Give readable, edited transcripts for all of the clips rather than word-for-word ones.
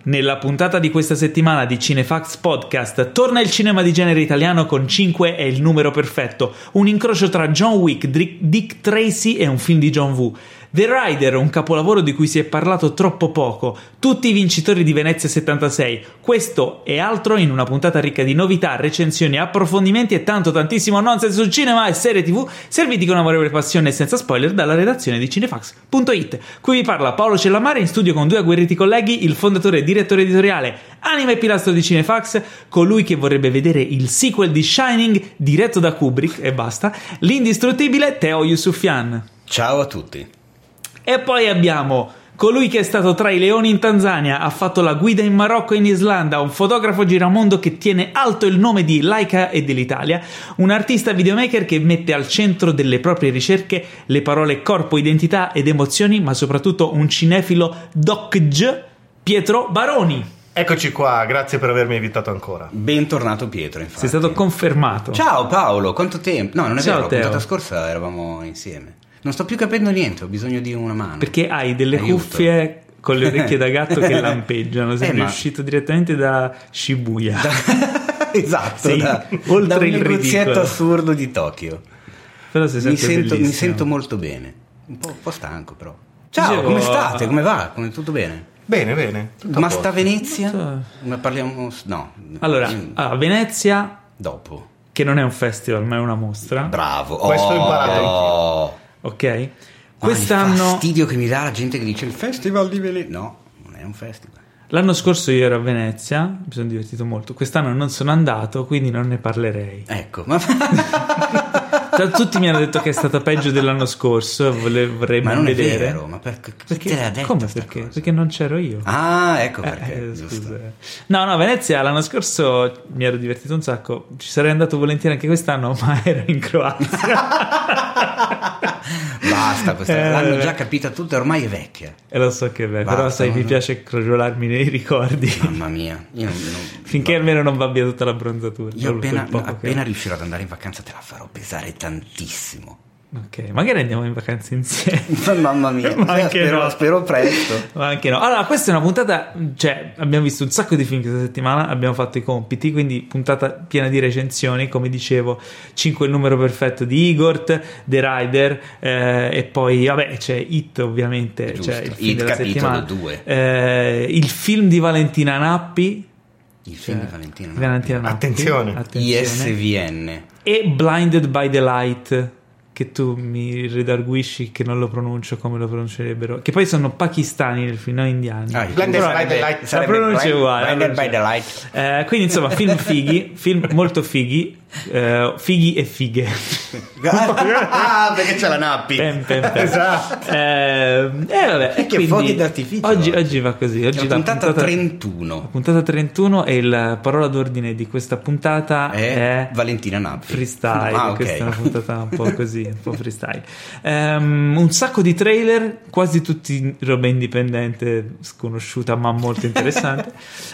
Nella puntata di questa settimana di Cinefax Podcast torna il cinema di genere italiano con 5 è il numero perfetto, un incrocio tra John Wick, Dick Tracy e un film di John Woo. The Rider, un capolavoro di cui si è parlato troppo poco, tutti i vincitori di Venezia 76, questo e altro in una puntata ricca di novità, recensioni, approfondimenti e tantissimo nonsense su cinema e serie tv, serviti con amorevole passione e senza spoiler dalla redazione di cinefax.it. Qui vi parla Paolo Cellamare, in studio con due agguerriti colleghi, il fondatore e direttore editoriale, anima e pilastro di Cinefax, colui che vorrebbe vedere il sequel di Shining diretto da Kubrick e basta, l'indistruttibile Teo Yusufian. Ciao a tutti. E poi abbiamo colui che è stato tra i leoni in Tanzania, ha fatto la guida in Marocco e in Islanda, un fotografo giramondo che tiene alto il nome di Laika e dell'Italia, un artista videomaker che mette al centro delle proprie ricerche le parole corpo, identità ed emozioni, ma soprattutto un cinefilo doc-g, Pietro Baroni. Eccoci qua, grazie per avermi invitato ancora. Bentornato Pietro, infatti. Sei stato confermato. Ciao Paolo, quanto tempo? No, non è Ciao, vero, la Teo. puntata scorsa eravamo insieme. Non sto più capendo niente, ho bisogno di una mano. Perché hai delle Aiuto. cuffie con le orecchie da gatto che lampeggiano, sei ma- uscito direttamente da Shibuya. Esatto, Sei oltre da un il negozietto ridicolo. assurdo di Tokyo. Però sei Mi sempre sento bellissimo. molto bene. Un po' stanco però. Ciao, Dicevo- come state? Come va? Come tutto bene? Bene, tutto a Ma posto. sta Venezia? Tutto- Ne parliamo? No. Allora, Io- a Venezia, dopo. che non è un festival ma è una mostra, Bravo. Questo ho imparato Oh. ok? Ma il Quest'anno, fastidio che mi dà la gente che dice il festival di Venezia. No, non è un festival. l'anno scorso io ero a Venezia, mi sono divertito molto, quest'anno non sono andato, quindi non ne parlerei. Ecco, ma, Tutti mi hanno detto che è stata peggio dell'anno scorso, vorrei ma ben non è vedere. vero. Ma chi te l'ha detto Come sta perché? cosa? Perché non c'ero io. Ah, ecco perché. Giusto. Scusa. No, Venezia l'anno scorso mi ero divertito un sacco, ci sarei andato volentieri anche quest'anno, ma ero in Croazia. Basta, l'hanno già capita tutta, ormai è vecchia. E lo so che è vero, Basta, però sai, mi no? piace crogiolarmi nei ricordi. Mamma mia, io Finché almeno non va via tutta la bronzatura. io solo quel poco appena riuscirò ad andare in vacanza te la farò pesare tantissimo. Ok, magari andiamo in vacanze insieme. Mamma mia, Ma anche no. spero presto. Ma anche no. Allora, questa è una puntata, cioè, abbiamo visto un sacco di film questa settimana, abbiamo fatto i compiti, quindi puntata piena di recensioni, come dicevo, 5 il numero perfetto di Igor, The Rider, e poi, vabbè, c'è It, ovviamente, Giusto, cioè il film It della capitolo settimana. 2. Il film di Valentina Nappi. Il film di Valentina. Valentina Nappi. Attenzione. ISVN. E Blinded by the Light, che tu mi redarguisci che non lo pronuncio come lo pronuncerebbero, che poi sono pakistani nel film, non indiani. Blinded by the Light. La pronuncia è uguale. Blinded by the Light. Quindi insomma, film fighi, film molto fighi, fighi e fighe. Ah, perché c'è la Nappi. Pem, pem, pem. Esatto. Vabbè, e Che quindi fuochi d'artificio oggi va così. Oggi La puntata 31 la puntata 31 e la parola d'ordine di questa puntata è Valentina Nappi. freestyle. Ah, ok. Questa è una puntata un po' così, un po' freestyle. Un sacco di trailer, quasi tutti roba indipendente, sconosciuta ma molto interessante.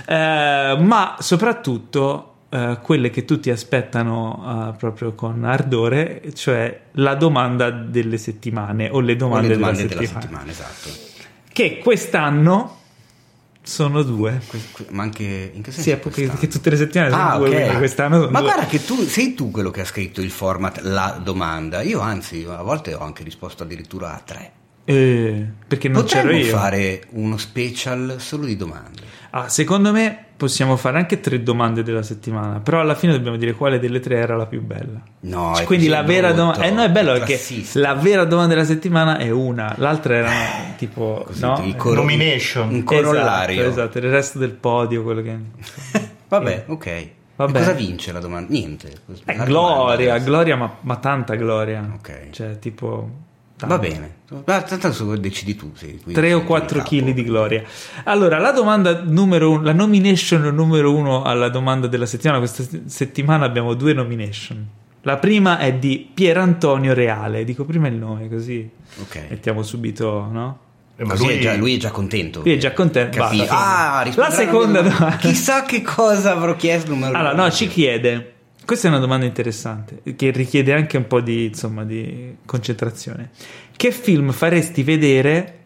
Ma soprattutto quelle che tutti aspettano proprio con ardore, cioè la domanda delle settimane o le domande, della della settimana, settimana, esatto. che quest'anno sono 2. Ma anche in che senso? Sì, è quest'anno? che tutte le settimane sono 2, ok. quindi quest'anno sono Ma 2. guarda che sei tu quello che ha scritto il format La domanda. Io anzi, a volte ho anche risposto addirittura a 3. Perché non c'ero Potremmo io. fare uno special solo di domande. Secondo me possiamo fare anche 3 domande della settimana, però alla fine dobbiamo dire quale delle 3 era la più bella. No, Cioè, è quindi così la vera brutto, domanda no, è bello perché classista. la vera domanda della settimana è una, l'altra era tipo Così, no? Nomination. un corollario. Esatto, il resto del podio, quello che Vabbè, ok. Vabbè. E cosa vince la domanda? Niente. La gloria, domanda. ma tanta gloria. Ok. Cioè, tipo Va bene. Ma tanto decidi tu. 3 o 4 kg di gloria. Allora, la domanda numero 1, la nomination numero 1 alla domanda della settimana. Questa settimana abbiamo 2 nomination. La prima è di Pierantonio Reale. Dico prima il nome, così Ok. mettiamo subito, no? Ma Lui è già contento. Lui è già contento. Capito? basta. risponderà La seconda alla mia domanda. Chissà che cosa avrò chiesto. Allora, no, ci chiede. Questa è una domanda interessante che richiede anche un po' di, insomma, di concentrazione. Che film faresti vedere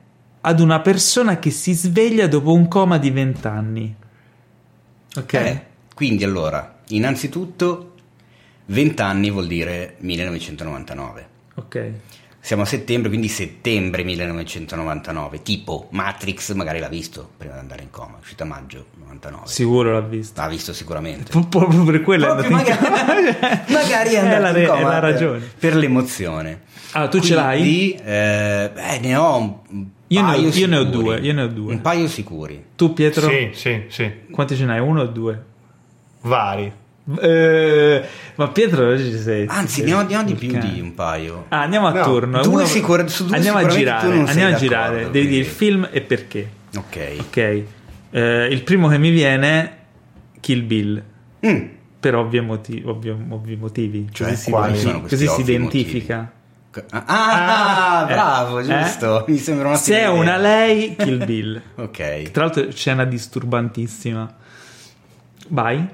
ad una persona che si sveglia dopo un coma di 20 anni. Ok? Quindi allora, innanzitutto 20 anni vuol dire 1999. Ok. Siamo a settembre, quindi settembre 1999. Tipo Matrix magari l'ha visto prima di andare in coma, è uscita a maggio 99. Sicuro l'ha visto. L'ha visto sicuramente. Proprio per quello è Proprio andato in coma. magari è andato in coma la ragione. per l'emozione. Ah, tu ce l'hai? Ne ho un Io paio ne ho sicuri. due. Un paio sicuri. Tu, Pietro? Sì. Quanti ce n'hai? Uno o due? Vari. Ma Pietro oggi ci sei. Anzi, ne ho di più di un paio. Andiamo a No, turno. su due Andiamo a sicuramente girare. tu non sei Andiamo a d'accordo, girare. Devi quindi. dire il film e perché. Ok. Il primo che mi viene è Kill Bill. Mm. Per ovvi motivi. Cioè, Così si quali sono questi così si ovvi identifica. Bravo, giusto. Mi sembra una Se è idea. una lei, Kill Bill. Ok. Tra l'altro scena disturbantissima. Vai.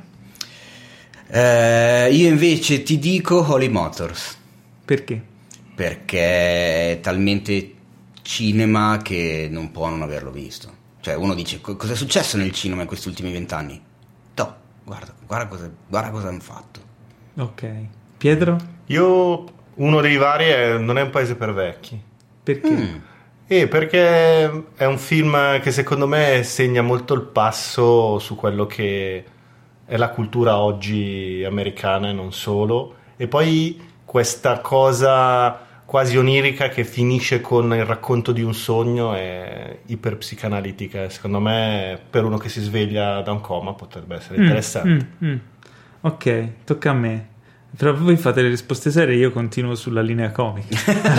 Io invece ti dico Holy Motors, Perché? perché è talmente cinema che non può non averlo visto. Cioè uno dice cosa è successo nel cinema in questi ultimi 20 anni? No, guarda cosa hanno fatto. Ok. Pietro? Io, uno dei vari non è un paese per vecchi. Perché? Perché è un film che secondo me segna molto il passo su quello che è la cultura oggi americana e non solo, e poi questa cosa quasi onirica che finisce con il racconto di un sogno è iperpsicanalitica. Secondo me per uno che si sveglia da un coma potrebbe essere interessante. Ok, tocca a me. Però voi fate le risposte serie, io continuo sulla linea comica.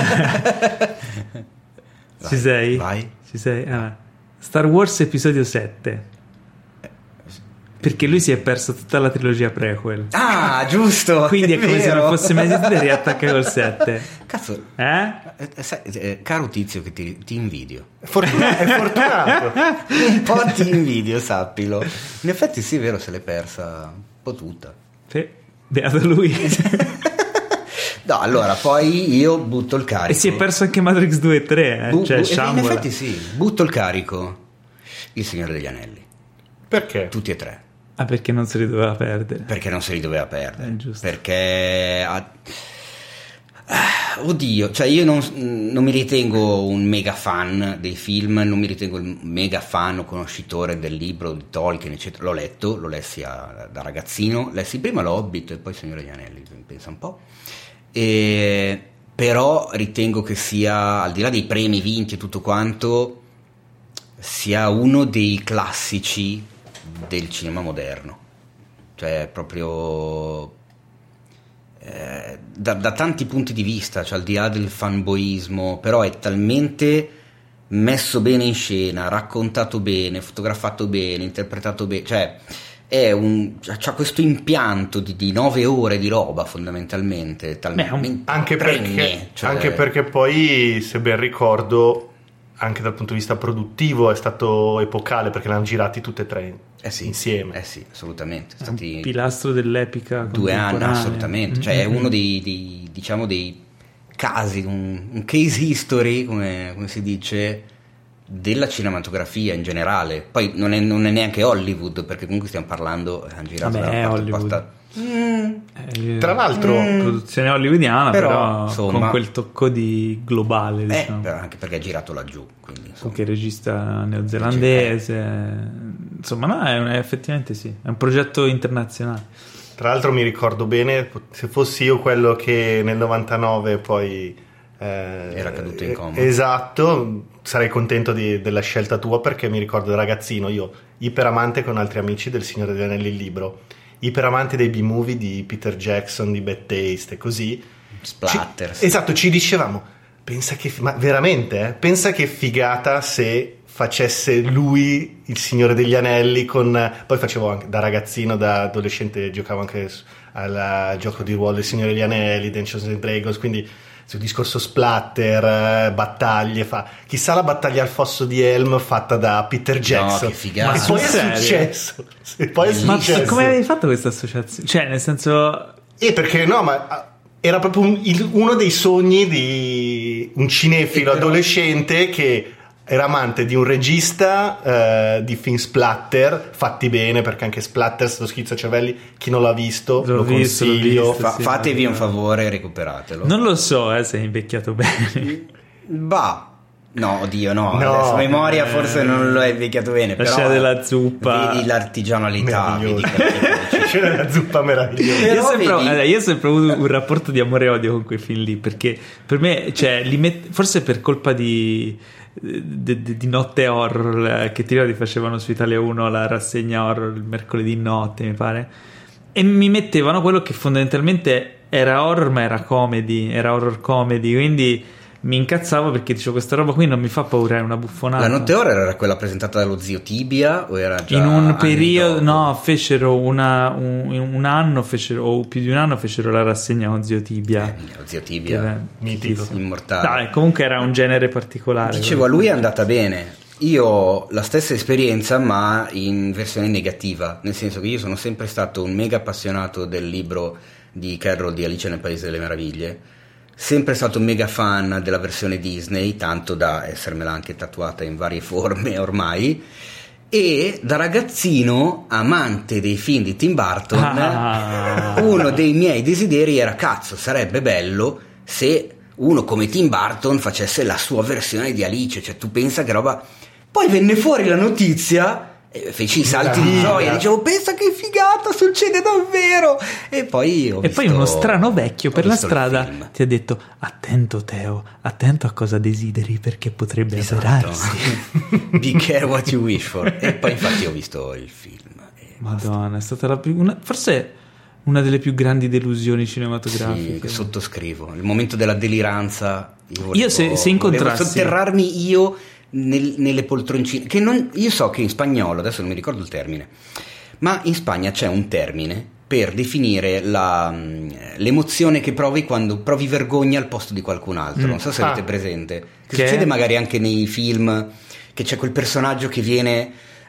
Ci sei? Vai. Ci sei? Ah. Star Wars episodio 7. Perché lui si è perso tutta la trilogia prequel. Ah, giusto. Quindi è come se vero. non fosse mai esistito e riattacca col 7. Cazzo, Eh? caro tizio che ti invidio. È fortunato. Un po' ti invidio, sappilo. In effetti sì, è vero, se l'è persa un po' tutta. Sì, beato lui. No, allora, poi io butto il carico. E si è perso anche Matrix 2 e 3, cioè in Shamwell. effetti sì, butto il carico. Il Signore degli Anelli. Perché? Tutti e tre. Ah, perché non se li doveva perdere. Perché non se li doveva perdere. Giusto. Perché oddio, cioè io non mi ritengo un mega fan dei film, non mi ritengo un mega fan o conoscitore del libro di Tolkien, eccetera. Lo lessi da ragazzino, lessi prima l'Hobbit e poi il Signore degli Anelli, pensa un po'. Però ritengo che sia, al di là dei premi vinti e tutto quanto, sia uno dei classici del cinema moderno, cioè proprio da tanti punti di vista, cioè al di là del fanboismo, però è talmente messo bene in scena, raccontato bene, fotografato bene, interpretato bene, cioè c'ha questo impianto di 9 ore di roba fondamentalmente, talmente Anche perché poi, se ben ricordo, anche dal punto di vista produttivo è stato epocale, perché l'hanno girati tutte e tre insieme. Sì, assolutamente. È un pilastro dell'epica 2 anni, assolutamente. Cioè è uno dei diciamo dei casi, un case history, come si dice, della cinematografia in generale. Poi non è neanche Hollywood, perché comunque stiamo parlando, hanno girato Vabbè, da Hollywood. Tra l'altro produzione hollywoodiana, però insomma, con quel tocco di globale, diciamo. però anche perché è girato laggiù, quindi insomma. Che regista neozelandese, insomma, no, effettivamente sì, è un progetto internazionale. Tra l'altro mi ricordo bene, se fossi io quello che nel 99 poi era caduto in coma. Esatto, sarei contento della scelta tua, perché mi ricordo da ragazzino, io iperamante con altri amici del Signore degli Anelli, il libro, iperamante dei B-movie di Peter Jackson, di Bad Taste e così. Splatter. Esatto, ci dicevamo, ma veramente, pensa che figata se facesse lui il Signore degli Anelli poi facevo anche, da ragazzino, da adolescente, giocavo anche al gioco di ruolo del Signore degli Anelli, Dungeons and Dragons, quindi sul discorso splatter, battaglie, chissà la battaglia al fosso di Helm fatta da Peter Jackson. No, che figata. E poi è successo. Ma come avevi fatto questa associazione? Cioè, nel senso... Perché no, ma era proprio uno dei sogni di un cinefilo adolescente che era amante di un regista di film splatter fatti bene, perché anche Splatter, lo schizzocervelli, chi non l'ha visto lo consiglio. Fatevi un favore e recuperatelo. Non lo so se è invecchiato bene. Bah, no, oddio, no. Adesso memoria forse non lo è invecchiato bene. La però scena della zuppa, vedi l'artigianalità, vedi la scena della zuppa meravigliosa. Io ho sempre avuto un rapporto di amore e odio con quei film lì, perché per me, cioè, forse per colpa di notte horror che ti facevano su Italia 1 la rassegna horror il mercoledì notte, mi pare, e mi mettevano quello che fondamentalmente era horror, ma era horror comedy, quindi mi incazzavo perché dicevo questa roba qui non mi fa paura, è una buffonata. La notte horror era quella presentata dallo zio Tibia o era già in un periodo dopo? No, fecero un anno o più di un anno fecero la rassegna con zio Tibia, lo zio Tibia mitico, immortale. Dai, comunque era un genere particolare. Dicevo, a lui è andata bene. Io ho la stessa esperienza, ma in versione negativa, nel senso che io sono sempre stato un mega appassionato del libro di Carroll di Alice nel Paese delle Meraviglie, sempre stato un mega fan della versione Disney, tanto da essermela anche tatuata in varie forme ormai, e da ragazzino amante dei film di Tim Burton uno dei miei desideri era: cazzo, sarebbe bello se uno come Tim Burton facesse la sua versione di Alice. Cioè, tu pensa che roba. Poi venne fuori la notizia e feci i salti di gioia, dicevo: pensa che figata, succede davvero. E poi poi uno strano vecchio per la strada ti ha detto: attento Teo, attento a cosa desideri, perché potrebbe avverarsi. Be care what you wish for. E poi infatti ho visto il film. Madonna, è stata forse una delle più grandi delusioni cinematografiche. Sì, che sottoscrivo. Il momento della deliranza. Io se incontrassi, volevo sotterrarmi io nelle poltroncine, che non, io so che in spagnolo, adesso non mi ricordo il termine, ma in Spagna c'è un termine per definire l'emozione che provi quando provi vergogna al posto di qualcun altro. Non so se avete presente, che succede magari anche nei film, che c'è quel personaggio che viene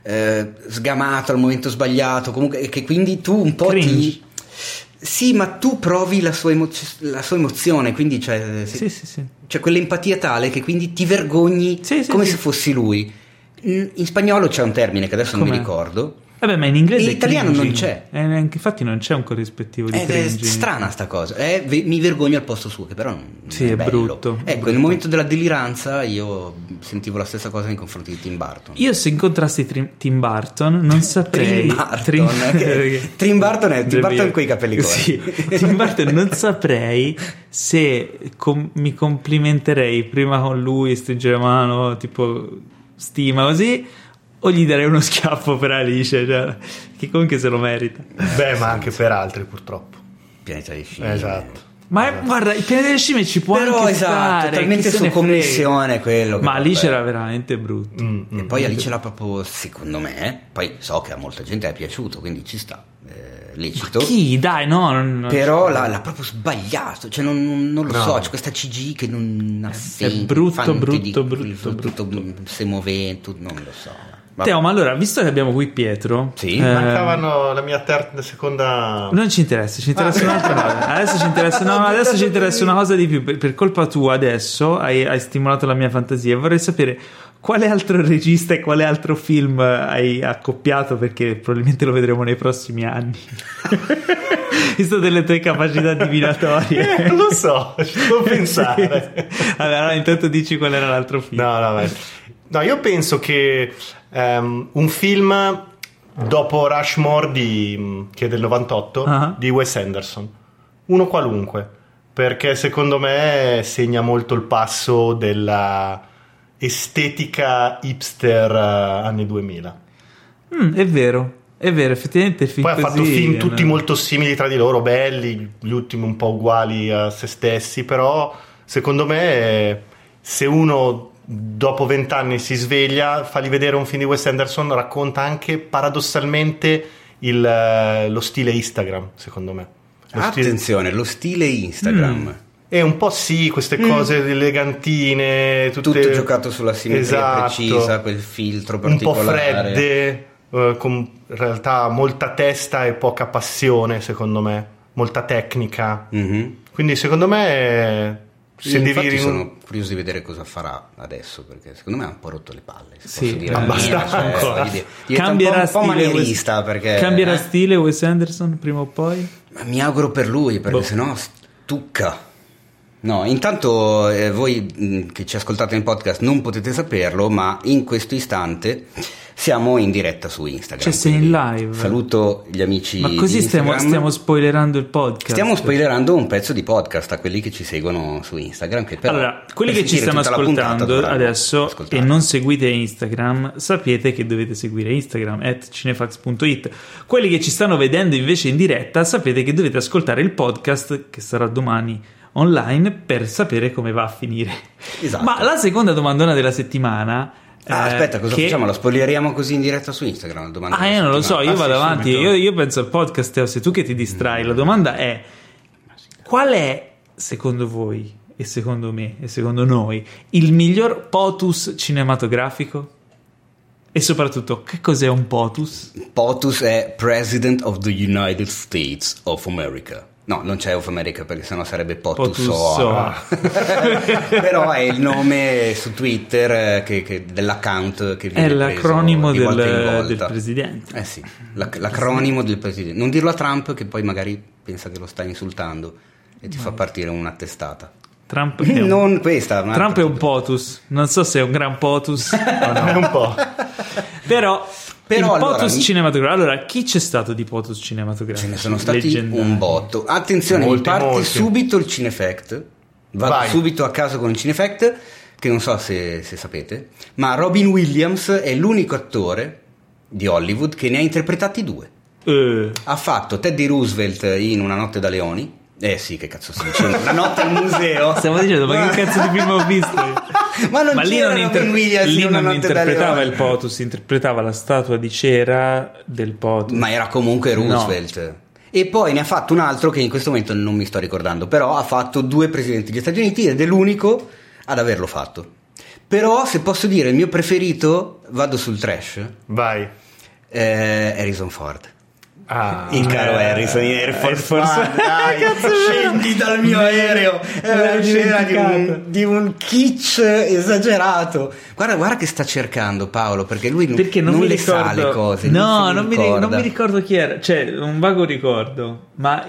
sgamato al momento sbagliato, comunque, e che quindi tu un po' cringe. Sì, ma tu provi la sua emozione, quindi c'è quell'empatia tale che quindi ti vergogni come se fossi lui. In spagnolo c'è un termine che adesso non mi ricordo. Vabbè, ma in inglese in italiano non c'è. Infatti non c'è un corrispettivo di cringe. È strana sta cosa. Mi vergogno al posto suo, che però non è bello. Brutto. Ecco, nel momento della deliranza io sentivo la stessa cosa nei confronti di Tim Burton. Io se incontrassi Tim Burton non saprei. Tim Burton è coi capelli corti. Sì, Tim Burton non saprei se mi complimenterei prima con lui, stringere mano, tipo stima così, o gli darei uno schiaffo per Alice, cioè, che comunque se lo merita. Beh, ma anche per altri, purtroppo. Pianeta dei Scimmie. Esatto. Ma guarda, il Pianeta delle Scimmie ci può però anche stare, talmente su commissione quello. Ma Alice era veramente brutto. E poi Alice l'ha proprio, secondo me, poi so che a molta gente è piaciuto, quindi ci sta, lecito. Ma chi? Dai, no. Però l'ha proprio sbagliato, cioè non lo so, c'è questa CG che non ha senso. È brutto. Se muove, non lo so. Teo, ma allora, visto che abbiamo qui Pietro, sì? Mancavano la mia seconda. Non ci interessa un'altra cosa. Adesso ci interessa una cosa di più. Per colpa tua adesso hai stimolato la mia fantasia e vorrei sapere quale altro regista e quale altro film hai accoppiato, perché probabilmente lo vedremo nei prossimi anni. Visto delle tue capacità divinatorie. Lo so, ci devo pensare. Allora, intanto dici qual era l'altro film. No, io penso che un film dopo Rushmore che è del 98 di Wes Anderson, uno qualunque, perché secondo me segna molto il passo della estetica hipster anni 2000. È vero, effettivamente film. Poi ha fatto così, film tutti molto simili tra di loro, belli, gli ultimi un po' uguali a se stessi, però secondo me se uno dopo 20 anni si sveglia, fagli vedere un film di Wes Anderson, racconta anche paradossalmente lo stile Instagram, secondo me. Lo stile Instagram. E un po' queste cose elegantine, tutto giocato sulla simmetria precisa, quel filtro particolare. Un po' fredde, con in realtà molta testa e poca passione, secondo me, molta tecnica. Quindi secondo me Se infatti sono curioso di vedere cosa farà adesso, perché secondo me ha un po' rotto le palle, se Sì, posso dire abbastanza la mia, ancora. Diventa un po' manierista, perché cambierà stile Wes Anderson prima o poi? ma mi auguro per lui, perché sennò stucca. No, intanto voi che ci ascoltate nel podcast non potete saperlo, ma in questo istante siamo in diretta su Instagram. Cioè sei in live. Saluto gli amici. Ma così di Instagram. stiamo spoilerando il podcast. Stiamo spoilerando un pezzo di podcast a quelli che ci seguono su Instagram. Che però, allora, quelli per che ci sentire stanno tutta la puntata ascoltando dovranno adesso ascoltare. e non seguite Instagram, sapete che dovete seguire Instagram @cinefax.it. Quelli che ci stanno vedendo invece in diretta, sapete che dovete ascoltare il podcast che sarà domani online per sapere come va a finire. Esatto. Ma la seconda domandona della settimana aspetta, cosa facciamo? Lo spoileriamo così in diretta su Instagram? Domanda io non lo so, io vado avanti, subito. io penso al podcast, Teo, sei tu che ti distrai. La domanda è: qual è, secondo voi, e secondo me, e secondo noi, il miglior POTUS cinematografico? E soprattutto, che cos'è un POTUS? POTUS è President of the United States of America. No, non c'è of America perché sennò sarebbe POTUS POTUS. Però è il nome su Twitter dell'account che viene È l'acronimo preso di volta in del volta. presidente. Eh sì, l'acronimo del presidente. Non dirlo a Trump che poi magari pensa che lo stai insultando e ti fa partire una testata. Trump è un, Non questa, Trump è un POTUS. Non so se è un gran POTUS o no. È un po'. Però il allora, POTUS cinematografico. Allora, chi c'è stato di POTUS cinematografico? ce ne sono stati Leggendari. un botto. Attenzione, Molti, mi parte molti. subito il Cinefact. Vado Vai. subito a caso con il Cinefact, che non so se sapete, ma Robin Williams è l'unico attore di Hollywood che ne ha interpretati 2. Ha fatto Teddy Roosevelt in Una notte da leoni. Sì, che cazzo sto dicendo? Una notte al museo. Stiamo dicendo, ma che cazzo di film ho visto? Ma Lì c'era non, Robin Williams in lì Una non notte da interpretava leoni. il POTUS, interpretava la statua di cera del POTUS. Ma era comunque Roosevelt. E poi ne ha fatto un altro che in questo momento non mi sto ricordando, però ha fatto 2 presidenti degli Stati Uniti ed è l'unico ad averlo fatto. Però se posso dire il mio preferito, vado sul trash, Vai. Harrison Ford. Ah, Il caro Harrison in Air Force One, dai, Cazzo, scendi dal mio aereo, è una scena di un kitsch esagerato. Guarda che sta cercando Paolo, perché lui Perché non non mi le ricordo, sa le cose. no, non non mi ricordo chi era, cioè un vago ricordo, ma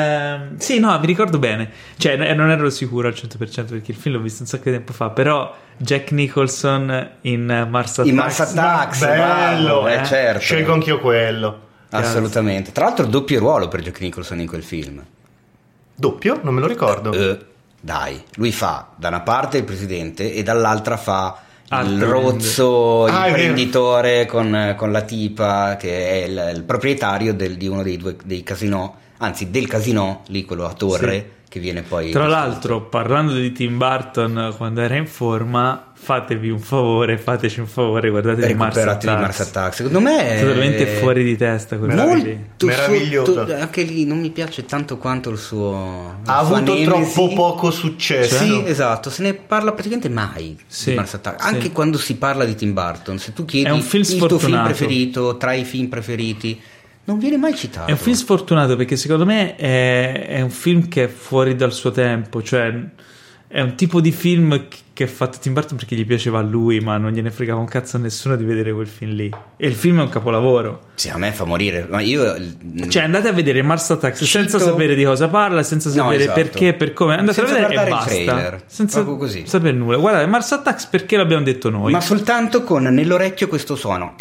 sì, no, mi ricordo bene, cioè non ero sicuro al 100% perché il film l'ho visto un sacco di tempo fa, però Jack Nicholson in Mars Attacks. In Mars Attacks, bello, bravo, certo. Scelgo anch'io quello. Assolutamente. Tra l'altro doppio ruolo per Jack Nicholson in quel film. Doppio? Non me lo ricordo. Dai, lui fa da una parte il presidente e dall'altra fa il Altro rozzo Ah, è vero. imprenditore con la tipa che è il proprietario di uno dei casinò, anzi del casinò lì, quello a torre, che viene poi Tra l'altro, parlando di Tim Burton quando era in forma, fateci un favore, guardate Mars recuperato di Attacks. Mars Attacks. Secondo me è Totalmente fuori di testa quel film lì. molto Meraviglioso. sotto, anche lì non mi piace tanto quanto il suo Ha la sua avuto nemesi. troppo poco successo. Sì, esatto, se ne parla praticamente mai Sì, di Mars Attacks. sì. Anche quando si parla di Tim Burton, se tu chiedi È un film il tuo film sfortunato. preferito, tra i film preferiti, non viene mai citato. È un film sfortunato perché secondo me è un film che è fuori dal suo tempo, cioè è un tipo di film che ha fatto Tim Burton perché gli piaceva a lui, ma non gliene fregava un cazzo a nessuno di vedere quel film lì. E il film è un capolavoro. Sì, a me fa morire, ma io Cioè andate a vedere Mars Attacks senza Cito- sapere di cosa parla, senza No, sapere esatto. perché, per come. Andate Senza a vedere e guardare il basta. trailer, Senza proprio così. sapere nulla. Guardate, Mars Attacks perché l'abbiamo detto noi. ma soltanto con nell'orecchio questo suono.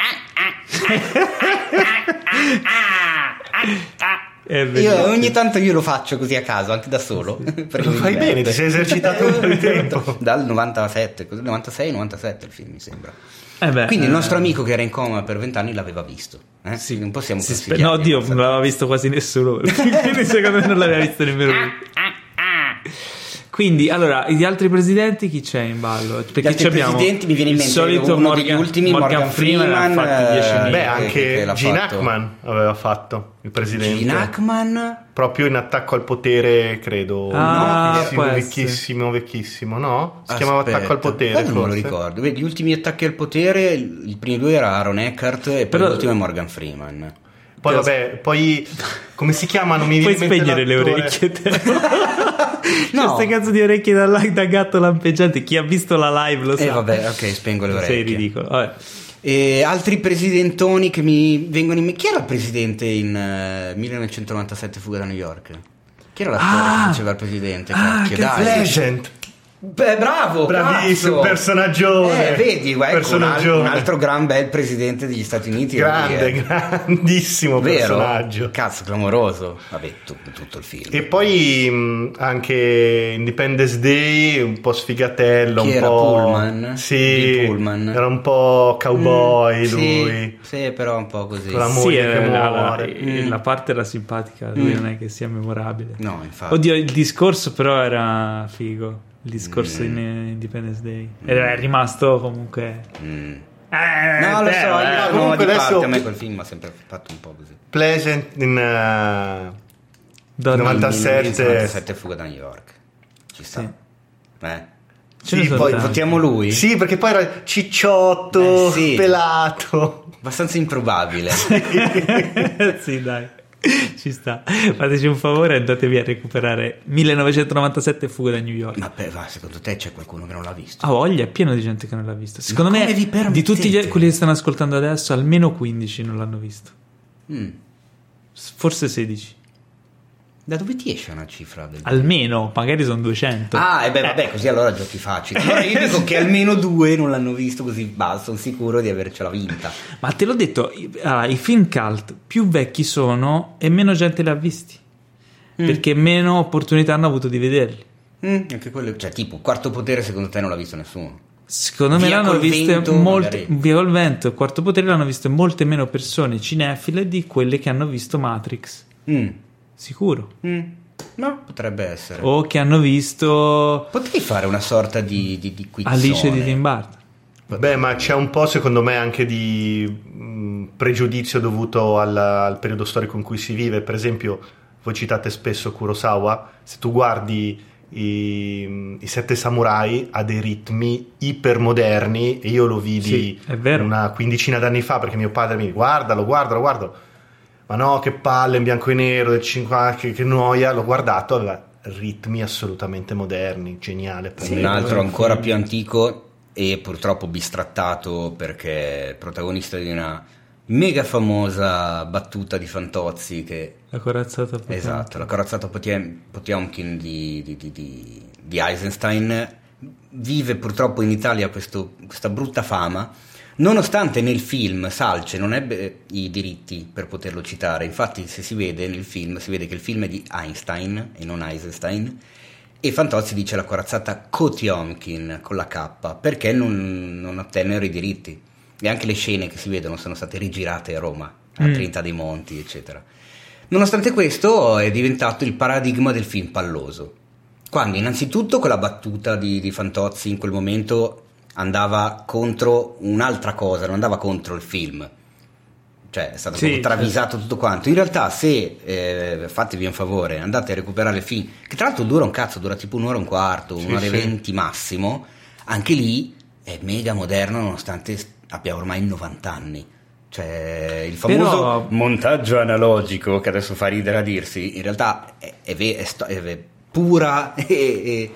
È bellissimo. Ogni tanto io lo faccio così a caso, anche da solo. Perché Lo mi fai diverte. bene, ti sei esercitato un po' di tempo. Dal 97, 96-97 il film mi sembra. Beh, Quindi il nostro amico che era in coma per 20 anni l'aveva visto. Sì. Non possiamo no, consigliargli, Dio, non non l'aveva visto quasi nessuno. Quindi secondo me non l'aveva visto nemmeno lui. Quindi, allora, gli altri presidenti chi c'è in ballo? Perché Gli altri abbiamo presidenti mi viene in il mente solito uno Morgan, degli ultimi, Morgan Freeman, ha fatto 10.000. Beh, anche che l'ha Gene fatto. Hackman aveva fatto il presidente. Gene Hackman. Proprio in Attacco al potere, credo. Ah, può essere. Vecchissimo, no? Si chiamava Aspetta, Attacco al potere, quello non me lo forse. ricordo. Vedi, gli ultimi attacchi al potere, i primi 2 era Aaron Eckhart e poi Però- l'ultimo è Morgan Freeman. Poi vabbè, poi come si chiamano? Mi puoi viene in mente spegnere le l'attore. orecchie te. No. Queste cazzo di orecchie da gatto lampeggiante, chi ha visto la live lo sa. Vabbè, ok, spengo le orecchie. Sei ridicolo. Vabbè. E altri presidentoni che mi vengono in mente. Chi era il presidente in 1997 Fuga da New York? Chi era l'attore che faceva il presidente? Cacchio, dai. Legend. Beh, bravo, Bravissimo, cazzo. personaggione. Vedi, ecco, personaggione. un altro gran bel presidente degli Stati Uniti. Grandissimo vero? personaggio. Cazzo, clamoroso. Vabbè, tutto il film. E poi anche Independence Day, un po' sfigatello, Chi un era, po'. Pullman? Sì, Bill Pullman. era un po' cowboy lui. Sì, però un po' così. Con la moglie che la muore. parte era simpatica, lui non è che sia memorabile. No, infatti. Oddio, il discorso però era figo. Il discorso in Independence Day è rimasto comunque. No, lo so, io comunque di adesso- parte, a me quel film mi ha sempre fatto un po' così. Pleasant in Donne- 97. 97 Fuga da New York. Ci sta. Sì. Sì, Ce ne sono poi tanti. Votiamo lui? Sì, perché poi era cicciotto, Sì. pelato. Abbastanza improbabile. Sì, dai, ci sta. Fateci un favore e andatevi a recuperare 1997 Fuga da New York. Ma secondo te c'è qualcuno che non l'ha visto? Ah, voglia, è pieno di gente che non l'ha visto. Secondo come me, vi permettete? di tutti quelli che stanno ascoltando adesso, almeno 15 non l'hanno visto. Forse 16. Da dove ti esce una cifra del Almeno, magari sono 200. vabbè, così allora giochi facili. Allora io dico che almeno 2 non l'hanno visto, così basta, sono sicuro di avercela vinta. Ma te l'ho detto, i film cult più vecchi sono e meno gente li ha visti. Perché meno opportunità hanno avuto di vederli. Anche quello, cioè tipo Quarto Potere secondo te non l'ha visto nessuno? Secondo me Via l'hanno col viste vento, molte. magari. Via col vento, il Quarto Potere l'hanno viste molte meno persone cinefile di quelle che hanno visto Matrix. Sicuro. No, potrebbe essere. O che hanno visto Potrei fare una sorta di quizzone. Alice di Tim Burton. Beh, ma c'è un po' secondo me anche di pregiudizio dovuto al periodo storico in cui si vive. Per esempio, voi citate spesso Kurosawa, se tu guardi i Sette Samurai ha dei ritmi ipermoderni e io lo vidi Sì, è vero. una quindicina d'anni fa perché mio padre mi dice guardalo, ma no, che palle in bianco e nero del 50, che noia. L'ho guardato, aveva ritmi assolutamente moderni, geniale per Un me. altro ancora più antico e purtroppo bistrattato perché è protagonista di una mega famosa battuta di Fantozzi che La corazzata Potemkin. esatto, la corazzata Potemkin di Eisenstein vive purtroppo in Italia questa brutta fama, nonostante nel film Salce non ebbe i diritti per poterlo citare. Infatti se si vede nel film, si vede che il film è di Einstein e non Eisenstein, e Fantozzi dice la corazzata Kotiomkin con la K perché non ottennero i diritti, e anche le scene che si vedono sono state rigirate a Roma, a Trinità dei Monti, eccetera. Nonostante questo è diventato il paradigma del film palloso, quando innanzitutto quella battuta di Fantozzi in quel momento andava contro un'altra cosa, non andava contro il film, cioè è stato proprio travisato tutto quanto. In realtà se fatevi un favore, andate a recuperare il film, che tra l'altro dura un cazzo, dura tipo un'ora e un quarto, un'ora e 20 massimo, anche lì è mega moderno nonostante abbia ormai 90 anni. Cioè il famoso montaggio analogico che adesso fa ridere a dirsi, in realtà è pura e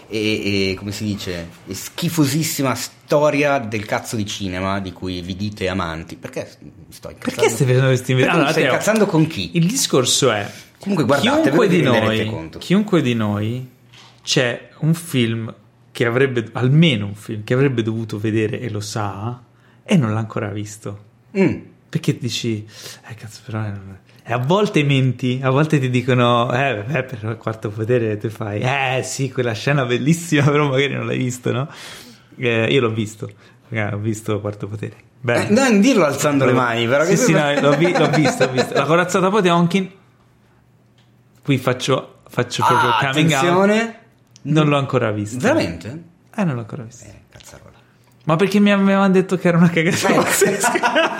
come si dice, è schifosissima storia del cazzo di cinema di cui vi dite amanti. Perché mi sto incazzando? Perché stai facendo questi inviti? Allora, stai incazzando con chi? Il discorso è comunque guardatevelo e vi renderete conto. Chiunque di noi c'è un film che avrebbe, almeno un film che avrebbe dovuto vedere e lo sa e non l'ha ancora visto. Perché dici cazzo, però a volte menti, a volte ti dicono però il Quarto Potere tu fai sì, quella scena bellissima, però magari non l'hai visto, no? Io l'ho visto, ho visto Quarto Potere. Non dirlo alzando le mani, però. Sì, no, l'ho visto. La corazzata Potemkin, qui faccio proprio coming out. Non l'ho ancora visto. Veramente? Non l'ho ancora visto. Cazzarola. Ma perché mi avevano detto che era una cagata pazzesca.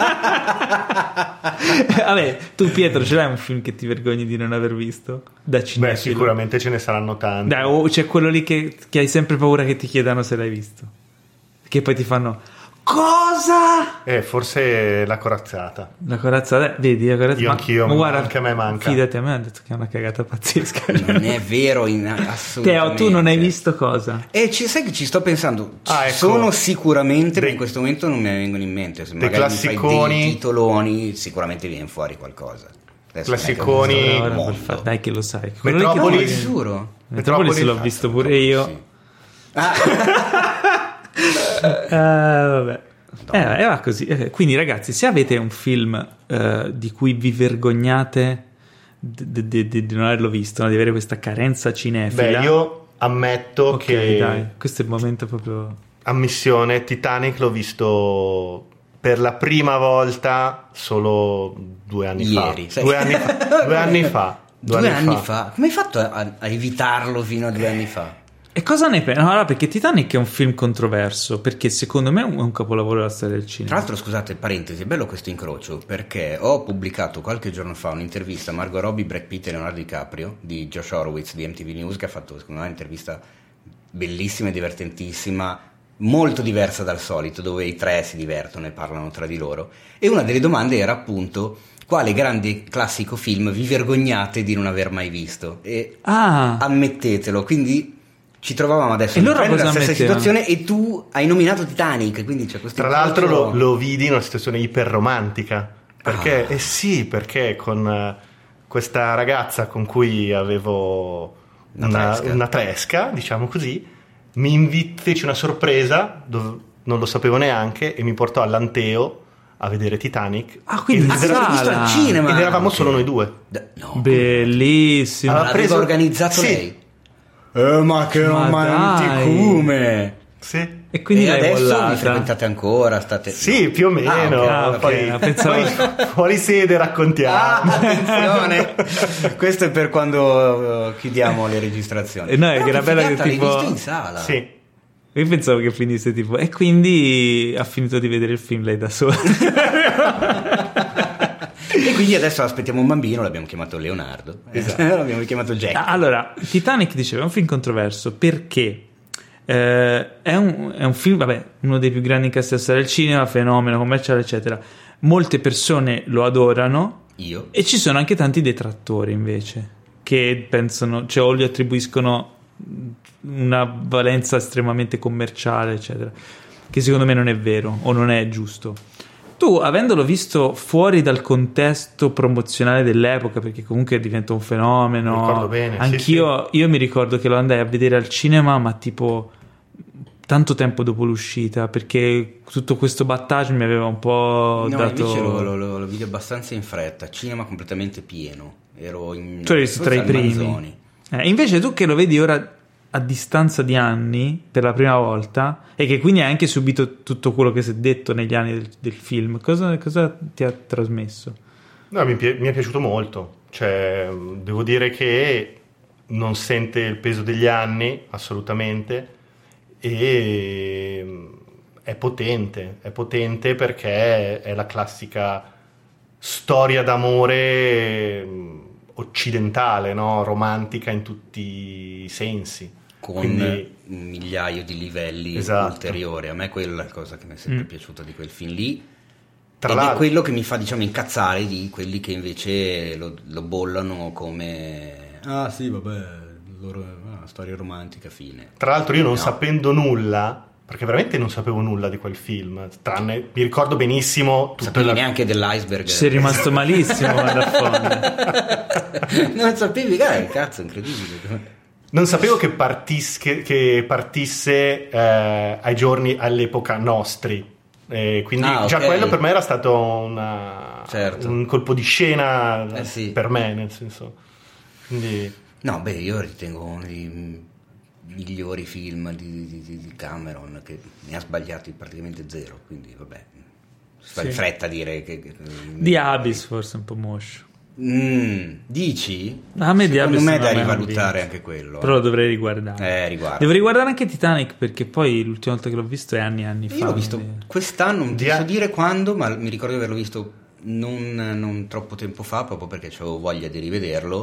Vabbè, tu Pietro ce l'hai un film che ti vergogni di non aver visto? Da cinefilo? Beh, sicuramente ce ne saranno tanti. Dai, c'è quello lì che hai sempre paura che ti chiedano se l'hai visto, che poi ti fanno Cosa? Forse la corazzata. La corazzata, vedi, la corazzata. Io anch'io, ma guarda, anche a me manca. Fidati, a me hanno detto che è una cagata pazzesca. Non è vero, assolutamente. Teo, tu non hai visto cosa? Sai che ci sto pensando? Ecco. Sono sicuramente, ma in questo momento non mi vengono in mente. Se magari classiconi. mi fai dei titoloni, sicuramente viene fuori qualcosa. Adesso Classiconi. Dai che lo sai. Metropoli. Ti giuro. Metropolis l'ho visto pure io. Sì. Vabbè. Va così. Quindi ragazzi, se avete un film di cui vi vergognate di non averlo visto, no? Di avere questa carenza cinefila, Io ammetto che dai, questo è il momento proprio. Ammissione, Titanic l'ho visto per la prima volta solo 2 anni Ieri, fa. 2 anni fa. 2 anni fa. 2 anni fa? Come hai fatto a evitarlo fino a 2 anni fa? E cosa ne pensi? Allora, perché Titanic è un film controverso, perché secondo me è un capolavoro della storia del cinema. Tra l'altro, scusate, parentesi, è bello questo incrocio, perché ho pubblicato qualche giorno fa un'intervista a Margot Robbie, Brad Pitt e Leonardo DiCaprio di Josh Horowitz di MTV News, che ha fatto secondo me un'intervista bellissima e divertentissima, molto diversa dal solito, dove i tre si divertono e parlano tra di loro. E una delle domande era appunto: quale grande classico film vi vergognate di non aver mai visto? E ammettetelo, quindi ci trovavamo adesso nella stessa situazione e tu hai nominato Titanic, quindi c'è questo. Tra l'altro lo vidi in una situazione iperromantica, perché perché con questa ragazza con cui avevo una tresca, diciamo così, fece una sorpresa, non lo sapevo neanche, e mi portò all'Anteo a vedere Titanic. Quindi visto al cinema ed eravamo solo noi due. No, bellissimo. L'aveva organizzato lei. Ma che romanticume! Sì. E quindi adesso vi frequentate ancora? Sì, più o meno. Poi fuori sede raccontiamo. Attenzione! Questo è per quando chiudiamo le registrazioni. No, che era bella che tipo. L'hai visto in sala? Sì. Io pensavo che finisse tipo. E quindi ha finito di vedere il film lei da sola. E quindi adesso aspettiamo un bambino, l'abbiamo chiamato Leonardo, l'abbiamo chiamato Jack. Allora, Titanic, dicevo, è un film controverso perché è un film, vabbè, uno dei più grandi incassi della storia del cinema, fenomeno commerciale, eccetera. Molte persone lo adorano. Io. E ci sono anche tanti detrattori invece che pensano, cioè o gli attribuiscono una valenza estremamente commerciale, eccetera, che secondo me non è vero o non è giusto. Tu, avendolo visto fuori dal contesto promozionale dell'epoca, perché comunque diventa un fenomeno, mi ricordo bene, anch'io io mi ricordo che lo andai a vedere al cinema, ma tipo tanto tempo dopo l'uscita, perché tutto questo battage mi aveva un po' dato. Invece lo vidi abbastanza in fretta, cinema completamente pieno, ero tu eri tra i primi. Invece tu che lo vedi ora a distanza di anni per la prima volta, e che quindi hai anche subito tutto quello che si è detto negli anni del film, cosa ti ha trasmesso? No, mi è piaciuto molto, cioè devo dire che non sente il peso degli anni assolutamente, e è potente perché è la classica storia d'amore occidentale, no? Romantica in tutti i sensi, con quindi un migliaio di livelli ulteriori. A me quella è la cosa che mi è sempre piaciuta di quel film lì, è quello che mi fa, diciamo, incazzare di quelli che invece lo bollano come sì, vabbè, storia romantica, fine. Tra l'altro io non sapendo nulla, perché veramente non sapevo nulla di quel film, tranne, mi ricordo benissimo sapevi neanche dell'iceberg. Sei rimasto malissimo quando affondi. Non sapevi, cazzo, incredibile. Non sapevo che partisse ai giorni all'epoca nostri, quindi già quello per me era stato un colpo di scena per me, nel senso, quindi no, io ritengo uno dei migliori film di Cameron, che ne ha sbagliati praticamente zero, quindi vabbè, si fa in fretta a dire che The Abyss forse un po' moscio. Dici? A me secondo me è da rivalutare anche quello, però lo dovrei riguardare. Devo riguardare anche Titanic, perché poi l'ultima volta che l'ho visto è anni fa. Io l'ho visto quest'anno, non ti so dire quando, ma mi ricordo di averlo visto non troppo tempo fa, proprio perché avevo voglia di rivederlo.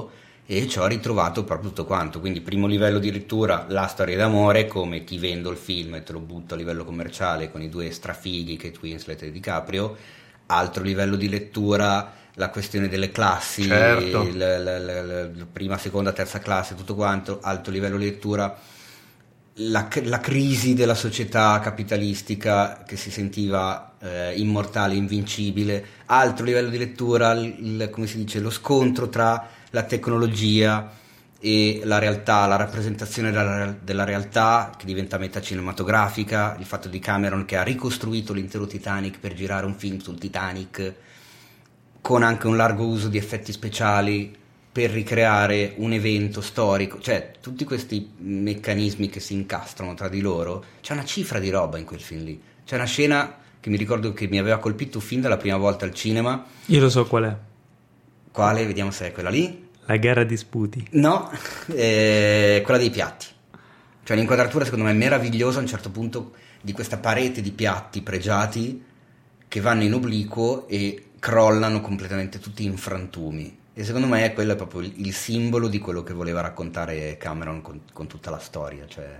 e ci ho ritrovato proprio tutto quanto. Quindi primo livello di lettura, la storia d'amore, come ti vendo il film e te lo butto a livello commerciale con i due strafighi Kate Winslet e DiCaprio. Altro livello di lettura, la questione delle classi, certo. la prima, seconda, terza classe, tutto quanto. Alto livello di lettura, la crisi della società capitalistica che si sentiva immortale, invincibile. Altro livello di lettura, come si dice, lo scontro tra la tecnologia e la realtà, la rappresentazione della realtà che diventa metacinematografica, il fatto di Cameron che ha ricostruito l'intero Titanic per girare un film sul Titanic con anche un largo uso di effetti speciali per ricreare un evento storico. Cioè tutti questi meccanismi che si incastrano tra di loro. C'è una cifra di roba in quel film lì. C'è una scena che mi ricordo che mi aveva colpito fin dalla prima volta al cinema. Io lo so qual è. Quale? Vediamo se è quella lì. La gara di sputi. No, quella dei piatti. Cioè l'inquadratura secondo me è meravigliosa a un certo punto di questa parete di piatti pregiati che vanno in obliquo e crollano completamente tutti in frantumi. E secondo me quello è proprio il simbolo di quello che voleva raccontare Cameron con tutta la storia. Cioè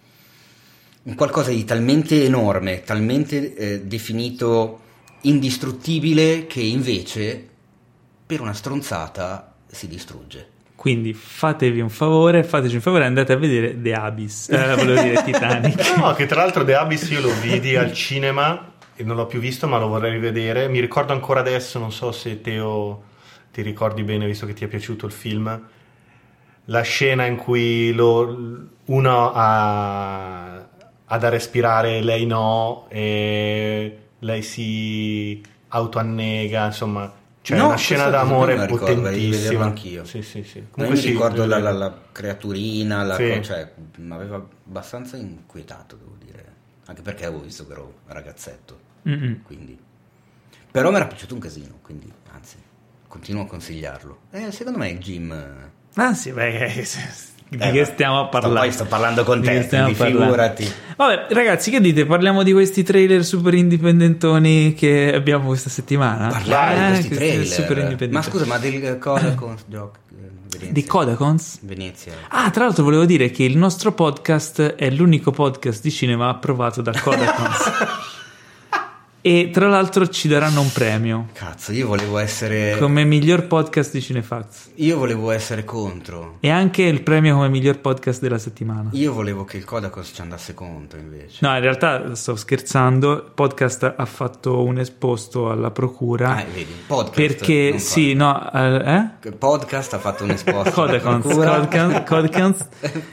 un qualcosa di talmente enorme, talmente definito indistruttibile, che invece per una stronzata si distrugge. Quindi fateci un favore, andate a vedere The Abyss, volevo dire Titanic. No, che tra l'altro The Abyss io lo vidi al cinema e non l'ho più visto, ma lo vorrei rivedere. Mi ricordo ancora adesso, non so se Teo ti ricordi bene, visto che ti è piaciuto il film, la scena in cui uno ha da respirare, lei no, e lei si autoannega, insomma. C'è una scena d'amore potentissima. Anch'io. Sì. Comunque mi ricordo la creaturina, cioè mi aveva abbastanza inquietato, devo dire, anche perché avevo visto che ero ragazzetto. Quindi. Però mi era piaciuto un casino, quindi anzi, continuo a consigliarlo. Secondo me Jim. Ah sì, beh, di che stiamo parlando? Poi sto parlando con te, quindi figurati. Vabbè, ragazzi, che dite? Parliamo di questi trailer super indipendentoni che abbiamo questa settimana? Parlare di questi trailer super indipendenti. Ma scusa, ma del Kodakons di Kodakons? Venezia. Ah, tra l'altro volevo dire che il nostro podcast è l'unico podcast di cinema approvato da Kodakons. E tra l'altro ci daranno un premio. Cazzo, io volevo essere come miglior podcast di Cinefax. Io volevo essere contro. E anche il premio come miglior podcast della settimana. Io volevo che il Kodakons ci andasse contro invece. No, in realtà sto scherzando. Il podcast ha fatto un esposto alla procura. Vedi, podcast. Perché sì, no, Il podcast ha fatto un esposto alla procura. Kodakons.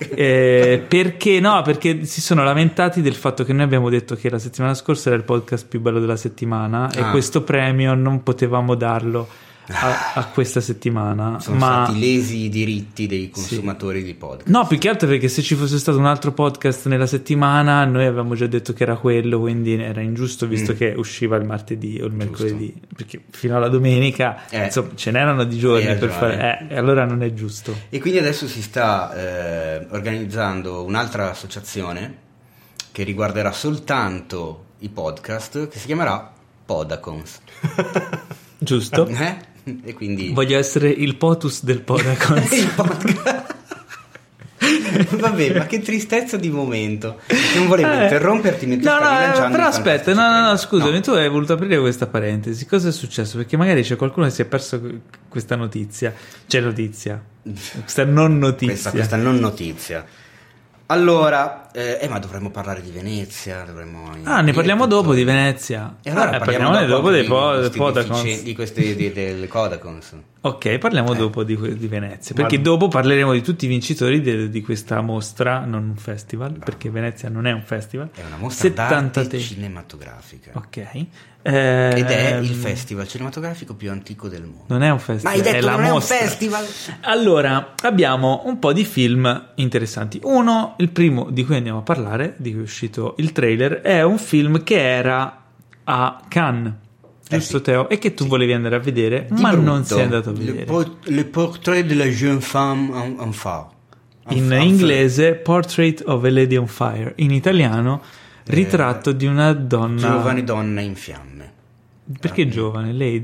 Perché si sono lamentati del fatto che noi abbiamo detto che la settimana scorsa era il podcast più bello della settimana e questo premio non potevamo darlo a questa settimana. Sono stati lesi i diritti dei consumatori di podcast. No, più che altro perché se ci fosse stato un altro podcast nella settimana noi avevamo già detto che era quello, quindi era ingiusto, visto che usciva il martedì o il mercoledì, perché fino alla domenica insomma ce n'erano di giorni per fare, e allora non è giusto. E quindi adesso si sta organizzando un'altra associazione che riguarderà soltanto i podcast, che si chiamerà Podakons. Giusto? E quindi voglio essere il POTUS del Podakons. Il podcast. Vabbè, ma che tristezza di momento. Non volevo interromperti mentre stavi lanciando. Però aspetta, no, scusami, tu hai voluto aprire questa parentesi. Cosa è successo? Perché magari c'è qualcuno che si è perso questa notizia. Questa non notizia. Questa non notizia. Allora, ma dovremmo parlare di Venezia, ne parliamo dopo di Venezia. E allora parliamo dopo dei Podakons. Di questi del Kodakons. Ok, parliamo dopo di Venezia, perché dopo parleremo di tutti i vincitori di questa mostra, non un festival, perché Venezia non è un festival. È una mostra d'arte cinematografica. Ok. Ed è il festival cinematografico più antico del mondo. Non è un festival. Ma hai detto è non mostra. È un festival? Allora, abbiamo un po' di film interessanti. Uno, il primo di cui andiamo a parlare, di cui è uscito il trailer, è un film che era a Cannes. Giusto, Teo? E che tu volevi andare a vedere, ma non sei andato a vedere. Le portrait de la jeune femme en fire. In inglese, Portrait of a Lady on Fire. In italiano, ritratto di una donna. Giovane donna in fiamme. Perché giovane? Lady?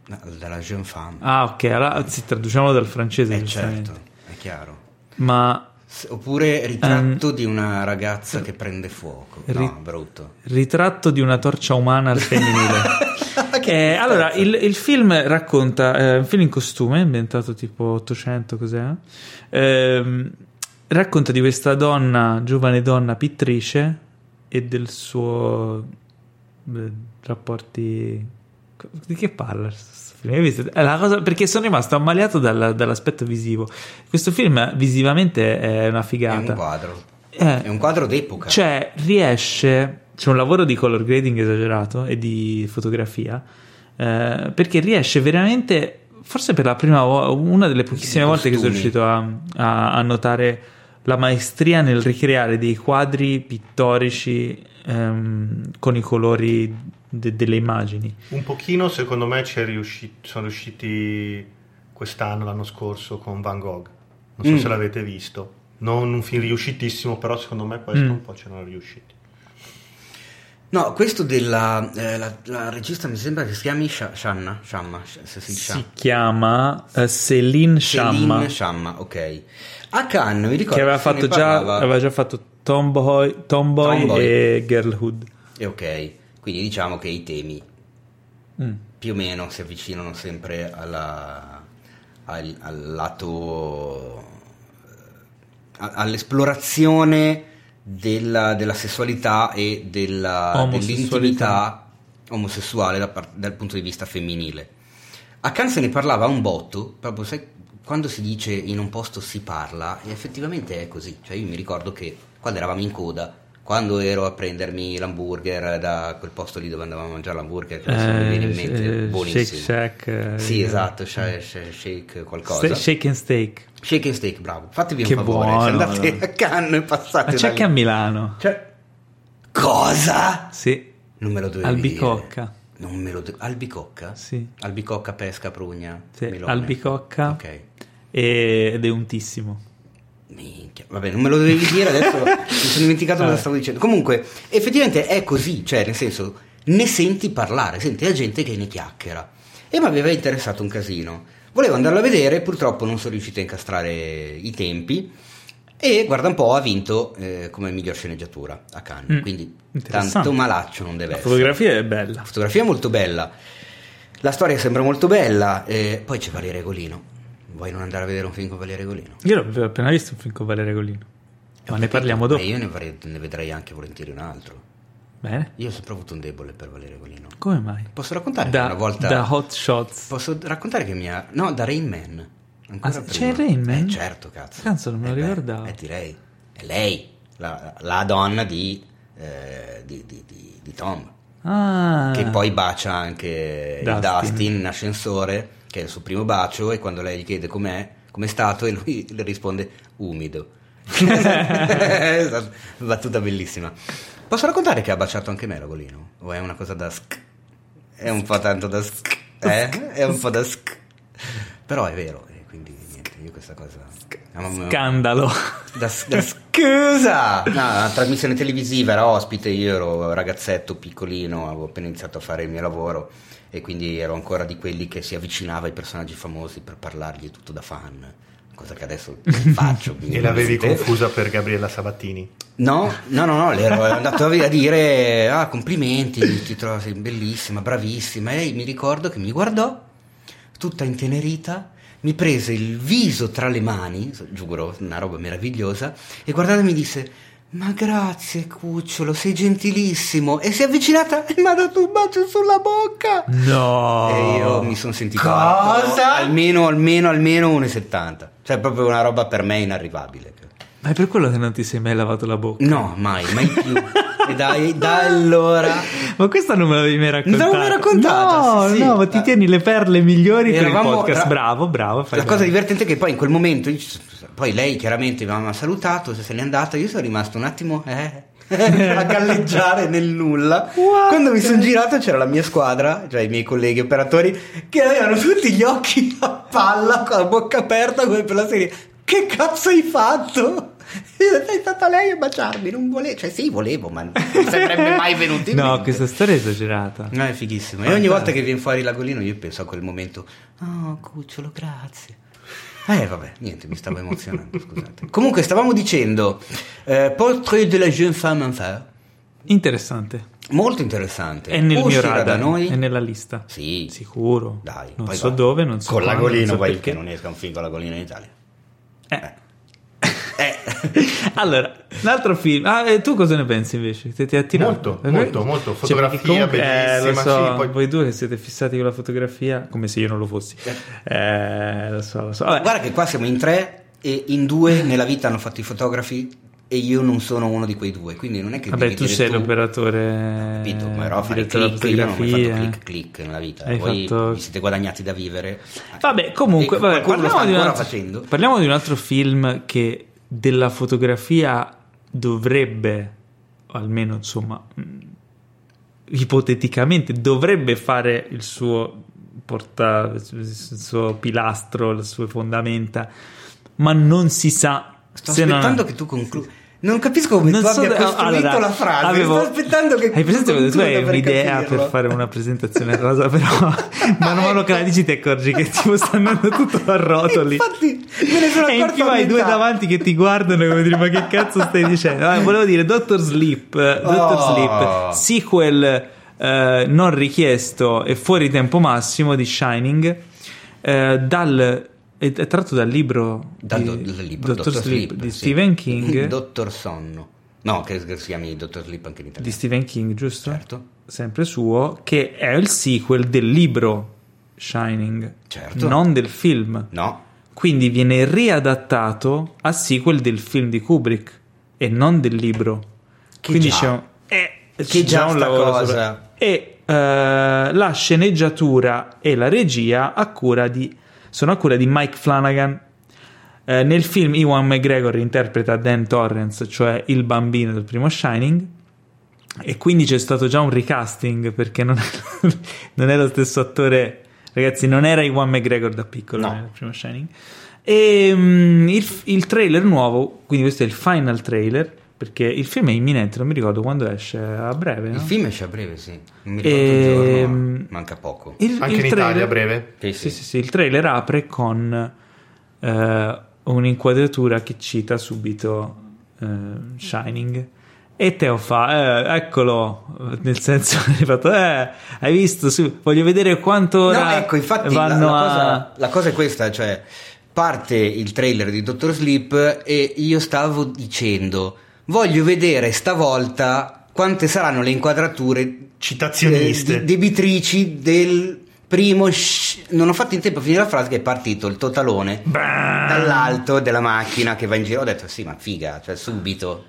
Dalla jeune femme. Ah, ok, allora traduciamolo dal francese. Certo, è chiaro. Ma oppure ritratto di una ragazza che prende fuoco. No, brutto. Ritratto di una torcia umana al femminile. Allora, il film racconta, un film in costume, ambientato tipo 800, cos'è? Racconta di questa giovane donna pittrice e del suo rapporti. Di che parla? La cosa, perché sono rimasto ammaliato dall'aspetto visivo. Questo film visivamente è una figata. È un quadro d'epoca. Cioè, c'è un lavoro di color grading esagerato e di fotografia, perché riesce veramente, forse per la prima volta, una delle pochissime volte che sono riuscito a notare la maestria nel ricreare dei quadri pittorici con i colori delle immagini. Un pochino, secondo me, sono riusciti quest'anno, l'anno scorso, con Van Gogh. Non so se l'avete visto. Non un film riuscitissimo, però secondo me questo un po' c'erano riusciti. No, questo la regista mi sembra che si chiami Shamma. Si chiama Céline Sciamma, ok. A Cannes mi ricordo che aveva già fatto Tomboy e Girlhood. E ok, quindi diciamo che i temi più o meno si avvicinano sempre al lato, all'esplorazione della sessualità e dell'intimità omosessuale dal punto di vista femminile. A Cannes se ne parlava un botto, proprio quando si dice in un posto si parla, e effettivamente è così. Cioè io mi ricordo che quando eravamo in coda, quando ero a prendermi l'hamburger da quel posto lì dove andavamo a mangiare l'hamburger, che adesso mi viene in mente, buonissimo. Shake Shack. Sì, esatto, shake qualcosa. Shake and Steak. Shake and Steak, bravo. Fatevi che un favore, buono, se andate a Cannes, passate. Ma c'è anche a Milano. Cosa? Sì. Non me lo dovevi Albicocca. dire. Non me lo Albicocca? Sì. Albicocca, pesca, prugna, sì. melone. Albicocca. Ok. Ed è untissimo. Minchia. Vabbè, non me lo dovevi dire, adesso mi sono dimenticato cosa stavo dicendo. Comunque, effettivamente è così, cioè nel senso, ne senti parlare, senti la gente che ne chiacchiera. E mi aveva interessato un casino. Volevo andarlo a vedere, purtroppo non sono riuscito a incastrare i tempi. E guarda un po', ha vinto come miglior sceneggiatura a Cannes. Quindi tanto malaccio non deve essere. La fotografia è bella. La fotografia è molto bella. La storia sembra molto bella. Poi c'è Valerio Regolino. Vuoi non andare a vedere un film con Valerio Regolino? Io l'ho appena visto un film con Valerio Regolino. Ma ne parliamo dopo. Io ne vedrei anche volentieri un altro. Bene. Io ho sempre avuto un debole per Valerio Regolino. Come mai? Posso raccontare che una volta... Da Hot Shots. Posso raccontare che No, da Rain Man. C'è Rain Man? Certo, cazzo. Cazzo, non me lo ricordavo. Direi. È lei, la donna di Tom. Ah. Che poi bacia anche Dustin in ascensore, che è il suo primo bacio, e quando lei gli chiede com'è stato, e lui le risponde umido. Battuta bellissima. Posso raccontare che ha baciato anche me Regolino? O è una cosa da è un po' tanto da è un po' da però è vero, e quindi niente, io questa cosa scandalo da scusa. No, una trasmissione televisiva, era ospite, io ero ragazzetto piccolino, avevo appena iniziato a fare il mio lavoro e quindi ero ancora di quelli che si avvicinava ai personaggi famosi per parlargli tutto da fan, cosa che adesso faccio. E l'avevi confusa per Gabriella Sabatini? No, le ero andato a dire complimenti, ti trovo, sei bellissima, bravissima, e lei mi ricordo che mi guardò tutta intenerita, mi prese il viso tra le mani, giuro, una roba meravigliosa, e guardando mi disse: ma grazie cucciolo, sei gentilissimo, e si è avvicinata e mi ha dato un bacio sulla bocca. No. E io mi sono sentito cosa? almeno 1,70, cioè proprio una roba per me inarrivabile. Ma è per quello che non ti sei mai lavato la bocca? No, mai più. E da allora. Ma questa non me l'avevi mai raccontata? Non l'avevi raccontata? No, ma ti tieni le perle migliori per il podcast. Bravo. La cosa divertente è che poi in quel momento, poi lei chiaramente mi aveva salutato, se n'è andata, io sono rimasto un attimo a galleggiare nel nulla. Quando mi sono girato c'era la mia squadra, cioè i miei colleghi operatori, che avevano tutti gli occhi a palla, con la bocca aperta, come per la serie: che cazzo hai fatto? Sei stata lei a baciarmi, non volevo. Cioè sì, volevo, ma non sarebbe mai venuto in mente. No, questa storia è esagerata. No, è fighissimo. E ogni volta che viene fuori l'agolino io penso a quel momento. Oh, cucciolo, grazie. Vabbè, niente, mi stavo emozionando, scusate. Comunque, stavamo dicendo Portrait de la jeune femme en fer. Interessante. Molto interessante. È nel mio Uscirà radar, da noi. è nella lista. Sì. Sicuro. Dai. Non poi so dove, non so con quando, l'agolino, non so poi perché. che non esca un film con l'agolino in Italia. Allora, un altro film. Tu cosa ne pensi invece? Ti ha attirato? Molto. Fotografia bellissima. Lo so, sì, poi... voi due che siete fissati con la fotografia, come se io non lo fossi. Lo so. Vabbè. Guarda che qua siamo in 3 e in 2 nella vita hanno fatto i fotografi e io non sono uno di quei 2, quindi non è che Vabbè, devi tu dire sei l'operatore. Capito, ma ero a fare direttore click, io non ho mai fatto fotografia. click nella vita. Hai Voi fatto- vi siete guadagnati da vivere. Vabbè, comunque, E qualcuno lo sta ancora altro, facendo. parliamo di un altro film che della fotografia dovrebbe, o almeno insomma, ipoteticamente dovrebbe fare il suo il suo pilastro, le sue fondamenta, ma non si sa. Sto se non- aspettando che tu concludi. Non capisco come Non tu so- abbia costruito allora, la frase. avevo- Sto aspettando che Hai presente quando tu hai concluda per un'idea capirlo. per fare una presentazione rosa, però man mano che la dici ti accorgi che tipo sta andando tutto a rotoli. Infatti, me ne sono E in accorto più a hai due metà. davanti che ti guardano come dire: ma che cazzo stai dicendo? Volevo dire Dr. Sleep, sequel non richiesto e fuori tempo massimo di Shining, è tratto dal libro Dal libro Dr. Sleep di sì. Stephen King. Dottor Sonno. No, che si chiami Dottor Sleep anche in Di italiano. Stephen King, giusto? Certo. Sempre suo, che è il sequel del libro Shining, Certo. non del film. No. Quindi viene riadattato a sequel del film di Kubrick e non del libro. Che Quindi già. c'è già un sta lavoro cosa. sopra. E la sceneggiatura e la regia sono a cura di Mike Flanagan. Nel film Ewan McGregor interpreta Dan Torrance, cioè il bambino del primo Shining, e quindi c'è stato già un recasting perché non è lo stesso attore. Ragazzi, non era Ewan McGregor da piccolo No. nel primo Shining. E il trailer nuovo, quindi questo è il final trailer, perché il film è imminente, non mi ricordo quando esce, a breve, no? Il film esce a breve, sì. Non mi ricordo il giorno, ma manca poco. Anche in Italia a breve. Sì, il trailer apre con un'inquadratura che cita subito Shining, e Teo fa eccolo, nel senso hai fatto hai visto, voglio vedere quanto ora No, ecco, infatti vanno la cosa è questa, cioè parte il trailer di Dr. Sleep e io stavo dicendo voglio vedere stavolta quante saranno le inquadrature Citazioniste. debitrici del primo non ho fatto in tempo a finire la frase che è partito il totalone dall'alto della macchina che va in giro. Ho detto sì, ma figa, cioè subito.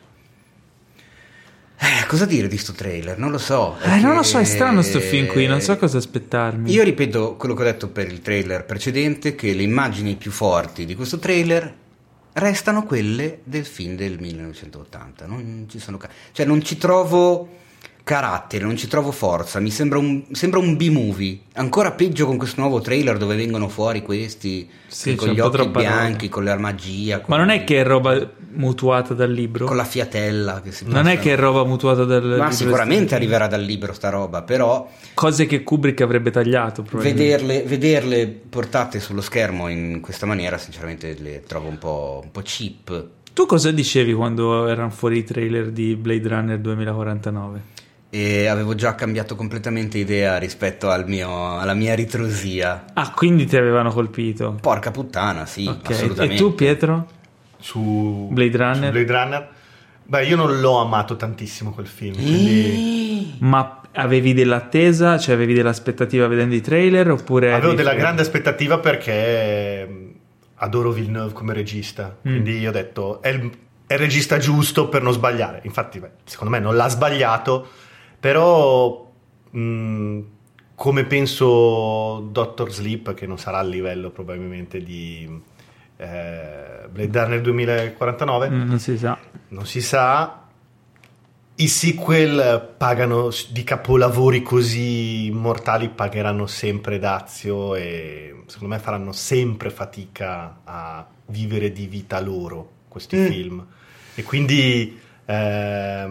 Cosa dire di sto trailer? Non lo so. non lo so, è strano sto film qui, non so cosa aspettarmi. Io ripeto quello che ho detto per il trailer precedente, che le immagini più forti di questo trailer restano quelle del film del 1980. Non ci sono cioè non ci trovo carattere, non ci trovo forza, mi sembra un B-movie. Ancora peggio con questo nuovo trailer dove vengono fuori questi Sì, con c'è gli un po' occhi troppa bianchi, con l'armagia, Ma non è che è roba mutuata dal libro? con la fiatella che si Non è passa. che è roba mutuata dal libro? Ma sicuramente arriverà dal libro sta roba, però Cose che Kubrick avrebbe tagliato, probabilmente. vederle portate sullo schermo in questa maniera sinceramente le trovo un po' cheap. Tu cosa dicevi quando erano fuori i trailer di Blade Runner 2049? E avevo già cambiato completamente idea rispetto alla mia ritrosia. Ah, quindi ti avevano colpito. Porca puttana, sì, Ok. assolutamente. E tu, Pietro? Su Blade Runner? su Blade Runner. Beh, io non l'ho amato tantissimo quel film, quindi Ma avevi dell'attesa? Cioè avevi dell'aspettativa vedendo i trailer? Oppure avevo eri- della grande aspettativa perché adoro Villeneuve come regista, quindi io ho detto è il regista giusto per non sbagliare. Infatti, secondo me non l'ha sbagliato, però come penso Dr. Sleep, che non sarà a livello probabilmente di Blade Runner 2049, Non si sa. non si sa. I sequel pagano di capolavori così immortali, pagheranno sempre dazio e secondo me faranno sempre fatica a vivere di vita loro questi film. e quindi È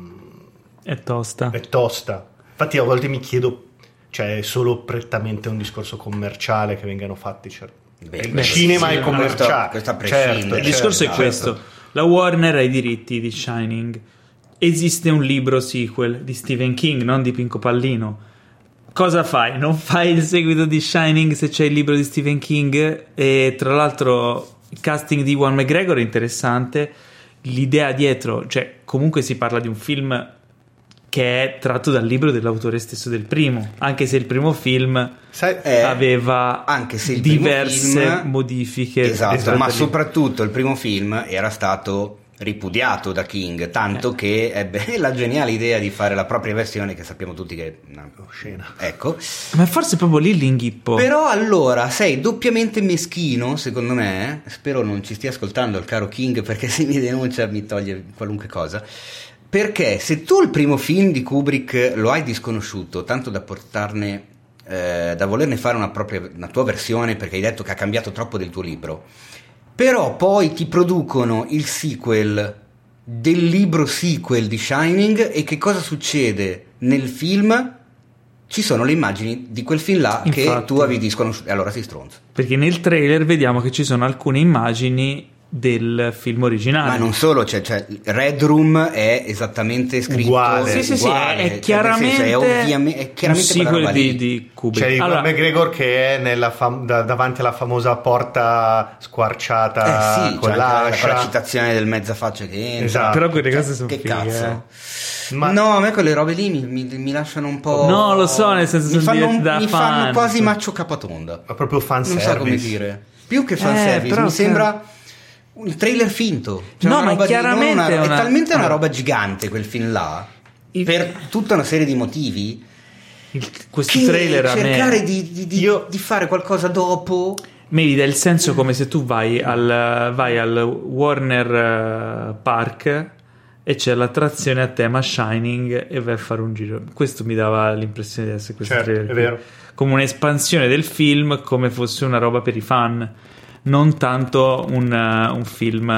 tosta. è tosta. Infatti a volte mi chiedo, cioè è solo prettamente un discorso commerciale che vengano fatti il cinema è commerciale, questo a prescindere. certo, Il discorso è certo. questo: la Warner ha i diritti di Shining, esiste un libro sequel di Stephen King, non di Pinco Pallino. Cosa fai? Non fai il seguito di Shining se c'è il libro di Stephen King? E tra l'altro il casting di Ewan McGregor è interessante, l'idea dietro, cioè comunque si parla di un film che è tratto dal libro dell'autore stesso del primo, anche se il primo film aveva anche se il diverse primo film, modifiche. esatto, ma lì. soprattutto il primo film era stato ripudiato da King, tanto che ebbe la geniale idea di fare la propria versione, che sappiamo tutti che è una scena. Ecco. Ma forse proprio lì l'inghippo. Però allora sei doppiamente meschino, secondo me. Spero non ci stia ascoltando il caro King, perché se mi denuncia mi toglie qualunque cosa. Perché se tu il primo film di Kubrick lo hai disconosciuto tanto da portarne da volerne fare una tua versione, perché hai detto che ha cambiato troppo del tuo libro, però poi ti producono il sequel del libro sequel di Shining, e che cosa succede nel film? Ci sono le immagini di quel film là. Infatti, che tu avevi disconosciuto, e allora sei stronzo. Perché nel trailer vediamo che ci sono alcune immagini del film originale. Ma non solo, cioè Red Room è esattamente scritto uguale. Sì, è chiaramente, è chiaramente un sequel di Kubrick. C'è Ewan McGregor che è davanti alla famosa porta squarciata con l'ascia, la citazione del mezzafaccia che entra. Esatto. Però quelle cose sono che fighe, cazzo. No, a me quelle robe lì mi lasciano un po'. No, lo so, nel senso mi fanno quasi Maccio Capatonda. Ma proprio fanservice. Non so come dire. Più che fanservice, mi sembra un trailer finto. Cioè no, ma chiaramente è talmente una roba gigante quel film là, per tutta una serie di motivi, questo trailer a cercare di fare qualcosa dopo mi dà il senso come se tu vai al Warner Park e c'è l'attrazione a tema Shining e vai a fare un giro. Questo mi dava l'impressione di essere questo trailer, è vero, come un'espansione del film, come fosse una roba per i fan, non tanto un film.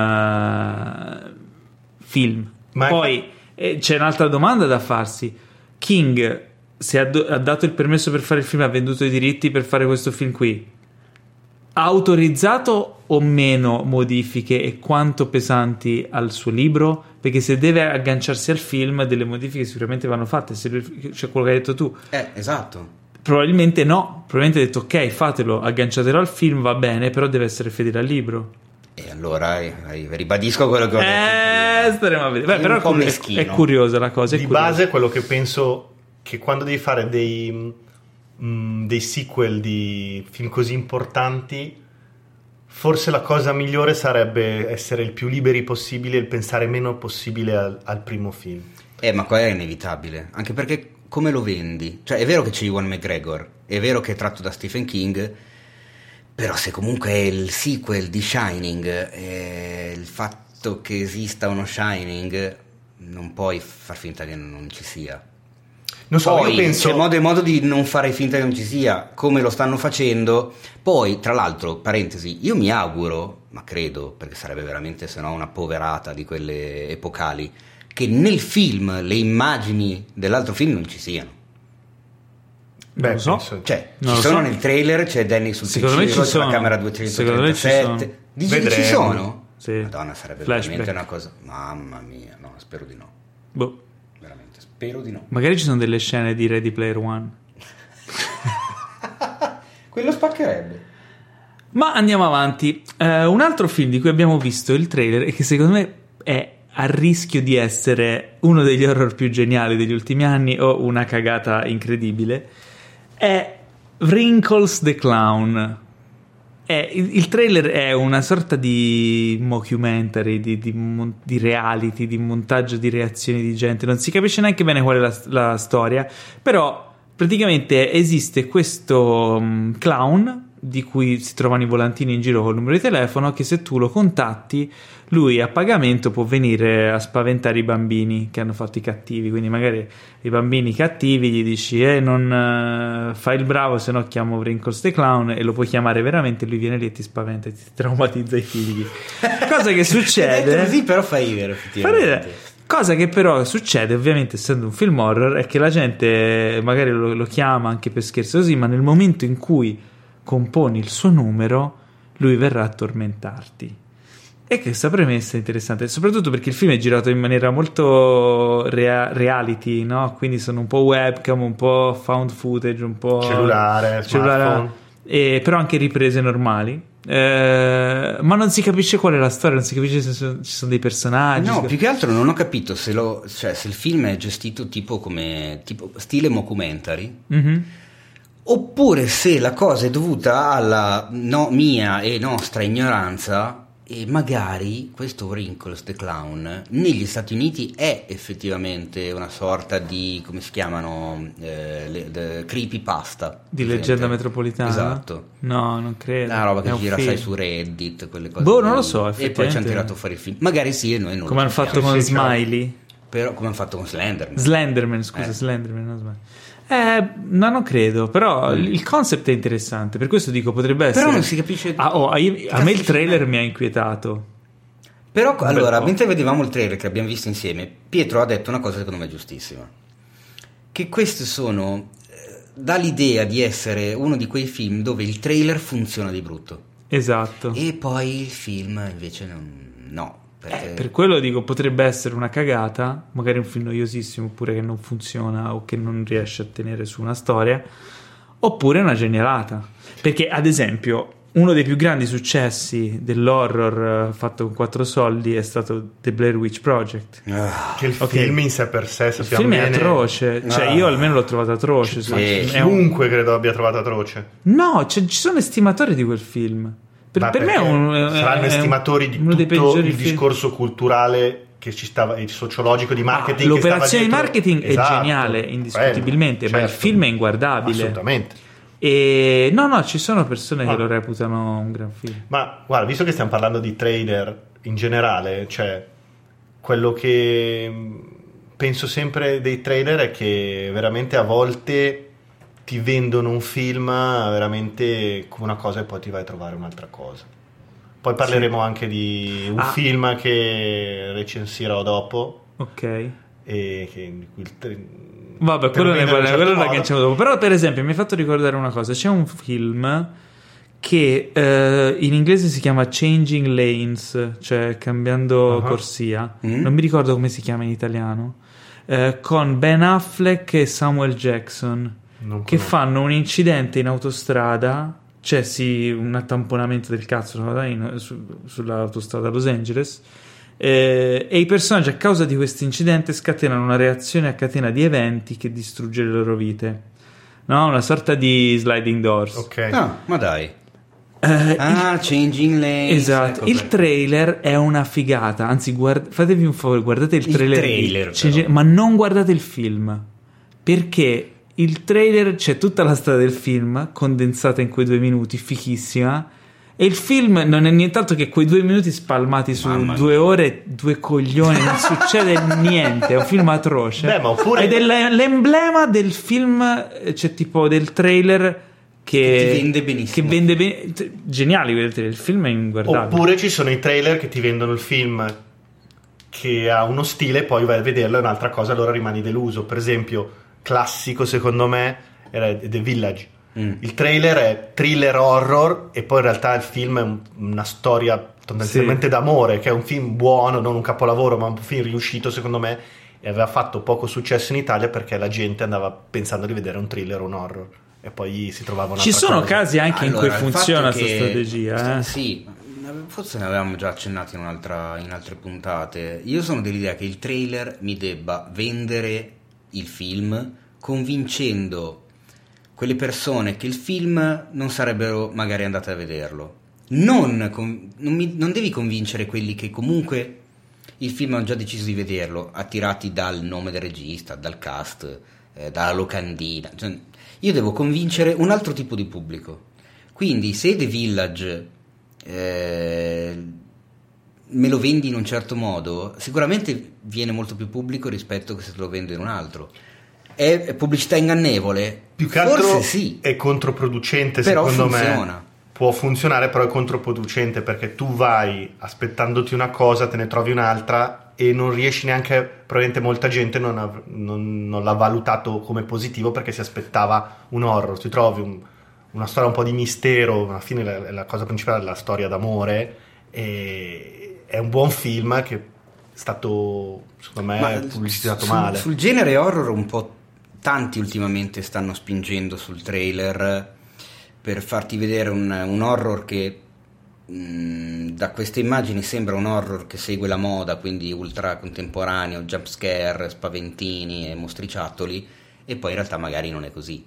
Poi c'è un'altra domanda da farsi: King, se ha dato il permesso per fare il film, ha venduto i diritti per fare questo film qui, ha autorizzato o meno modifiche, e quanto pesanti al suo libro? Perché se deve agganciarsi al film, delle modifiche sicuramente vanno fatte, se c'è quello che hai detto tu. Esatto. Probabilmente no, probabilmente ha detto ok, fatelo, agganciatelo al film, va bene, però deve essere fedele al libro. E allora ribadisco quello che ho detto. Staremo a vedere. Però è curiosa la cosa. Di base quello che penso, che quando devi fare dei sequel di film così importanti, forse la cosa migliore sarebbe essere il più liberi possibile e pensare meno possibile al primo film. Ma qua è inevitabile, anche perché come lo vendi? Cioè è vero che c'è Ewan McGregor, è vero che è tratto da Stephen King, però se comunque è il sequel di Shining, il fatto che esista uno Shining non puoi far finta che non ci sia. Non so, poi io penso... c'è modo e modo di non fare finta che non ci sia, come lo stanno facendo. Poi, tra l'altro, parentesi, io mi auguro, ma credo, perché sarebbe veramente se no una poverata di quelle epocali, che nel film le immagini dell'altro film non ci siano. Beh, so. Cioè, ci sono nel trailer, c'è Danny sul PC, c'è la camera 237. Dici che ci sono? Sì. Madonna, sarebbe veramente una cosa. Mamma mia, no, spero di no. Boh. Veramente, spero di no. Magari ci sono delle scene di Ready Player One. Quello spaccherebbe. Ma andiamo avanti. Un altro film di cui abbiamo visto il trailer e che secondo me è a rischio di essere uno degli horror più geniali degli ultimi anni o una cagata incredibile è Wrinkles the Clown. Il trailer è una sorta di mockumentary, di reality, di montaggio di reazioni di gente. Non si capisce neanche bene qual è la storia, però praticamente esiste questo clown di cui si trovano i volantini in giro col numero di telefono, che se tu lo contatti lui a pagamento può venire a spaventare i bambini che hanno fatto i cattivi. Quindi magari i bambini cattivi gli dici non fai il bravo, se no chiamo Wrinkles the Clown, e lo puoi chiamare veramente, lui viene lì e ti spaventa e ti traumatizza i figli. Cosa che succede così, però fa ridere effettivamente. Cosa che però succede, ovviamente essendo un film horror, è che la gente magari lo chiama anche per scherzo così, ma nel momento in cui componi il suo numero lui verrà a tormentarti. E questa premessa è interessante, soprattutto perché il film è girato in maniera molto reality, no? Quindi sono un po' webcam, un po' found footage, un po' cellulare, smartphone. Però anche riprese normali. Ma non si capisce qual è la storia, non si capisce se ci sono dei personaggi. No, più che altro non ho capito se il film è gestito tipo stile mockumentary, oppure se la cosa è dovuta alla mia e nostra ignoranza, e magari questo Wrinkles the Clown negli Stati Uniti è effettivamente una sorta di, come si chiamano, creepypasta di leggenda metropolitana. Esatto. No, non credo. La roba che gira, sai, su Reddit, quelle cose. Non lo so, e poi ci hanno tirato fuori il film. Magari sì, e noi non come hanno fatto con Smiley. Però come hanno fatto con Slenderman. Slenderman, non Smiley. No, non credo, però il concept è interessante, per questo dico potrebbe essere. Però non si capisce. A me il trailer mi ha inquietato. Però allora, mentre vedevamo il trailer che abbiamo visto insieme, Pietro ha detto una cosa secondo me giustissima. Che questi sono dà l'idea di essere uno di quei film dove il trailer funziona di brutto. Esatto. E poi il film invece no. Per quello dico potrebbe essere una cagata, magari un film noiosissimo, oppure che non funziona o che non riesce a tenere su una storia, oppure una genialata. Perché ad esempio uno dei più grandi successi dell'horror fatto con 4 soldi è stato The Blair Witch Project. Che il film in sé per sé il film è atroce, cioè io almeno l'ho trovato atroce. Chiunque credo abbia trovato atroce. No, ci sono estimatori di quel film. Per me saranno estimatori di tutto il discorso culturale che ci stava, il sociologico di marketing. L'operazione di marketing è geniale, indiscutibilmente, certo, ma il film è inguardabile. Assolutamente. E no, ci sono persone che lo reputano un gran film. Ma guarda, visto che stiamo parlando di trailer in generale, cioè quello che penso sempre dei trailer è che veramente a volte ti vendono un film veramente come una cosa e poi ti vai a trovare un'altra cosa. Poi parleremo anche di un film che recensirò dopo. Ok. Vabbè, quello ne parliamo, quello la agganciamo dopo. Però per esempio mi hai fatto ricordare una cosa. C'è un film che in inglese si chiama Changing Lanes, cioè cambiando corsia. Non mi ricordo come si chiama in italiano. Con Ben Affleck e Samuel Jackson, che fanno un incidente in autostrada, cioè un attamponamento del cazzo sull'autostrada Los Angeles, e i personaggi a causa di questo incidente scatenano una reazione a catena di eventi che distrugge le loro vite, no? Una sorta di sliding doors. Ok. Ma dai. Changing Lanes. Esatto. Il trailer è una figata, anzi fatevi un favore, guardate il trailer ma non guardate il film, perché il trailer c'è tutta la storia del film condensata in quei 2 minuti, fichissima, e il film non è nient'altro che quei 2 minuti spalmati su 2 ore, 2 coglioni, non succede niente, è un film atroce. Ed è l'emblema del film, cioè tipo del trailer che ti vende benissimo, che vende bene, geniali il film è inguardabile. Oppure ci sono i trailer che ti vendono il film che ha uno stile, poi vai a vederlo è un'altra cosa, allora rimani deluso. Per esempio, classico secondo me era The Village. Il trailer è thriller horror e poi in realtà il film è una storia tendenzialmente d'amore, che è un film buono, non un capolavoro, ma un film riuscito secondo me, e aveva fatto poco successo in Italia perché la gente andava pensando di vedere un thriller o un horror e poi si trovava un'altra cosa. Ci sono casi anche in cui funziona questa strategia. Sì, forse ne avevamo già accennato in altre puntate. Io sono dell'idea che il trailer mi debba vendere il film convincendo quelle persone che il film non sarebbero magari andate a vederlo. Non devi convincere quelli che comunque il film hanno già deciso di vederlo, attirati dal nome del regista, dal cast, dalla locandina. Cioè, io devo convincere un altro tipo di pubblico, Quindi se The Village me lo vendi in un certo modo, sicuramente viene molto più pubblico rispetto che se te lo vendo in un altro. È pubblicità ingannevole? Più che altro forse sì, è controproducente, però secondo funziona. me. Può funzionare, però è controproducente, perché tu vai aspettandoti una cosa, te ne trovi un'altra e non riesci neanche, probabilmente molta gente non l'ha valutato come positivo perché si aspettava un horror. Ti trovi una storia un po' di mistero, alla fine la cosa principale è la storia d'amore, e è un buon film che è stato, secondo me, pubblicizzato male. Sul genere horror un po' tanti ultimamente stanno spingendo sul trailer per farti vedere un horror che da queste immagini sembra un horror che segue la moda, quindi ultra contemporaneo, jump scare, spaventini e mostriciattoli, e poi in realtà magari non è così.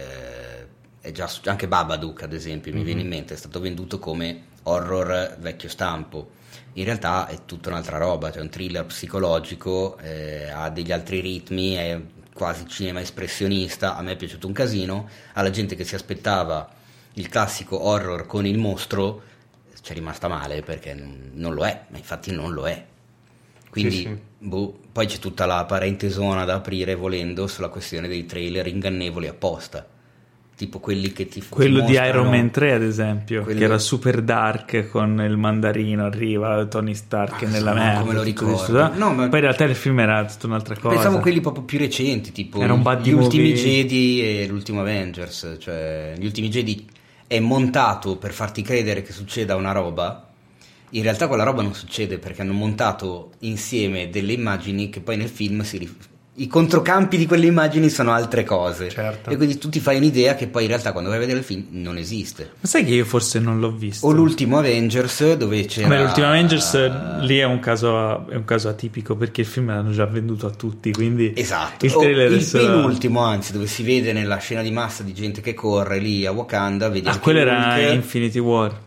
È già anche Babadook, ad esempio, mi viene in mente, è stato venduto come horror vecchio stampo. In realtà è tutta un'altra roba, cioè un thriller psicologico, ha degli altri ritmi, è quasi cinema espressionista. A me è piaciuto un casino, alla gente che si aspettava il classico horror con il mostro c'è rimasta male, perché non lo è, ma infatti non lo è. Quindi sì. Poi c'è tutta la parentesona da aprire, volendo, sulla questione dei trailer ingannevoli apposta, tipo quelli che quello ti di mostrano, Iron Man 3 ad esempio, che era super dark, con il mandarino, arriva Tony Stark nella merda, come lo ricordo. No, ma poi in realtà il film era tutta un'altra cosa. Pensavo quelli proprio più recenti, tipo era un Gli Ultimi Jedi e l'ultimo Avengers. Cioè Gli Ultimi Jedi è montato per farti credere che succeda una roba, in realtà quella roba non succede, perché hanno montato insieme delle immagini che poi nel film i controcampi di quelle immagini sono altre cose, certo. E quindi tu ti fai un'idea che poi in realtà quando vai a vedere il film non esiste. Ma sai che io forse non l'ho visto? O l'ultimo Avengers, dove c'era... Beh, l'ultimo Avengers lì è un caso atipico, perché il film l'hanno già venduto a tutti, quindi esatto. Il trailer il penultimo, anzi, dove si vede nella scena di massa di gente che corre lì a Wakanda, vedi anche quello Hulk, era Infinity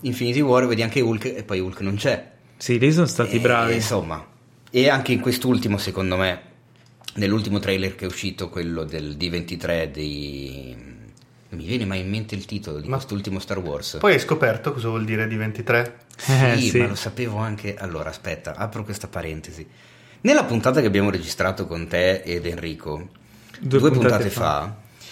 War, vedi anche Hulk, e poi Hulk non c'è. Sì, lì sono stati bravi, insomma. E anche in quest'ultimo, secondo me, nell'ultimo trailer che è uscito, quello del D23 non mi viene mai in mente il titolo di quest'ultimo Star Wars. Poi hai scoperto cosa vuol dire D23? Sì, ma lo sapevo anche. Allora, aspetta, apro questa parentesi. Nella puntata che abbiamo registrato con te ed Enrico, due puntate fa,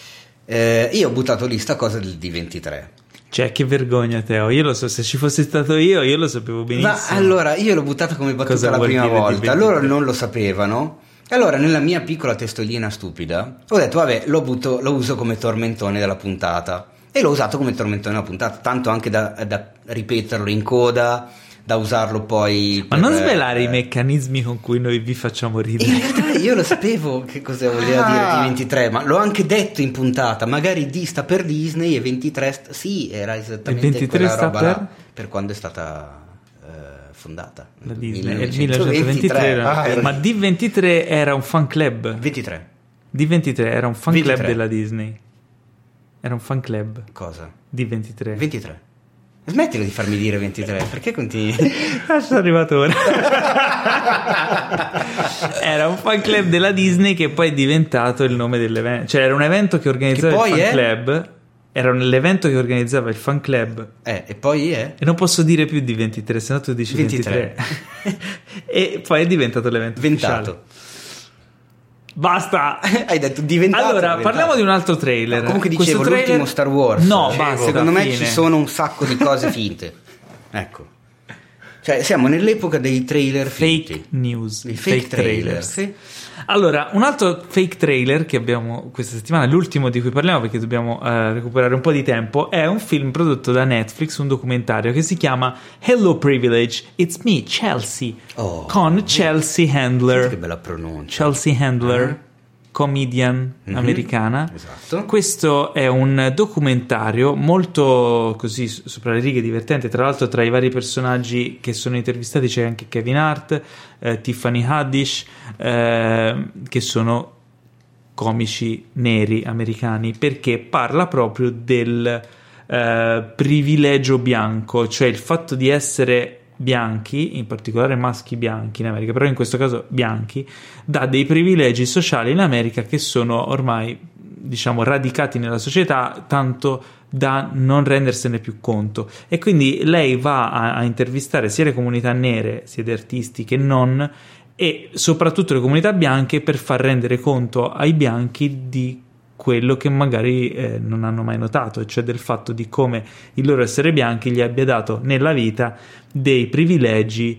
io ho buttato lì sta cosa del D23. Cioè, che vergogna, Teo. Io lo so, se ci fossi stato io lo sapevo benissimo. Ma allora, io l'ho buttata come battuta la prima volta, loro non lo sapevano. Allora, nella mia piccola testolina stupida, ho detto, vabbè, lo uso come tormentone della puntata. E l'ho usato come tormentone della puntata, tanto anche da ripeterlo in coda, da usarlo poi... Ma non svelare i meccanismi con cui noi vi facciamo ridere. In realtà io lo sapevo che cosa voleva dire D23, ma l'ho anche detto in puntata. Magari D sta per Disney e 23 sì, era esattamente 23 quella roba là, per quando è stata fondata. La Disney, il 1923 ma D23 era un fan club. 23. D23 era un fan club della Disney. Era un fan club. Cosa? D23. 23. Smettila di farmi dire 23, perché continui? Sono arrivato ora. Era un fan club della Disney che poi è diventato il nome dell'evento. Cioè era un evento che organizzava il fan club. Era l'evento che organizzava il fan club. E poi è? E non posso dire più di 23, se no tu dici 23. E poi è diventato l'evento ufficiale. Basta. Hai detto diventato. Allora, parliamo di un altro trailer. No, comunque dicevo, l'ultimo Star Wars. No, basta. Secondo me ci sono un sacco di cose finte. Ecco. Cioè, siamo nell'epoca dei trailer fake finti. News. I fake trailer. Sì. Allora, un altro fake trailer che abbiamo questa settimana, l'ultimo di cui parliamo perché dobbiamo recuperare un po' di tempo, è un film prodotto da Netflix, un documentario che si chiama Hello Privilege, It's Me, Chelsea, con Chelsea Handler. Che bella pronuncia. Chelsea Handler, comedian americana. Esatto. Questo è un documentario molto così sopra le righe, divertente. Tra l'altro, tra i vari personaggi che sono intervistati c'è anche Kevin Hart, Tiffany Haddish, che sono comici neri americani, perché parla proprio del privilegio bianco, cioè il fatto di essere bianchi, in particolare maschi bianchi in America, però in questo caso bianchi, dà dei privilegi sociali in America che sono ormai, diciamo, radicati nella società, tanto da non rendersene più conto, e quindi lei va a intervistare sia le comunità nere, sia di artisti che non, e soprattutto le comunità bianche, per far rendere conto ai bianchi di quello che magari non hanno mai notato, e cioè del fatto di come il loro essere bianchi gli abbia dato nella vita dei privilegi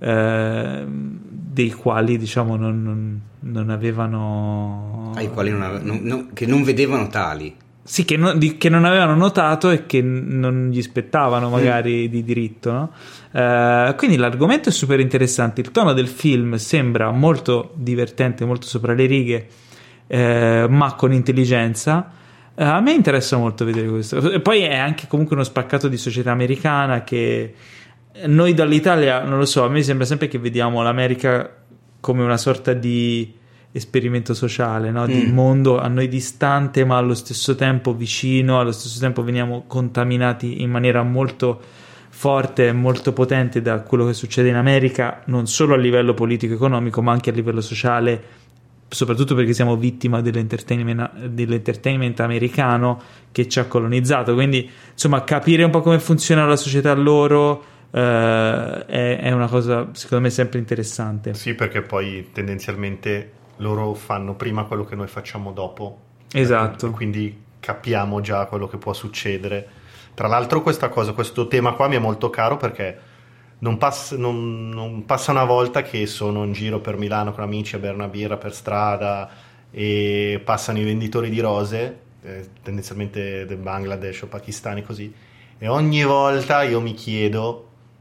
dei quali, diciamo, non avevano, ai quali che non vedevano tali. Sì, che non avevano notato e che non gli spettavano magari di diritto, no? Quindi l'argomento è super interessante, il tono del film sembra molto divertente, molto sopra le righe, ma con intelligenza. A me interessa molto vedere questo, e poi è anche comunque uno spaccato di società americana che noi dall'Italia, non lo so, a me sembra sempre che vediamo l'America come una sorta di esperimento sociale, no? Di mondo a noi distante ma allo stesso tempo vicino, allo stesso tempo veniamo contaminati in maniera molto forte e molto potente da quello che succede in America, non solo a livello politico-economico ma anche a livello sociale, soprattutto perché siamo vittima dell'entertainment americano che ci ha colonizzato. Quindi insomma, capire un po' come funziona la società loro è una cosa secondo me sempre interessante. Sì, perché poi tendenzialmente loro fanno prima quello che noi facciamo dopo. Esatto. Quindi capiamo già quello che può succedere. Tra l'altro questo tema qua mi è molto caro, perché non passa una volta che sono in giro per Milano con amici a bere una birra per strada e passano i venditori di rose, tendenzialmente del Bangladesh o pakistani, così, e ogni volta io mi chiedo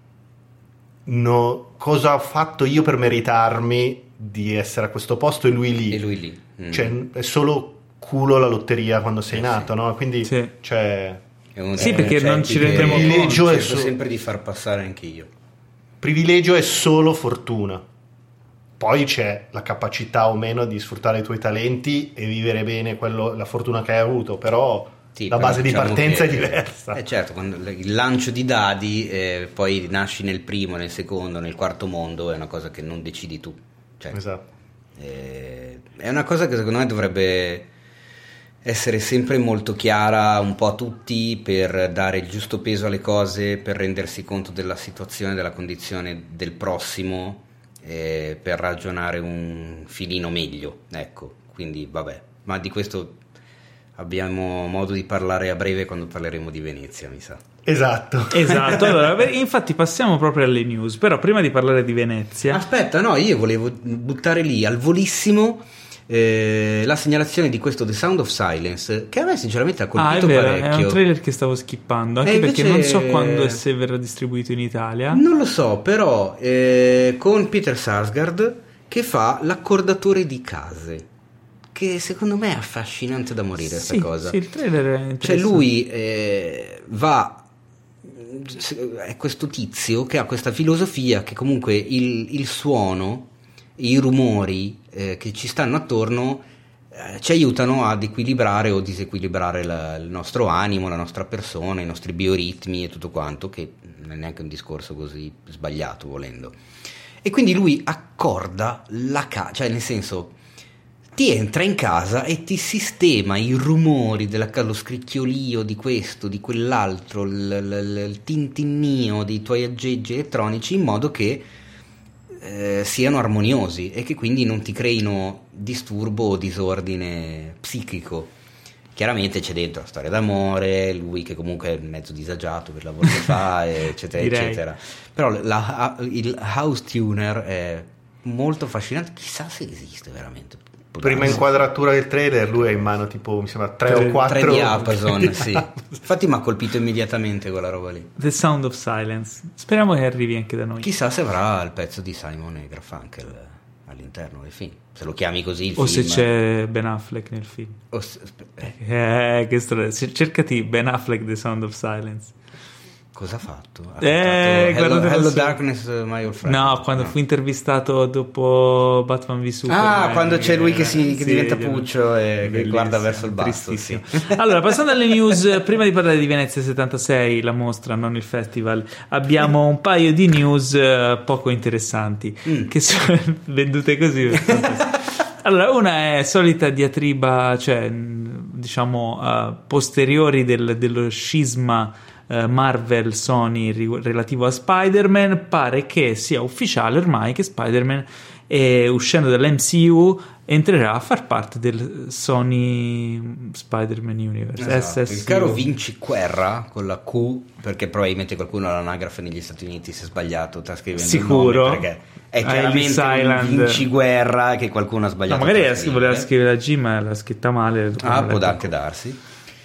cosa ho fatto io per meritarmi di essere a questo posto e lui lì. Cioè è solo culo la lotteria quando sei nato, no? Quindi sì. Cioè, sì, perché non ci rendiamo conto. Cerco sempre di far passare anche io. Privilegio è solo fortuna, poi c'è la capacità o meno di sfruttare i tuoi talenti e vivere bene la fortuna che hai avuto, però sì, la base di partenza è diversa. Certo, quando il lancio di dadi, poi nasci nel primo, nel secondo, nel quarto mondo, è una cosa che non decidi tu. Cioè, esatto. È una cosa che secondo me dovrebbe essere sempre molto chiara un po' a tutti, per dare il giusto peso alle cose, per rendersi conto della situazione, della condizione del prossimo, per ragionare un filino meglio, ecco. Quindi vabbè, ma di questo abbiamo modo di parlare a breve quando parleremo di Venezia, mi sa. Esatto. Allora, infatti passiamo proprio alle news, però prima di parlare di Venezia... Aspetta, no, io volevo buttare lì al volissimo la segnalazione di questo The Sound of Silence, che a me sinceramente ha colpito parecchio. È un trailer che stavo skippando, anche perché non so quando e se verrà distribuito in Italia. Non lo so, però con Peter Sarsgaard che fa l'accordatore di case, che secondo me è affascinante da morire, questa cosa. Sì, il trailer è interessante. Cioè lui è questo tizio che ha questa filosofia che comunque il suono, i rumori che ci stanno attorno ci aiutano ad equilibrare o disequilibrare il nostro animo, la nostra persona, i nostri bioritmi e tutto quanto, che non è neanche un discorso così sbagliato volendo. E quindi lui accorda cioè nel senso, ti entra in casa e ti sistema i rumori lo scricchiolio di questo, di quell'altro, il tintinnio dei tuoi aggeggi elettronici, in modo che siano armoniosi e che quindi non ti creino disturbo o disordine psichico. Chiaramente c'è dentro la storia d'amore, lui che comunque è mezzo disagiato per il lavoro che fa, eccetera, eccetera. Però il house tuner è molto affascinante, chissà se esiste veramente. Prima inquadratura del trailer lui ha in mano tipo, mi sembra 3 o 4 3 diapason, sì. Infatti mi ha colpito immediatamente quella roba lì. The Sound of Silence, speriamo che arrivi anche da noi. Chissà se avrà il pezzo di Simon e Garfunkel all'interno del film, se lo chiami così il o film. Se c'è Ben Affleck nel film, cercati Ben Affleck The Sound of Silence. Cosa ha fatto? Hello Darkness, My Old Friend. No, quando fu intervistato dopo Batman v Superman. Quando c'è lui che diventa puccio e che guarda verso il basso. Sì. Allora, passando alle news, prima di parlare di Venezia 76, la mostra, non il festival, abbiamo un paio di news poco interessanti che sono vendute così. Allora, una è solita diatriba, cioè diciamo posteriori dello scisma Marvel-Sony relativo a Spider-Man, pare che sia ufficiale ormai che Spider-Man, uscendo dall'MCU, entrerà a far parte del Sony Spider-Man Universe. Esatto. Il caro Vinci Guerra con la Q, perché probabilmente qualcuno all'anagrafe negli Stati Uniti si è sbagliato trascrivendo sicuro il nome, perché è chiaramente un Vinci Guerra che qualcuno ha sbagliato. No, magari voleva scrivere la G ma l'ha scritta male. Può anche darsi.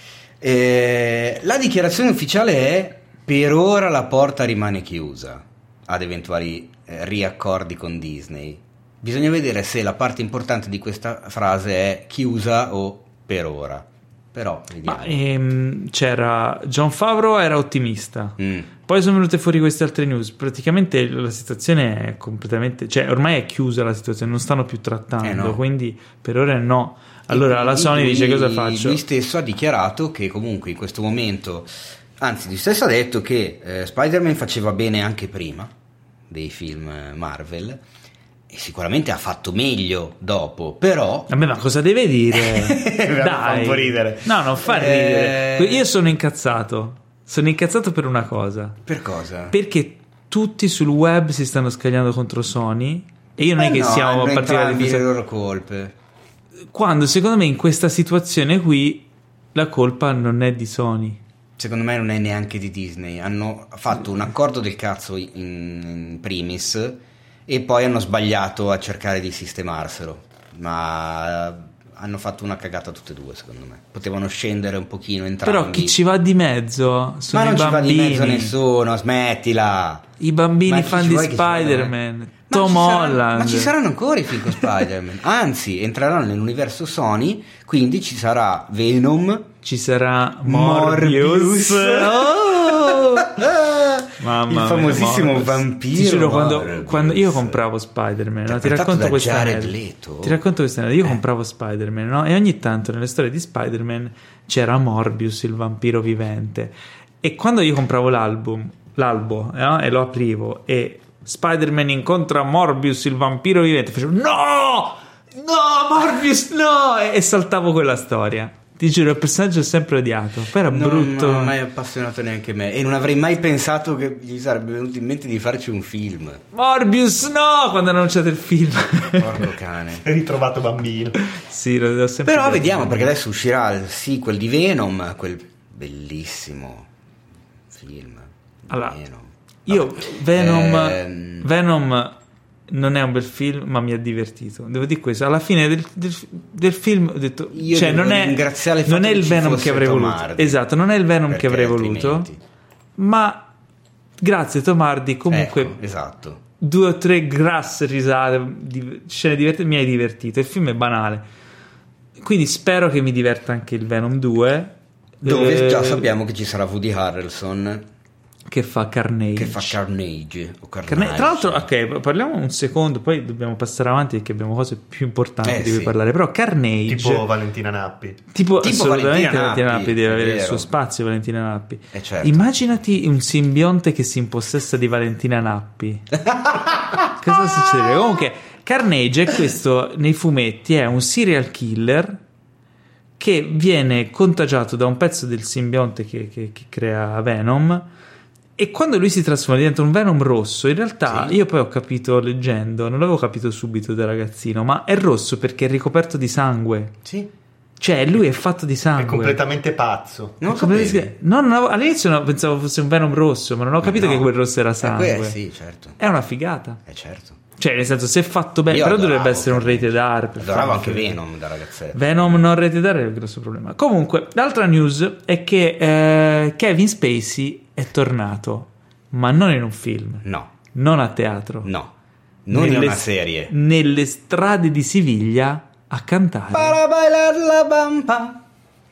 La dichiarazione ufficiale è: per ora la porta rimane chiusa ad eventuali riaccordi con Disney. Bisogna vedere se la parte importante di questa frase è chiusa o per ora. Però vediamo. C'era Jon Favreau, era ottimista. Poi sono venute fuori queste altre news. Praticamente la situazione è completamente, cioè ormai è chiusa la situazione, non stanno più trattando, no. Quindi per ora no. Allora la Sony dice: cosa faccio? Lui stesso ha dichiarato che comunque in questo momento, anzi lui stesso ha detto che Spider-Man faceva bene anche prima dei film Marvel e sicuramente ha fatto meglio dopo, però ma cosa deve dire? Dai, fa un po' ridere. No, non fa ridere. Io sono incazzato per una cosa. Per cosa? Perché tutti sul web si stanno scagliando contro Sony e io non è che siamo a partire di le loro colpe, quando secondo me in questa situazione qui la colpa non è di Sony. Secondo me non è neanche di Disney. Hanno fatto un accordo del cazzo in primis e poi hanno sbagliato a cercare di sistemarselo, ma hanno fatto una cagata tutte e due, secondo me. Potevano scendere un pochino entrambi. Però chi ci va di mezzo sono ma i non bambini. ci va di mezzo nessuno, smettila. I bambini fan di Spider-Man, Tom Holland. Ma ci saranno ancora i film con Spider-Man. Anzi, entreranno nell'universo Sony, quindi ci sarà Venom, ci sarà Morbius. Oh! Mamma il famosissimo mia, vampiro. Ti giuro, quando io compravo Spider-Man, no? Ti racconto questa aneddoto. Io compravo Spider-Man, no? E ogni tanto nelle storie di Spider-Man c'era Morbius, il vampiro vivente. E quando io compravo l'albo, no? E lo aprivo e Spider-Man incontra Morbius, il vampiro vivente, facevo no, Morbius no, e saltavo quella storia. Ti giuro, il personaggio è sempre odiato, poi era brutto. Non ho mai appassionato neanche me e non avrei mai pensato che gli sarebbe venuto in mente di farci un film. Morbius no, quando hanno annunciato il film. Porco cane. Hai ritrovato bambino. Sì, l'ho sempre però vediamo, perché adesso uscirà il sequel di Venom, quel bellissimo film. Allora, Venom. Io Venom non è un bel film, ma mi ha divertito. Devo dire questo. Alla fine del film ho detto, cioè non è il Venom che avrei voluto. Esatto, non è il Venom che avrei voluto. Ma grazie Tom Hardy, comunque, ecco, esatto. 2 o 3 grasse risate, scene divertenti, mi hai divertito. Il film è banale. Quindi spero che mi diverta anche il Venom 2. Dove già sappiamo che ci sarà Woody Harrelson che fa Carnage. Tra l'altro, ok, parliamo un secondo, poi dobbiamo passare avanti perché abbiamo cose più importanti di cui parlare. Però Carnage, tipo Valentina Nappi. Tipo assolutamente Valentina Nappi deve avere il suo spazio. Valentina Nappi. Certo. Immaginati un simbionte che si impossessa di Valentina Nappi. Cosa succede? Comunque Carnage è questo, nei fumetti è un serial killer che viene contagiato da un pezzo del simbionte che crea Venom. E quando lui si trasforma, diventa un Venom rosso. In realtà io poi ho capito leggendo, non l'avevo capito subito da ragazzino, ma è rosso perché è ricoperto di sangue. Sì. Cioè lui è fatto di sangue. È completamente pazzo. All'inizio pensavo fosse un Venom rosso, ma non ho capito che quel rosso era sangue. Sì, certo. È una figata. Certo. Cioè, nel senso, se fatto bene, però dovrebbe essere un rated R. Adoravo anche Venom da ragazzetto. Venom non rated R è il grosso problema. Comunque, l'altra news è che Kevin Spacey è tornato, ma non in un film. No. Non a teatro. No. Non in una serie. Nelle strade di Siviglia a cantare. Para bailar la bamba.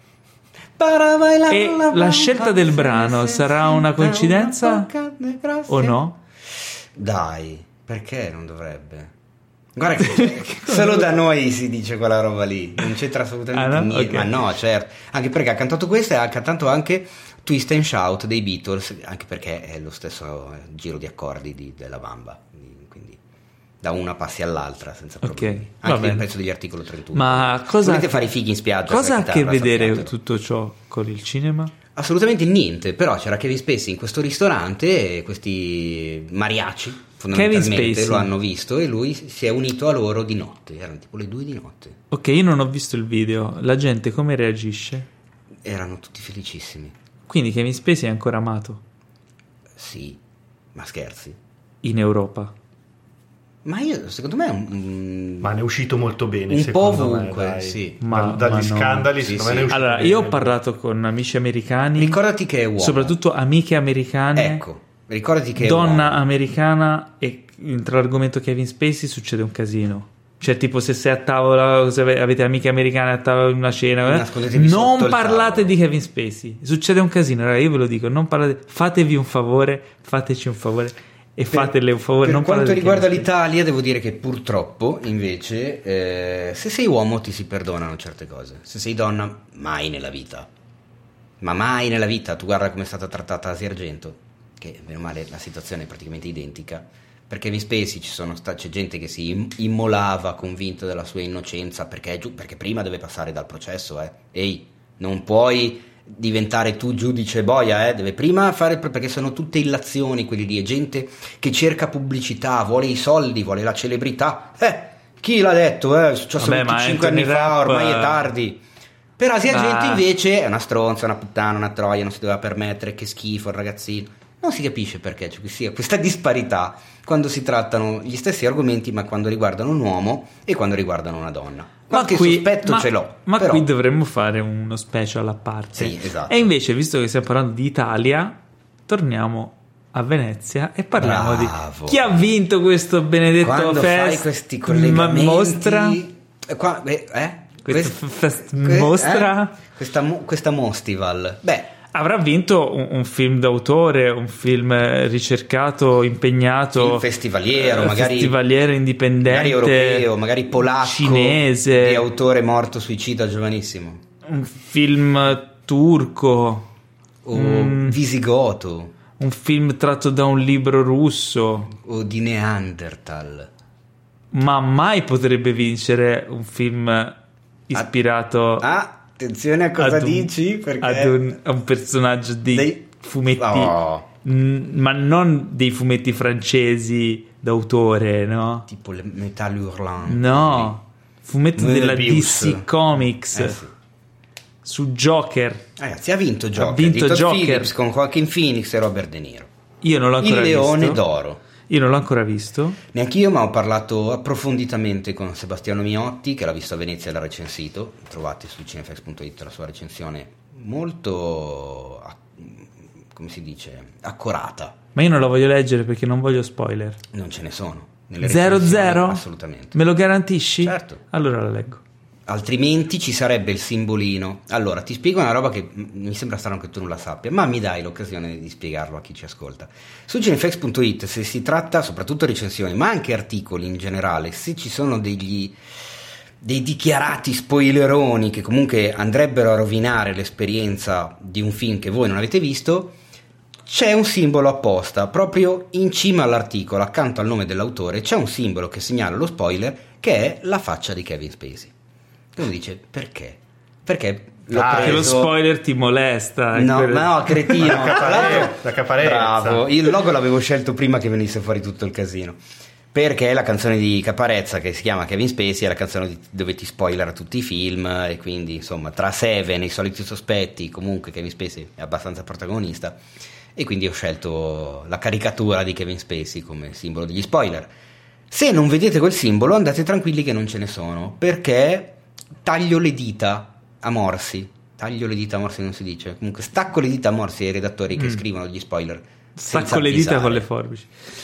E la scelta del brano sarà una coincidenza o no? Dai. Perché non dovrebbe? Guarda che solo da noi si dice quella roba lì, non c'entra assolutamente niente. Okay. Ma no, certo, anche perché ha cantato questa e ha cantato anche Twist and Shout dei Beatles, anche perché è lo stesso giro di accordi della bamba, quindi da una passi all'altra senza problemi. Ok, Anche vabbè. nel pezzo degli articolo 31. Ma cosa volete fare i fighi in spiaggia? Cosa ha a che vedere sappiatelo. tutto ciò con il cinema? Assolutamente niente, però c'era Kevin Spacey in questo ristorante e questi mariachi fondamentalmente Kevin Spacey. lo hanno visto e lui si è unito a loro di notte, erano tipo le 2 di notte, Ok, io non ho visto il video. La gente come reagisce? erano tutti felicissimi. Quindi Kevin Spacey è ancora amato Sì, ma scherzi? in Europa. Ma io, secondo me è un Ma ne è uscito molto bene, un po' secondo me, ovunque, dai. sì. Dagli no. scandali, Sì, secondo me sì. ne è uscito Allora, bene. io ho parlato con amici americani, Ricordati che è uomo. soprattutto amiche americane, Ecco, ricordati che è donna uomo. americana, e tra l'argomento Kevin Spacey succede un casino. Cioè, tipo, se sei a tavola, se avete amiche americane a tavola in una cena, Nascondetevi sotto non il parlate tavolo. di Kevin Spacey. Succede un casino, ragazzi, io ve lo dico, non parlate, fatevi un favore, fateci un favore e fatele un favore. Per non quanto parlate di riguarda Kevin Spacey. l'Italia, devo dire che purtroppo, invece, se sei uomo ti si perdonano certe cose. Se sei donna, mai nella vita. Ma mai nella vita. Tu guarda come è stata trattata Asia Argento, che meno male la situazione è praticamente identica. Per Kevin Spacey c'è gente che si immolava convinto della sua innocenza perché prima deve passare dal processo. Ehi, non puoi diventare tu giudice boia, deve prima fare, perché sono tutte illazioni quelli lì, è gente che cerca pubblicità, vuole i soldi, vuole la celebrità. Chi l'ha detto? È successo Vabbè, ma 25 anni Anthony fa, Rapp, ormai è tardi. Per Asia Argento Ah. invece è una stronza, una puttana, una troia, non si doveva permettere, che schifo il ragazzino. Non si capisce perché c'è sia questa disparità quando si trattano gli stessi argomenti, ma quando riguardano un uomo e quando riguardano una donna. Qualche sospetto ce l'ho. Ma però... qui dovremmo fare uno special a parte. Sì, esatto. E invece, visto che stiamo parlando di Italia, torniamo a Venezia e parliamo Bravo. di chi ha vinto questo benedetto Quando fest. fai questi collegamenti, mostra Questo fest mostra questa Mostival. Beh, avrà vinto un film d'autore, un film ricercato, impegnato, film festivaliero, magari festivaliero indipendente, magari europeo, magari polacco, cinese, di autore morto suicida giovanissimo, un film turco, o visigoto, un film tratto da un libro russo, o di Neanderthal. ma mai potrebbe vincere un film ispirato Attenzione a cosa ad un- dici, perché a un personaggio di fumetti, Oh, ma non dei fumetti francesi d'autore, no? tipo le Metal Hurlant. No, fumetti della Moebius. DC Comics Sì. su Joker. Ragazzi, ha vinto Joker, vinto di Todd Joker. Phillips con Joaquin Phoenix e Robert De Niro. Io non l'ho ancora Il Leone visto. d'Oro. Io non l'ho ancora visto. Neanch'io, ma ho parlato approfonditamente con Sebastiano Miotti, che l'ha visto a Venezia e l'ha recensito. Trovate su cinefx.it la sua recensione molto, come si dice, accurata. Ma io non la voglio leggere perché non voglio spoiler. Non ce ne sono. Nelle 0-0? recensioni, assolutamente. Me lo garantisci? Certo. Allora la leggo. Altrimenti ci sarebbe il simbolino. Allora, ti spiego una roba che mi sembra strano che tu non la sappia, ma mi dai l'occasione di spiegarlo a chi ci ascolta. Su cinefx.it, se si tratta soprattutto recensioni, ma anche articoli in generale, se ci sono dei dichiarati spoileroni che comunque andrebbero a rovinare l'esperienza di un film che voi non avete visto, c'è un simbolo apposta, proprio in cima all'articolo, accanto al nome dell'autore, c'è un simbolo che segnala lo spoiler, che è la faccia di Kevin Spacey. Uno dice, perché? Perché l'ho Perché lo preso... spoiler ti molesta. No, ma no, cretino. La caparezza. Bravo, il logo l'avevo scelto prima che venisse fuori tutto il casino. Perché la canzone di Caparezza, che si chiama Kevin Spacey, è la canzone dove ti spoilera tutti i film, e quindi insomma tra Seven e I Soliti Sospetti comunque Kevin Spacey è abbastanza protagonista, e quindi ho scelto la caricatura di Kevin Spacey come simbolo degli spoiler. Se non vedete quel simbolo, andate tranquilli che non ce ne sono, perché taglio le dita a morsi. Taglio le dita a morsi non si dice, comunque stacco le dita a morsi ai redattori che scrivono gli spoiler. Stacco le dita con le forbici.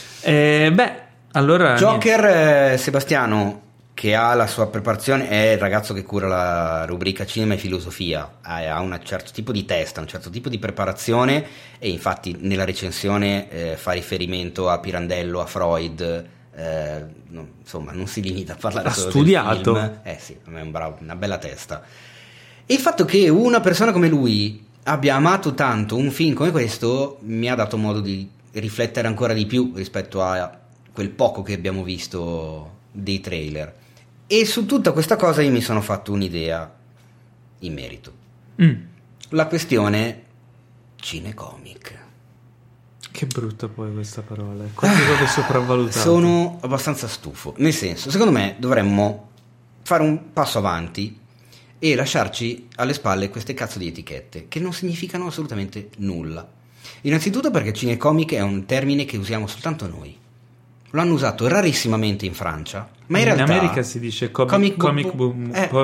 Allora Joker, Sebastiano, che ha la sua preparazione, è il ragazzo che cura la rubrica cinema e filosofia, ha un certo tipo di testa, un certo tipo di preparazione, e infatti nella recensione fa riferimento a Pirandello, a Freud. Insomma, non si limita a parlare solo studiato. del film. Sì, è una bella testa. E il fatto che una persona come lui abbia amato tanto un film come questo mi ha dato modo di riflettere ancora di più rispetto a quel poco che abbiamo visto dei trailer. E su tutta questa cosa io mi sono fatto un'idea in merito. La questione cinecomic. Che brutta poi questa parola, quante cose sopravvalutate. Sono abbastanza stufo, nel senso, secondo me dovremmo fare un passo avanti e lasciarci alle spalle queste cazzo di etichette che non significano assolutamente nulla. Innanzitutto perché cinecomic è un termine che usiamo soltanto noi. Lo hanno usato rarissimamente in Francia, ma in realtà America si dice comic book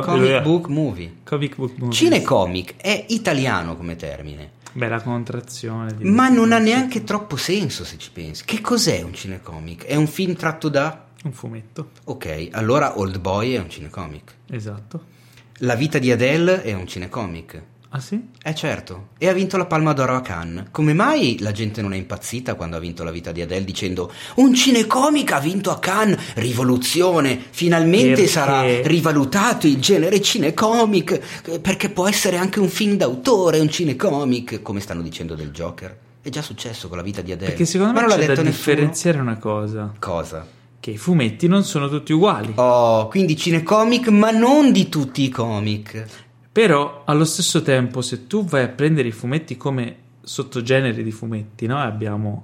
movie. Comic book movie. Cinecomic è italiano come termine. Beh, la contrazione ma non ha neanche troppo senso se ci pensi. Che cos'è un cinecomic? È un film tratto da un fumetto. Ok, allora Old Boy è un cinecomic. Esatto. La vita di Adele è un cinecomic. Ah sì? Certo. E ha vinto la Palma d'Oro a Cannes. Come mai la gente non è impazzita quando ha vinto La vita di Adele dicendo un cinecomic ha vinto a Cannes, rivoluzione, finalmente Perché? sarà rivalutato il genere cinecomic, perché può essere anche un film d'autore, un cinecomic, come stanno dicendo del Joker. È già successo con La vita di Adele. Perché secondo me non l'ha c'è da detto nessuno. differenziare una cosa. Cosa? Che i fumetti non sono tutti uguali. Oh, quindi cinecomic, ma non di tutti i comic. Però allo stesso tempo, se tu vai a prendere i fumetti come sottogeneri di fumetti, noi abbiamo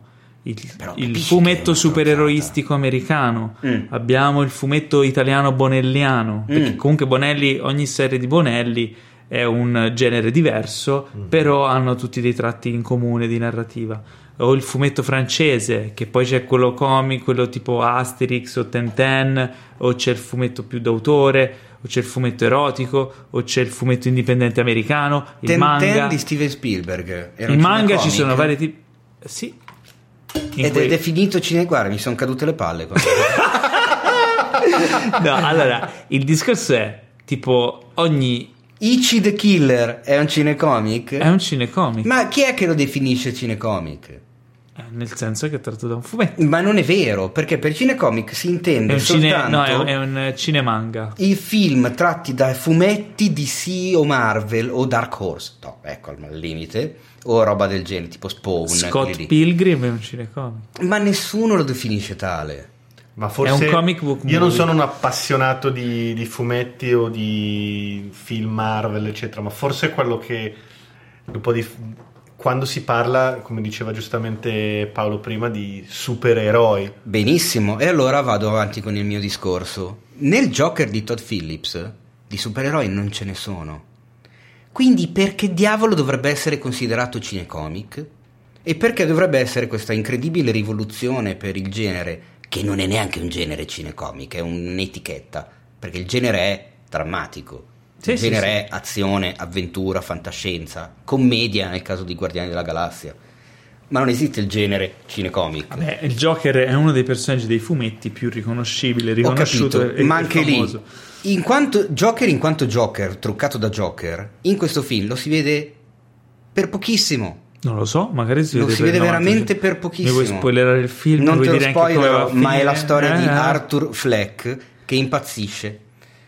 il fumetto supereroistico americano, abbiamo il fumetto italiano bonelliano, perché comunque Bonelli, ogni serie di Bonelli è un genere diverso, però hanno tutti dei tratti in comune di narrativa. O il fumetto francese, che poi c'è quello comic, quello tipo Asterix o Tintin, o c'è il fumetto più d'autore, o c'è il fumetto erotico, o c'è il fumetto indipendente americano, il Tintin manga di Steven Spielberg. in manga ci sono vari tipi. Sì. Ed è definito guarda, mi sono cadute le palle. No, allora, il discorso è tipo ogni Ichi the Killer è un cinecomic? è un cinecomic. Ma chi è che lo definisce cinecomic? Nel senso che è tratto da un fumetto. Ma non è vero, perché per cinecomic si intende È un soltanto è un cinemanga. i film tratti da fumetti DC o Marvel o Dark Horse, no, ecco al limite, o roba del genere, tipo Spawn. Scott Pilgrim è un cinecomic. Ma nessuno lo definisce tale. Ma forse è un comic book movie. Io non sono un appassionato di fumetti o di film Marvel, eccetera, ma forse è quello che dopo quando si parla, come diceva giustamente Paolo prima, di supereroi. Benissimo, e allora vado avanti con il mio discorso. Nel Joker di Todd Phillips di supereroi non ce ne sono. Quindi perché diavolo dovrebbe essere considerato cinecomic? E perché dovrebbe essere questa incredibile rivoluzione per il genere, che non è neanche un genere cinecomic, è un'etichetta, perché il genere è drammatico. Sì, il genere sì. è azione, avventura, fantascienza, commedia nel caso di Guardiani della Galassia. Ma non esiste il genere cinecomic. Vabbè, il Joker è uno dei personaggi dei fumetti più riconoscibile, riconosciuto. Ho capito, e ma anche famoso. lì, in quanto Joker, truccato da Joker, in questo film lo si vede per pochissimo. Non lo so, magari si vede, vede veramente per pochissimo. Mi vuoi spoilerare il film? Non vuoi te lo dire anche come va a spoilerò, ma è la finire? storia di Arthur Fleck che impazzisce.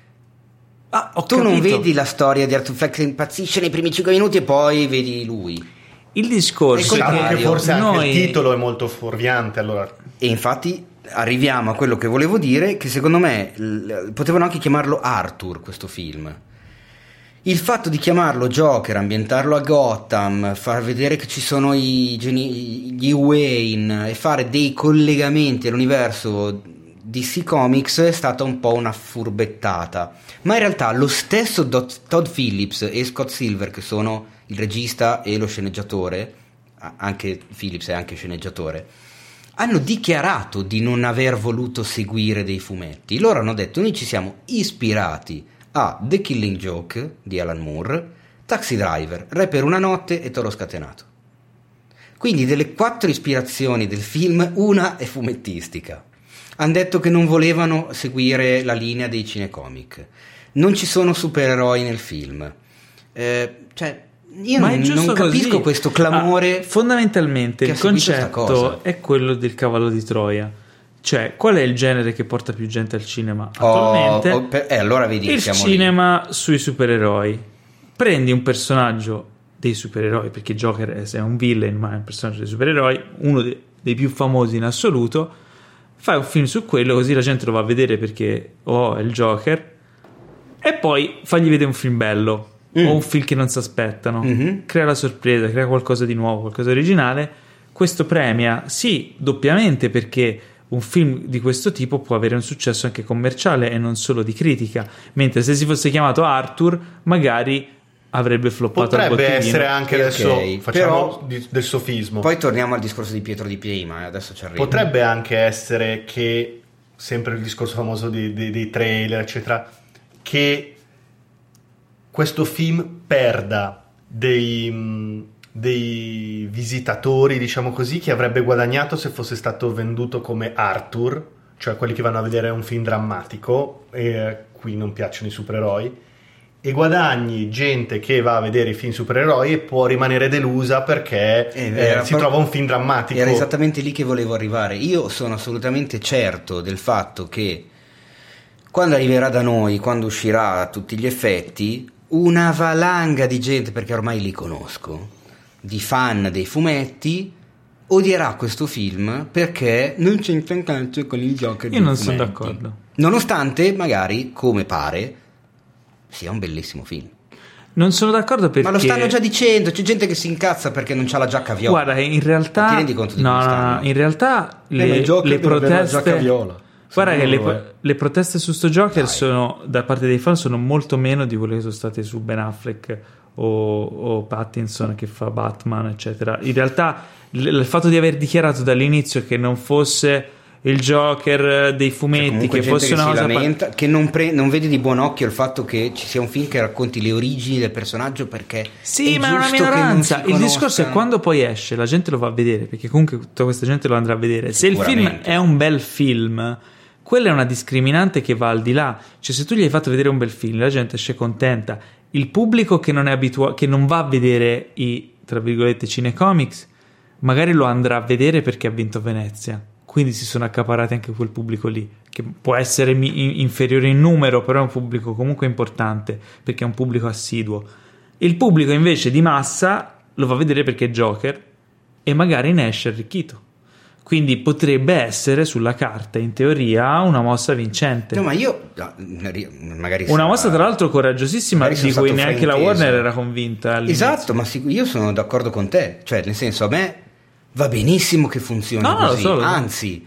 Ah, ho Tu capito. non vedi la storia di Arthur Fleck che impazzisce nei primi 5 minuti e poi vedi lui. Il discorso Ecco, è Diciamo che forse anche noi... il titolo è molto fuorviante, allora. E infatti arriviamo a quello che volevo dire, che secondo me potevano anche chiamarlo Arthur questo film. Il fatto di chiamarlo Joker, ambientarlo a Gotham, far vedere che ci sono gli Wayne e fare dei collegamenti all'universo DC Comics è stata un po' una furbettata. Ma in realtà lo stesso Todd Phillips e Scott Silver, che sono il regista e lo sceneggiatore, anche Phillips è anche sceneggiatore, hanno dichiarato di non aver voluto seguire dei fumetti. Loro hanno detto: noi ci siamo ispirati a The Killing Joke di Alan Moore, Taxi Driver, Re per una notte e Toro Scatenato. Quindi delle 4 ispirazioni del film, una è fumettistica. Hanno detto che non volevano seguire la linea dei cinecomic. Non ci sono supereroi nel film. Io non capisco così. questo clamore. Fondamentalmente che il ha seguito sta concetto cosa. è quello del cavallo di Troia. Cioè, qual è il genere che porta più gente al cinema attualmente? Allora vedi, il siamo cinema sui supereroi. Prendi un personaggio dei supereroi, perché Joker è un villain, ma è un personaggio dei supereroi, uno dei più famosi in assoluto. fai un film su quello, così la gente lo va a vedere perché è il Joker, e poi fagli vedere un film bello o un film che non si aspettano, crea la sorpresa, crea qualcosa di nuovo, qualcosa di originale. Questo premia sì doppiamente, perché un film di questo tipo può avere un successo anche commerciale e non solo di critica, mentre se si fosse chiamato Arthur magari avrebbe floppato al potrebbe botteghino. essere anche Ok, facciamo del sofismo. Poi torniamo al discorso di Pietro Di prima, adesso ci arrivo. Potrebbe anche essere che, sempre il discorso famoso dei trailer eccetera, che questo film perda dei visitatori, diciamo così, che avrebbe guadagnato se fosse stato venduto come Arthur, cioè quelli che vanno a vedere un film drammatico, e qui non piacciono i supereroi, e guadagni gente che va a vedere i film supereroi e può rimanere delusa perché si trova un film drammatico. Era esattamente lì che volevo arrivare. Io sono assolutamente certo del fatto che quando arriverà da noi, quando uscirà a tutti gli effetti, una valanga di gente, perché ormai li conosco, di fan dei fumetti, odierà questo film perché non c'entra un calcio con il Joker. Io non sono d'accordo, nonostante magari, come pare, sia un bellissimo film. Non sono d'accordo perché... Ma lo stanno già dicendo, c'è gente che si incazza perché non c'ha la giacca viola. Guarda, in realtà... Ma ti rendi conto di no, in realtà le proteste... viola. Guarda che le proteste su sto Joker sono, da parte dei fan, sono molto meno di quelle che sono state su Ben Affleck o Pattinson che fa Batman, eccetera. In realtà il fatto di aver dichiarato dall'inizio che non fosse il Joker dei fumetti, che fosse una cosa lamenta, che non vede di buon occhio il fatto che ci sia un film che racconti le origini del personaggio, perché sì, ma è una minoranza. Il discorso è quando poi esce la gente lo va a vedere, perché comunque tutta questa gente lo andrà a vedere. Se il film è un bel film, quella è una discriminante che va al di là. Cioè, se tu gli hai fatto vedere un bel film, la gente esce contenta. Il pubblico che non è abituato, che non va a vedere i, tra virgolette, cinecomics, magari lo andrà a vedere perché ha vinto Venezia, quindi si sono accaparati anche quel pubblico lì, che può essere inferiore in numero, però è un pubblico comunque importante perché è un pubblico assiduo. Il pubblico invece di massa lo va a vedere perché è Joker e magari ne esce arricchito. Quindi potrebbe essere sulla carta, in teoria, una mossa vincente. No, ma io magari una mossa tra l'altro coraggiosissima, di cui neanche la Warner era convinta all'inizio. Esatto, ma io sono d'accordo con te, cioè nel senso, a me va benissimo che funzioni così, anzi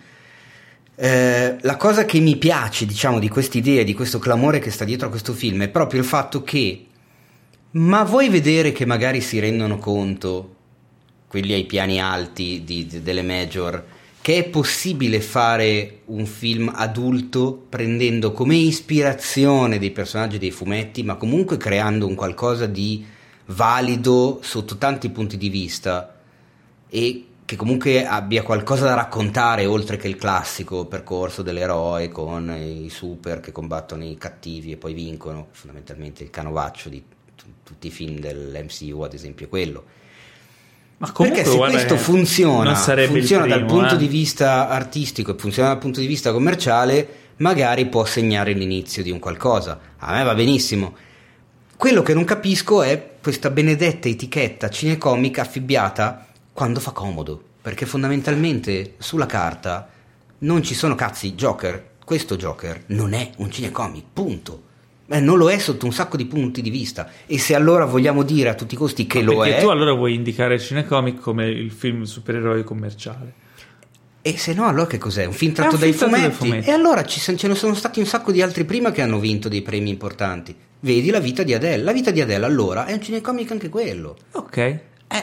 la cosa che mi piace, diciamo, di quest'idea, di questo clamore che sta dietro a questo film è proprio il fatto che, ma vuoi vedere che magari si rendono conto quelli ai piani alti delle major, che è possibile fare un film adulto prendendo come ispirazione dei personaggi dei fumetti, ma comunque creando un qualcosa di valido sotto tanti punti di vista, e che comunque abbia qualcosa da raccontare oltre che il classico percorso dell'eroe con i super che combattono i cattivi e poi vincono, fondamentalmente il canovaccio di tutti i film dell'MCU, ad esempio, quello. Ma comunque, perché se questo funziona dal punto di vista vista artistico e funziona dal punto di vista commerciale, magari può segnare l'inizio di un qualcosa. A me va benissimo. Quello che non capisco è questa benedetta etichetta cinecomic affibbiata quando fa comodo, perché fondamentalmente sulla carta non ci sono cazzi. Questo Joker non è un cinecomic, punto. Non lo è sotto un sacco di punti di vista, e se allora vogliamo dire a tutti i costi che lo è, perché tu allora vuoi indicare il cinecomic come il film supereroi commerciale, e se no allora che cos'è? Un film tratto dai fumetti? E allora ce ne sono stati un sacco di altri prima che hanno vinto dei premi importanti. Vedi La vita di Adele. La vita di Adele allora è un cinecomic anche quello. Ok.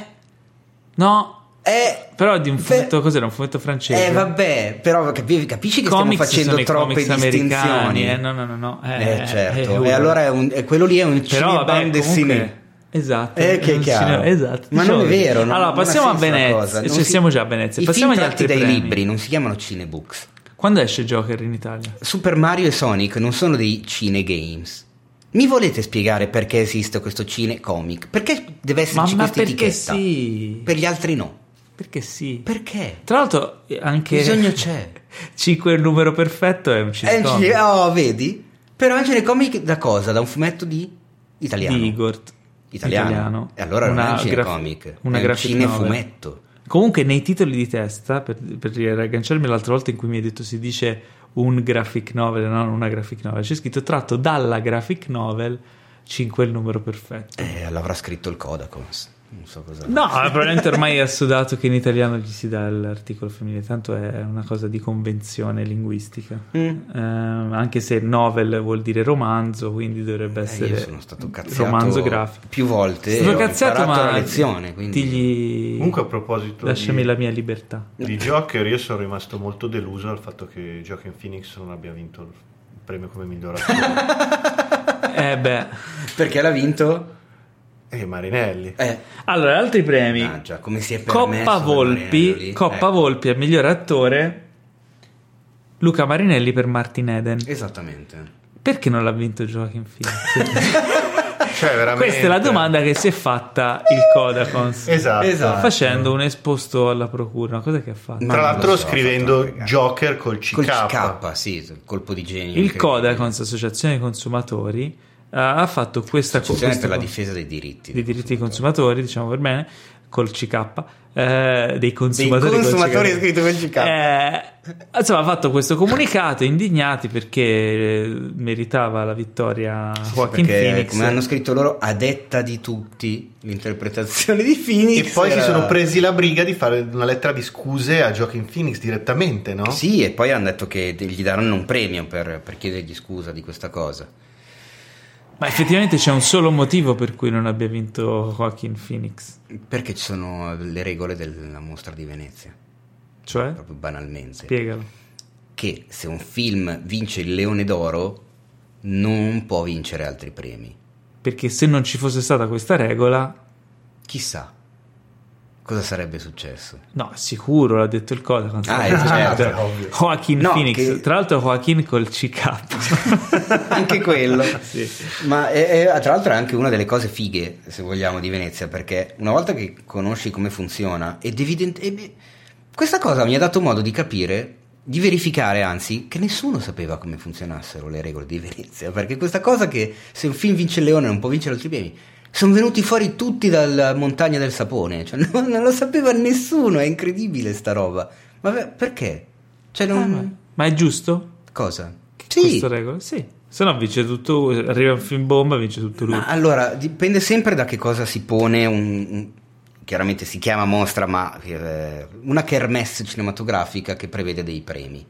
No, però di un fumetto, cos'era? Un fumetto francese? Vabbè, però capisci che stiamo facendo troppe distinzioni. No. Certo. E allora quello lì è un cinema dessiné. Esatto. Che è chiaro. Esatto. Ma non è vero. Allora, passiamo a Venezia. Siamo già a Venezia. Passiamo agli altri premi. I premi. libri non si chiamano cinebooks. Quando esce Joker in Italia? Super Mario e Sonic non sono dei cinegames. Mi volete spiegare perché esiste questo cinecomic? Perché deve esserci questa etichetta? Sì. Per gli altri no. Perché sì. Perché? Tra l'altro anche bisogno c'è. 5 il numero perfetto è un cinecomic. Vedi? Però è un cinecomic da cosa? Da un fumetto di italiano. Di Igor. Italiano. E allora non è un cinecomic, è un cinefumetto. Comunque nei titoli di testa, per riagganciarmi l'altra volta in cui mi hai detto si dice un graphic novel, non una graphic novel, c'è scritto tratto dalla graphic novel 5 è il numero perfetto. L'avrà scritto il Kodakons. Non so cosa. No, probabilmente ormai è assodato che in italiano gli si dà l'articolo femminile, tanto è una cosa di convenzione linguistica. Anche se novel vuol dire romanzo, quindi dovrebbe essere io sono stato cazziato romanzo grafico. Più volte. Sono cazziato, ma la lezione, quindi. Comunque, a proposito lasciami la mia libertà. Di Joker, io sono rimasto molto deluso dal fatto che Joaquin Phoenix non abbia vinto il premio come miglior attore. Perché l'ha vinto? Marinelli. Allora, altri premi. Come si è Coppa Volpi al miglior attore, Luca Marinelli per Martin Eden. Esattamente. Perché non l'ha vinto Joaquin Phoenix? Cioè, veramente. Questa è la domanda che si è fatta il Kodakons. Esatto. Facendo un esposto alla procura. Una cosa che ha fatto. Tra l'altro scrivendo Joker col CK. Col CK, sì, colpo di genio. Il Kodakons, Associazione dei Consumatori, ha fatto questa Associazione per la difesa dei diritti dei consumatori, diciamo per bene, col CK, dei consumatori è scritto col CK. Insomma, ha fatto questo comunicato indignati perché meritava la vittoria Joaquin Phoenix. Come hanno scritto loro, a detta di tutti, l'interpretazione di Phoenix. E poi si sono presi la briga di fare una lettera di scuse a Joaquin Phoenix direttamente, no? Sì, e poi hanno detto che gli daranno un premio per chiedergli scusa di questa cosa. Ma effettivamente c'è un solo motivo per cui non abbia vinto Joaquin Phoenix. Perché ci sono le regole della mostra di Venezia. Cioè? Proprio banalmente. Spiegalo. Che se un film vince il Leone d'Oro non può vincere altri premi. Perché se non ci fosse stata questa regola, chissà cosa sarebbe successo. No, sicuro, l'ha detto il Kodakons. Certo. Joaquin Phoenix, tra l'altro Joaquin col CK. Anche quello. Sì. Ma tra l'altro è anche una delle cose fighe, se vogliamo, di Venezia, perché una volta che conosci come funziona, questa cosa mi ha dato modo di capire, di verificare anzi, che nessuno sapeva come funzionassero le regole di Venezia, perché questa cosa che se un film vince il Leone non può vincere altri premi, sono venuti fuori tutti dalla montagna del sapone, cioè non lo sapeva nessuno, è incredibile sta roba. Ma perché? Cioè ma è giusto? Cosa? Questa regola? Sì. Se no vince tutto, arriva un film bomba, vince tutto lui. Allora, dipende sempre da che cosa si pone chiaramente si chiama mostra, ma una kermesse cinematografica che prevede dei premi.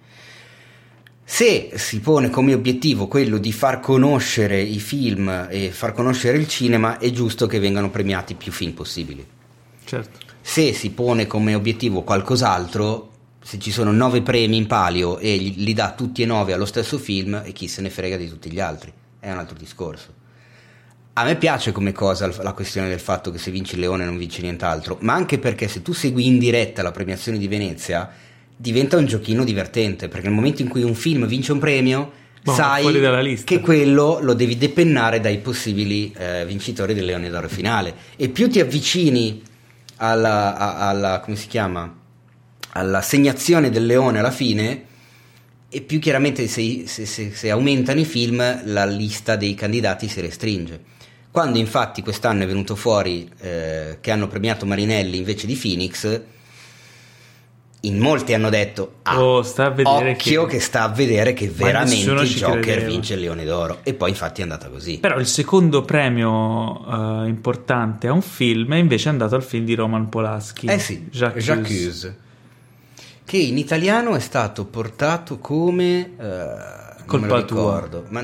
Se si pone come obiettivo quello di far conoscere i film e far conoscere il cinema, è giusto che vengano premiati più film possibili. Certo. Se si pone come obiettivo qualcos'altro, se ci sono 9 premi in palio e li dà tutti e 9 allo stesso film, e chi se ne frega di tutti gli altri, è un altro discorso. A me piace come cosa la questione del fatto che se vinci il Leone non vinci nient'altro, ma anche perché se tu segui in diretta la premiazione di Venezia diventa un giochino divertente, perché nel momento in cui un film vince un premio sai che quello lo devi depennare dai possibili vincitori del Leone d'Oro finale, e più ti avvicini alla come si chiama, all'assegnazione del Leone alla fine, e più chiaramente se aumentano i film la lista dei candidati si restringe. Quando infatti quest'anno è venuto fuori che hanno premiato Marinelli invece di Phoenix, in molti hanno detto sta a vedere occhio che sta a vedere che veramente il Joker credeva. Vince il Leone d'Oro, e poi infatti è andata così. Però il secondo premio importante a un film è invece andato al film di Roman Polanski, J'accuse, che in italiano è stato portato come Colpa tua. Ma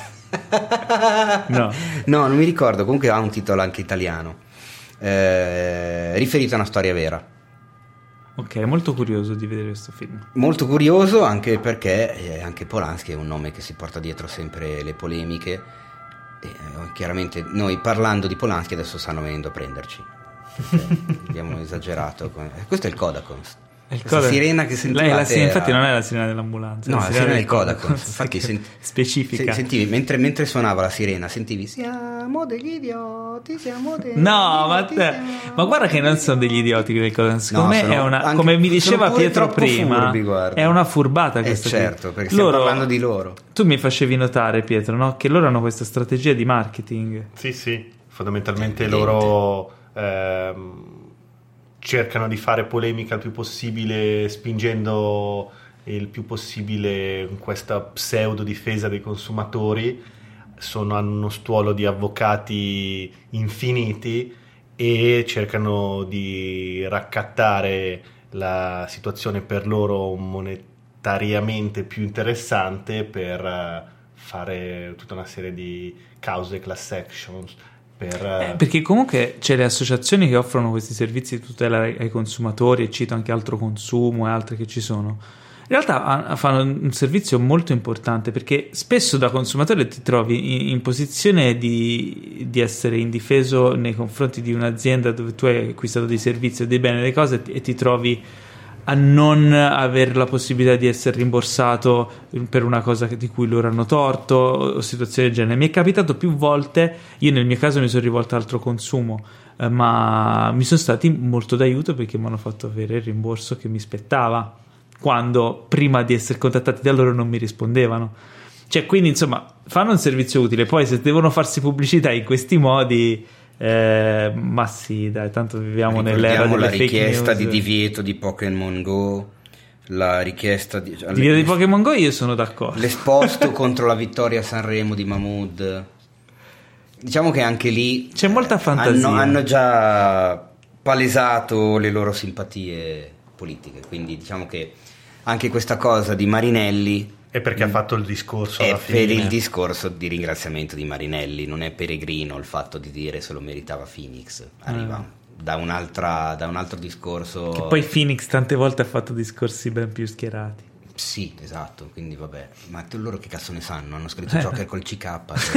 no, non mi ricordo, comunque ha un titolo anche italiano riferito a una storia vera. Ok, molto curioso di vedere questo film. Molto curioso anche perché anche Polanski è un nome che si porta dietro sempre le polemiche, e chiaramente noi parlando di Polanski adesso stanno venendo a prenderci, abbiamo esagerato. Questo è il Kodakons. La sirena che sentivate infatti non è la sirena dell'ambulanza, no, la sirena del Kodakons. Infatti specifica. Sentivi mentre suonava la sirena, sentivi siamo degli idioti, no, ma guarda che non sono degli idioti del Kodakons. Come mi diceva Pietro prima, furbi, è una furbata questa. Certo, perché stiamo parlando di loro. Tu mi facevi notare, Pietro, no? Che loro hanno questa strategia di marketing. Sì, fondamentalmente loro cercano di fare polemica il più possibile, spingendo il più possibile in questa pseudo difesa dei consumatori. Hanno uno stuolo di avvocati infiniti e cercano di raccattare la situazione per loro monetariamente più interessante, per fare tutta una serie di cause, class actions. Perché comunque c'è le associazioni che offrono questi servizi di tutela ai consumatori, e cito anche Altro Consumo e altre che ci sono. In realtà fanno un servizio molto importante, perché spesso da consumatore ti trovi in posizione di essere indifeso nei confronti di un'azienda dove tu hai acquistato dei servizi o dei beni, delle cose, e ti trovi a non avere la possibilità di essere rimborsato per una cosa di cui loro hanno torto, o situazioni del genere. Mi è capitato più volte, io nel mio caso mi sono rivolto a Altro Consumo, ma mi sono stati molto d'aiuto, perché mi hanno fatto avere il rimborso che mi spettava, quando prima di essere contattati da loro non mi rispondevano. Cioè, quindi insomma, fanno un servizio utile. Poi se devono farsi pubblicità in questi modi, ma sì, dai, tanto viviamo nell'era delle fake news. La richiesta di divieto di Pokémon Go, la richiesta di divieto di Pokémon Go, io sono d'accordo. L'esposto contro la vittoria a Sanremo di Mahmood. Diciamo che anche lì c'è molta fantasia. Hanno già palesato le loro simpatie politiche, quindi diciamo che anche questa cosa di Marinelli è perché ha fatto il discorso alla fine. Per il fine. discorso di ringraziamento di Marinelli, non è peregrino il fatto di dire se lo meritava Phoenix, arriva da un altro discorso. Che poi Phoenix tante volte ha fatto discorsi ben più schierati. Sì, esatto, quindi vabbè, ma loro che cazzo ne sanno? Hanno scritto Joker col CK.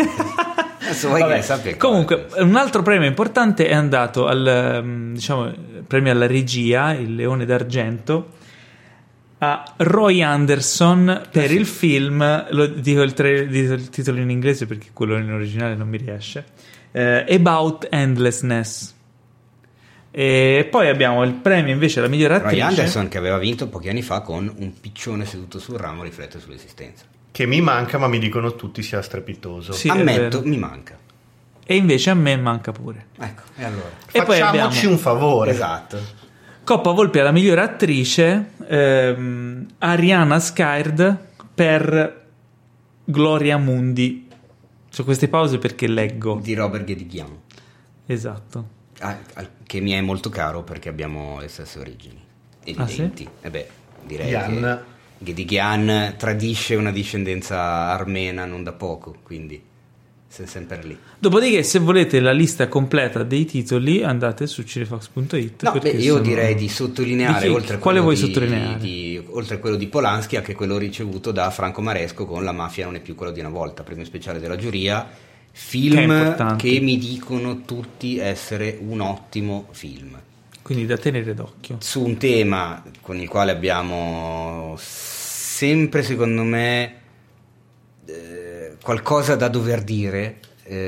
Adesso vuoi che ne sappia. Comunque, un altro premio importante è andato al premio alla regia, il Leone d'Argento, a Roy Anderson per il film, lo dico il titolo in inglese perché quello in originale non mi riesce, About Endlessness. E poi abbiamo il premio invece alla miglior attrice, Roy Anderson, che aveva vinto pochi anni fa con Un piccione seduto sul ramo riflette sull'esistenza, che mi manca, ma mi dicono tutti sia strepitoso. Sì, ammetto, mi manca. E invece a me manca pure. Ecco, e allora facciamoci un favore. Esatto. Coppa Volpi alla miglior attrice, Ariana Skird per Gloria Mundi. C'ho queste pause perché leggo. Di Robert Guédiguian. Esatto. Che mi è molto caro perché abbiamo le stesse origini evidenti. Sì? Direi Ghian. che Guédiguian tradisce una discendenza armena non da poco, quindi sei sempre lì. Dopodiché, se volete la lista completa dei titoli, andate su cinefox.it. No, io direi di sottolineare, quale vuoi sottolineare? Oltre a quello di Polanski, anche quello ricevuto da Franco Maresco con La mafia non è più quello di una volta, premio speciale della giuria, film che mi dicono tutti essere un ottimo film. Quindi da tenere d'occhio. Su un tema con il quale abbiamo sempre, secondo me, qualcosa da dover dire,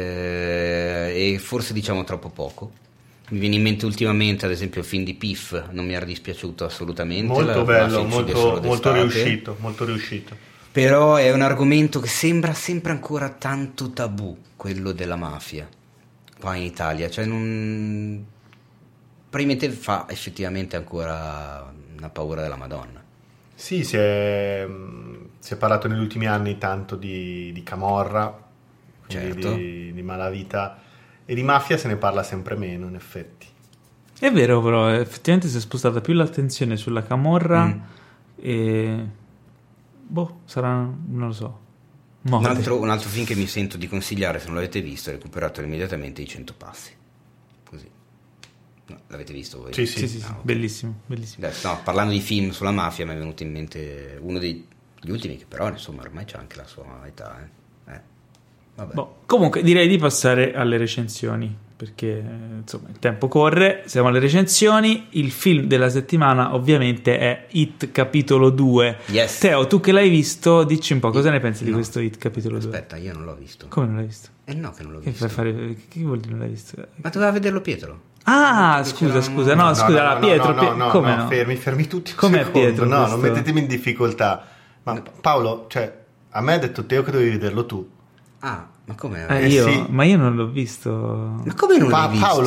e forse diciamo troppo poco. Mi viene in mente ultimamente, ad esempio, il film di Piff, non mi era dispiaciuto assolutamente. Molto bello, molto riuscito. Però è un argomento che sembra sempre ancora tanto tabù, quello della mafia, qua in Italia. Cioè probabilmente fa effettivamente ancora una paura della Madonna. Sì, si è parlato negli ultimi anni tanto di camorra, certo, di malavita, e di mafia se ne parla sempre meno, in effetti. È vero, però effettivamente si è spostata più l'attenzione sulla camorra e sarà, non lo so, un altro film che mi sento di consigliare, se non l'avete visto, recuperato immediatamente, I 100 passi. Così. No, l'avete visto voi? Sì. Okay. Bellissimo. Adesso, no, parlando di film sulla mafia, mi è venuto in mente uno degli ultimi, che però insomma ormai c'ha anche la sua età. Vabbè. Comunque direi di passare alle recensioni, perché insomma il tempo corre. Siamo alle recensioni. Il film della settimana ovviamente è It capitolo 2. Yes. Teo, tu che l'hai visto, dici un po' cosa ne pensi di questo It capitolo 2? Aspetta, io non l'ho visto. Come non l'hai visto? No, che non l'ho visto. Che vuol dire non l'hai visto? Ma doveva vederlo Pietro. Ah, scusa, Pietro. Come no? Fermi tutti un Com'è secondo. Pietro? No, non mettetemi in difficoltà. Ma Paolo, cioè, a me ha detto Teo che dovevi vederlo tu. Ah, ma come? Sì. Ma io non l'ho visto. Ma come non l'hai visto? Paolo,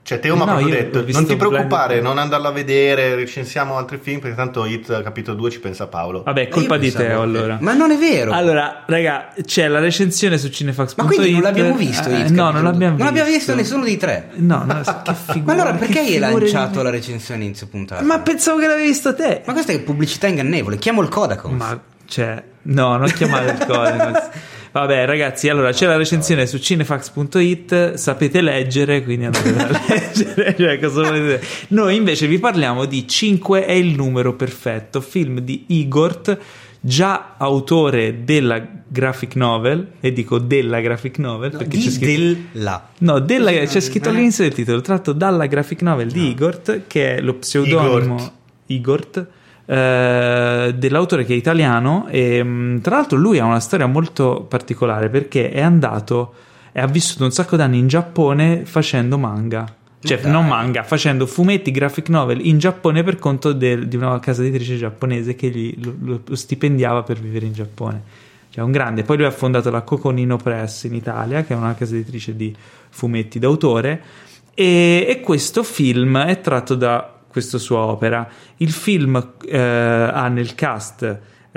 Cioè Teo mi ha No, proprio io ho detto visto non ti preoccupare, Blinded. non andarlo a vedere, recensiamo altri film perché tanto Hit capitolo 2 ci pensa Paolo. Vabbè, è colpa Io di pensavo Teo che- allora. Ma non è vero. Allora, raga, c'è la recensione su cinefax.it. Ma quindi non l'abbiamo visto? Hit, No, capito? non l'abbiamo Non abbiamo visto nessuno dei tre. No, che figura. Ma allora perché che hai figure lanciato di- la recensione inizio puntata? Ma pensavo che l'avevi visto te. Ma questa è pubblicità ingannevole. Chiamo il Kodakons. Ma cioè, no, non chiamate il codice. Vabbè, ragazzi, allora c'è la recensione su cinefax.it, sapete leggere, quindi andate a leggere. Cioè, cosa volete dire? Noi invece vi parliamo di 5 è il numero perfetto, film di Igor, già autore della graphic novel, e dico della graphic novel perché c'è scritto c'è scritto all'inizio del titolo, tratto dalla graphic novel di Igor, che è lo pseudonimo Igor, dell'autore che è italiano, e tra l'altro lui ha una storia molto particolare perché è andato e ha vissuto un sacco d'anni in Giappone facendo manga, cioè non manga, facendo fumetti, graphic novel in Giappone per conto di una casa editrice giapponese che lo stipendiava per vivere in Giappone. Cioè un grande. Poi lui ha fondato la Coconino Press in Italia, che è una casa editrice di fumetti d'autore, e questo film è tratto da questa sua opera. Il film ha nel cast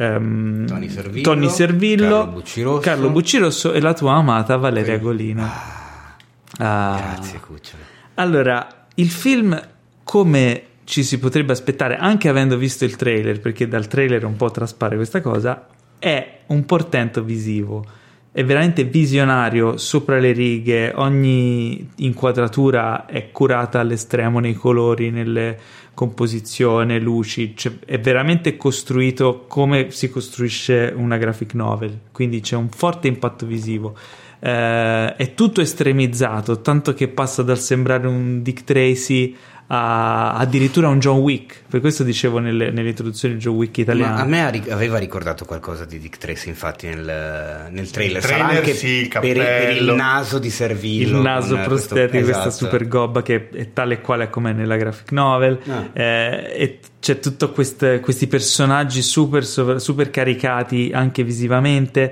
Tony Servillo, Carlo Buccirosso e la tua amata Valeria Golino. Grazie cucciolo. Allora, il film, come ci si potrebbe aspettare anche avendo visto il trailer, perché dal trailer un po' traspare questa cosa, è un portento visivo. È veramente visionario, sopra le righe, ogni inquadratura è curata all'estremo nei colori, nelle composizione, luci, cioè è veramente costruito come si costruisce una graphic novel, quindi c'è un forte impatto visivo. È tutto estremizzato, tanto che passa dal sembrare un Dick Tracy a addirittura un John Wick. Per questo dicevo nell'introduzione di John Wick italiano. Ma a me aveva ricordato qualcosa di Dick Tracy, infatti nel trailer. Sarà Trailer, anche sì, il per il naso di Servillo, il naso prostetico, questa esatto. super gobba che è tale e quale come nella graphic novel. E c'è tutto questi personaggi super caricati anche visivamente.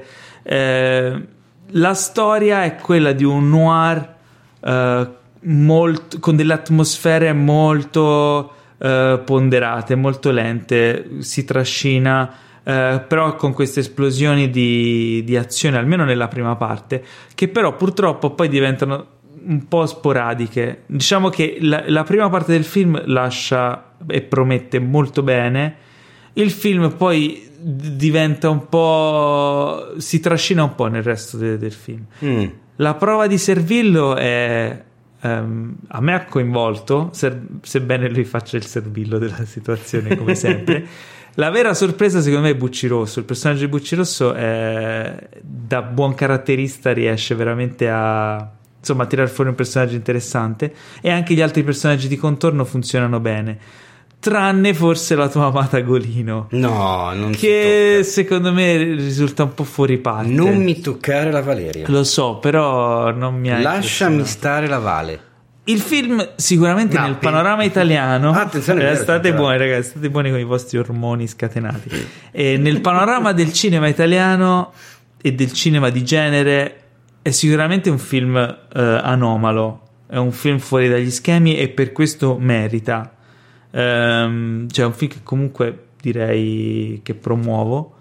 La storia è quella di un noir con delle atmosfere molto ponderate, molto lente, si trascina, però con queste esplosioni di azione, almeno nella prima parte, che però purtroppo poi diventano un po' sporadiche. Diciamo che la prima parte del film lascia e promette molto bene, il film poi diventa un po', si trascina un po' nel resto del film. La prova di Servillo è a me ha coinvolto, sebbene lui faccia il servillo della situazione come sempre. La vera sorpresa secondo me è Buccirosso. Il personaggio di Buccirosso da buon caratterista riesce veramente a tirare fuori un personaggio interessante, e anche gli altri personaggi di contorno funzionano bene, tranne forse la tua amata Golino. No, non che secondo me risulta un po' fuori parte. Non mi toccare la Valeria. Lo so, però non mi ha Lasciami stare la Vale. Il film sicuramente nel panorama italiano, attenzione, state buoni ragazzi, state buoni con i vostri ormoni scatenati. E nel panorama del cinema italiano e del cinema di genere è sicuramente un film anomalo, è un film fuori dagli schemi e per questo merita. Cioè un film che comunque direi che promuovo.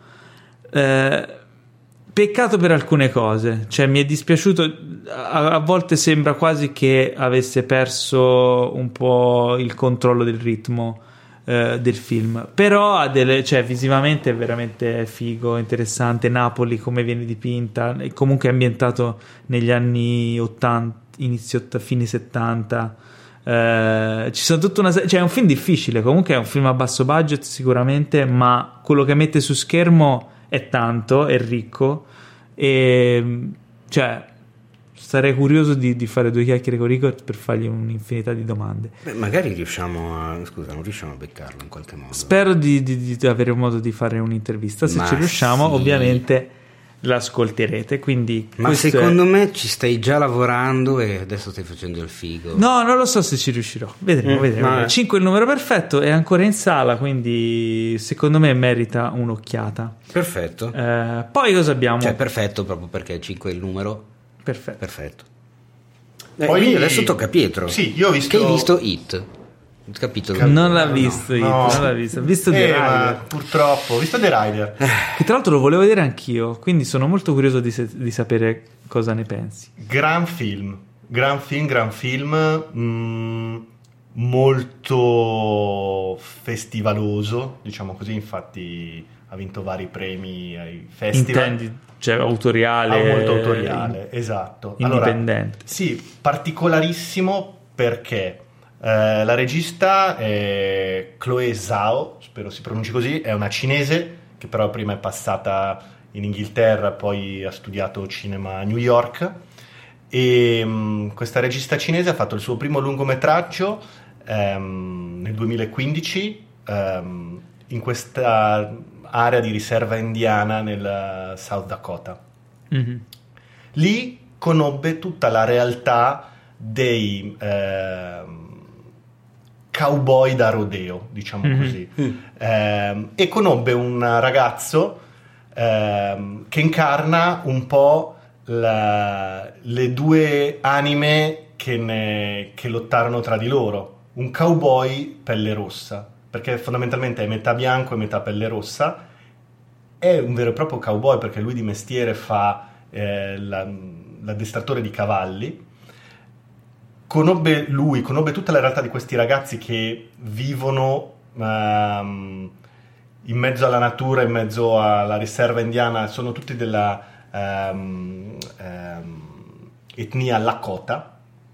Peccato per alcune cose, cioè mi è dispiaciuto, a volte sembra quasi che avesse perso un po' il controllo del ritmo del film, però ha cioè visivamente è veramente figo, interessante. Napoli come viene dipinta, e comunque è ambientato negli anni 80, fine 70. Ci sono tutta una cioè è un film difficile, comunque è un film a basso budget sicuramente, ma quello che mette su schermo è tanto, è ricco, e cioè sarei curioso di fare due chiacchiere con Rico per fargli un'infinità di domande. Beh, magari non riusciamo a beccarlo in qualche modo. Spero di avere un modo di fare un'intervista, se ci riusciamo sì. Ovviamente l'ascolterete, quindi ma secondo me ci stai già lavorando e adesso stai facendo il figo. No, non lo so se ci riuscirò, vedremo. 5 è il numero perfetto, è ancora in sala, quindi secondo me merita un'occhiata. Perfetto. Poi cosa abbiamo? Cioè perfetto proprio perché 5 è il numero perfetto. Poi adesso tocca a Pietro. Sì, io ho visto... Che hai visto It? Il capitolo Non l'ha visto It, non l'ha visto. Ho visto The Rider. Purtroppo, ho visto The Rider. Che tra l'altro lo volevo vedere anch'io, quindi sono molto curioso di sapere cosa ne pensi. Gran film, molto festivaloso, diciamo così, infatti ha vinto vari premi ai festival. Intendi, cioè autoriale? Molto autoriale, esatto. Indipendente. Allora, sì, particolarissimo perché la regista è Chloé Zhao, spero si pronunci così, è una cinese che però prima è passata in Inghilterra, poi ha studiato cinema a New York, e questa regista cinese ha fatto il suo primo lungometraggio nel 2015 in questa area di riserva indiana nel South Dakota. Mm-hmm. Lì conobbe tutta la realtà dei cowboy da rodeo, diciamo così, e conobbe un ragazzo che incarna un po' le due anime che lottarono tra di loro. Un cowboy pelle rossa, perché fondamentalmente è metà bianco e metà pelle rossa, è un vero e proprio cowboy perché lui di mestiere fa l'addestratore di cavalli. Conobbe tutta la realtà di questi ragazzi che vivono in mezzo alla natura, in mezzo alla riserva indiana, sono tutti della etnia Lakota,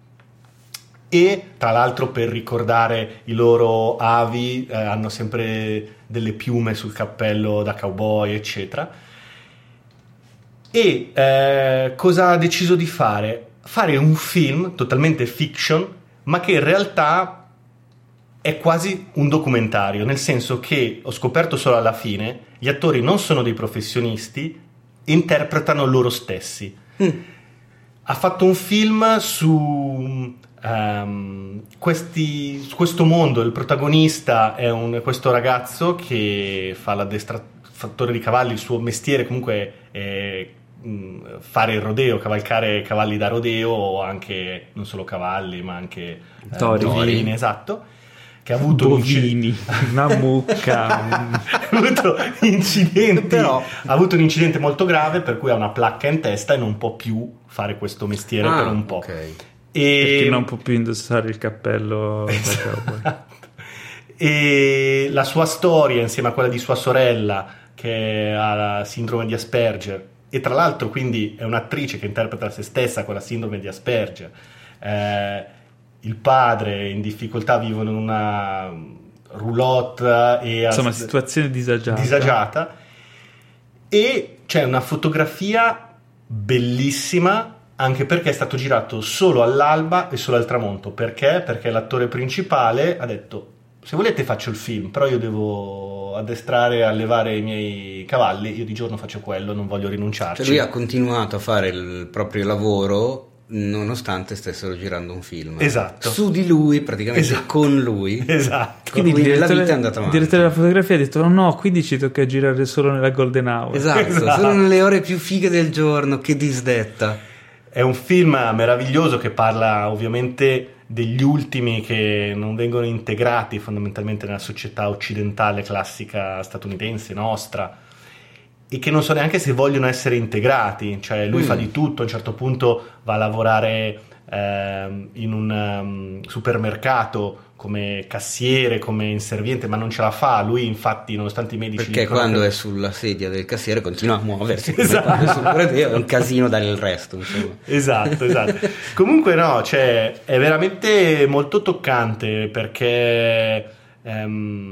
e tra l'altro per ricordare i loro avi hanno sempre delle piume sul cappello da cowboy, eccetera. E cosa ha deciso di fare? Fare un film totalmente fiction, ma che in realtà è quasi un documentario, nel senso che ho scoperto solo alla fine, gli attori non sono dei professionisti, interpretano loro stessi. Ha fatto un film su questo mondo. Il protagonista è questo ragazzo che fa l'addestratore di cavalli, il suo mestiere comunque è fare il rodeo, cavalcare cavalli da rodeo, o anche non solo cavalli ma anche bovini, esatto, che ha avuto una mucca ha avuto incidenti, però ha avuto un incidente molto grave per cui ha una placca in testa e non può più fare questo mestiere per un po'. Okay. Perché non può più indossare il cappello da cowboy. E la sua storia insieme a quella di sua sorella che ha la sindrome di Asperger, e tra l'altro quindi è un'attrice che interpreta se stessa con la sindrome di Asperger, il padre in difficoltà, vivono in una roulotte e insomma situazione disagiata, e c'è una fotografia bellissima, anche perché è stato girato solo all'alba e solo al tramonto. Perché? Perché l'attore principale ha detto: se volete faccio il film, però io devo addestrare e allevare i miei cavalli, io di giorno faccio quello, non voglio rinunciarci. Cioè lui ha continuato a fare il proprio lavoro nonostante stessero girando un film. Esatto. Su di lui, praticamente, esatto. Con lui. Esatto. Quindi la vita è andata avanti. Il direttore della fotografia ha detto: no, quindi ci tocca girare solo nella golden hour. Esatto. Solo nelle ore più fighe del giorno, che disdetta. È un film meraviglioso che parla ovviamente degli ultimi che non vengono integrati fondamentalmente nella società occidentale classica statunitense nostra, e che non so neanche se vogliono essere integrati. Cioè lui fa di tutto, a un certo punto va a lavorare in un supermercato come cassiere, come inserviente, ma non ce la fa. Lui infatti, nonostante i medici perché dicono quando che... è sulla sedia del cassiere continua a muoversi, esatto. È un casino dal resto, insomma. esatto Comunque no, cioè è veramente molto toccante, perché è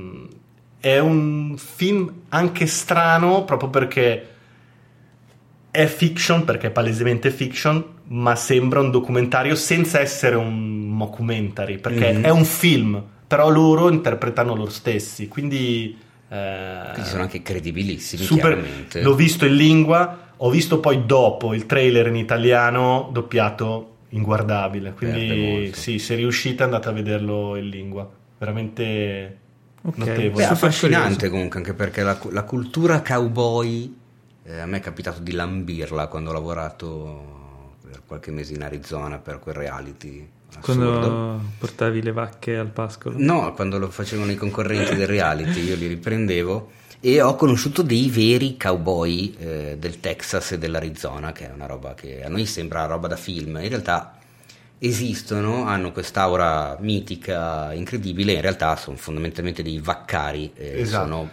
un film anche strano, proprio perché è fiction, perché è palesemente fiction, ma sembra un documentario senza essere un mockumentary, perché è un film, però loro interpretano loro stessi, quindi sono anche credibilissimi, super. Chiaramente. L'ho visto in lingua, ho visto poi dopo il trailer in italiano doppiato, inguardabile, quindi sì, se riuscite andate a vederlo in lingua, veramente notevole. È affascinante comunque, anche perché la cultura cowboy a me è capitato di lambirla quando ho lavorato per qualche mese in Arizona per quel reality assurdo. Quando portavi le vacche al pascolo? No, quando lo facevano i concorrenti del reality io li riprendevo e ho conosciuto dei veri cowboy del Texas e dell'Arizona, che è una roba che a noi sembra roba da film, in realtà esistono, hanno quest'aura mitica incredibile, in realtà sono fondamentalmente dei vaccari, Esatto. sono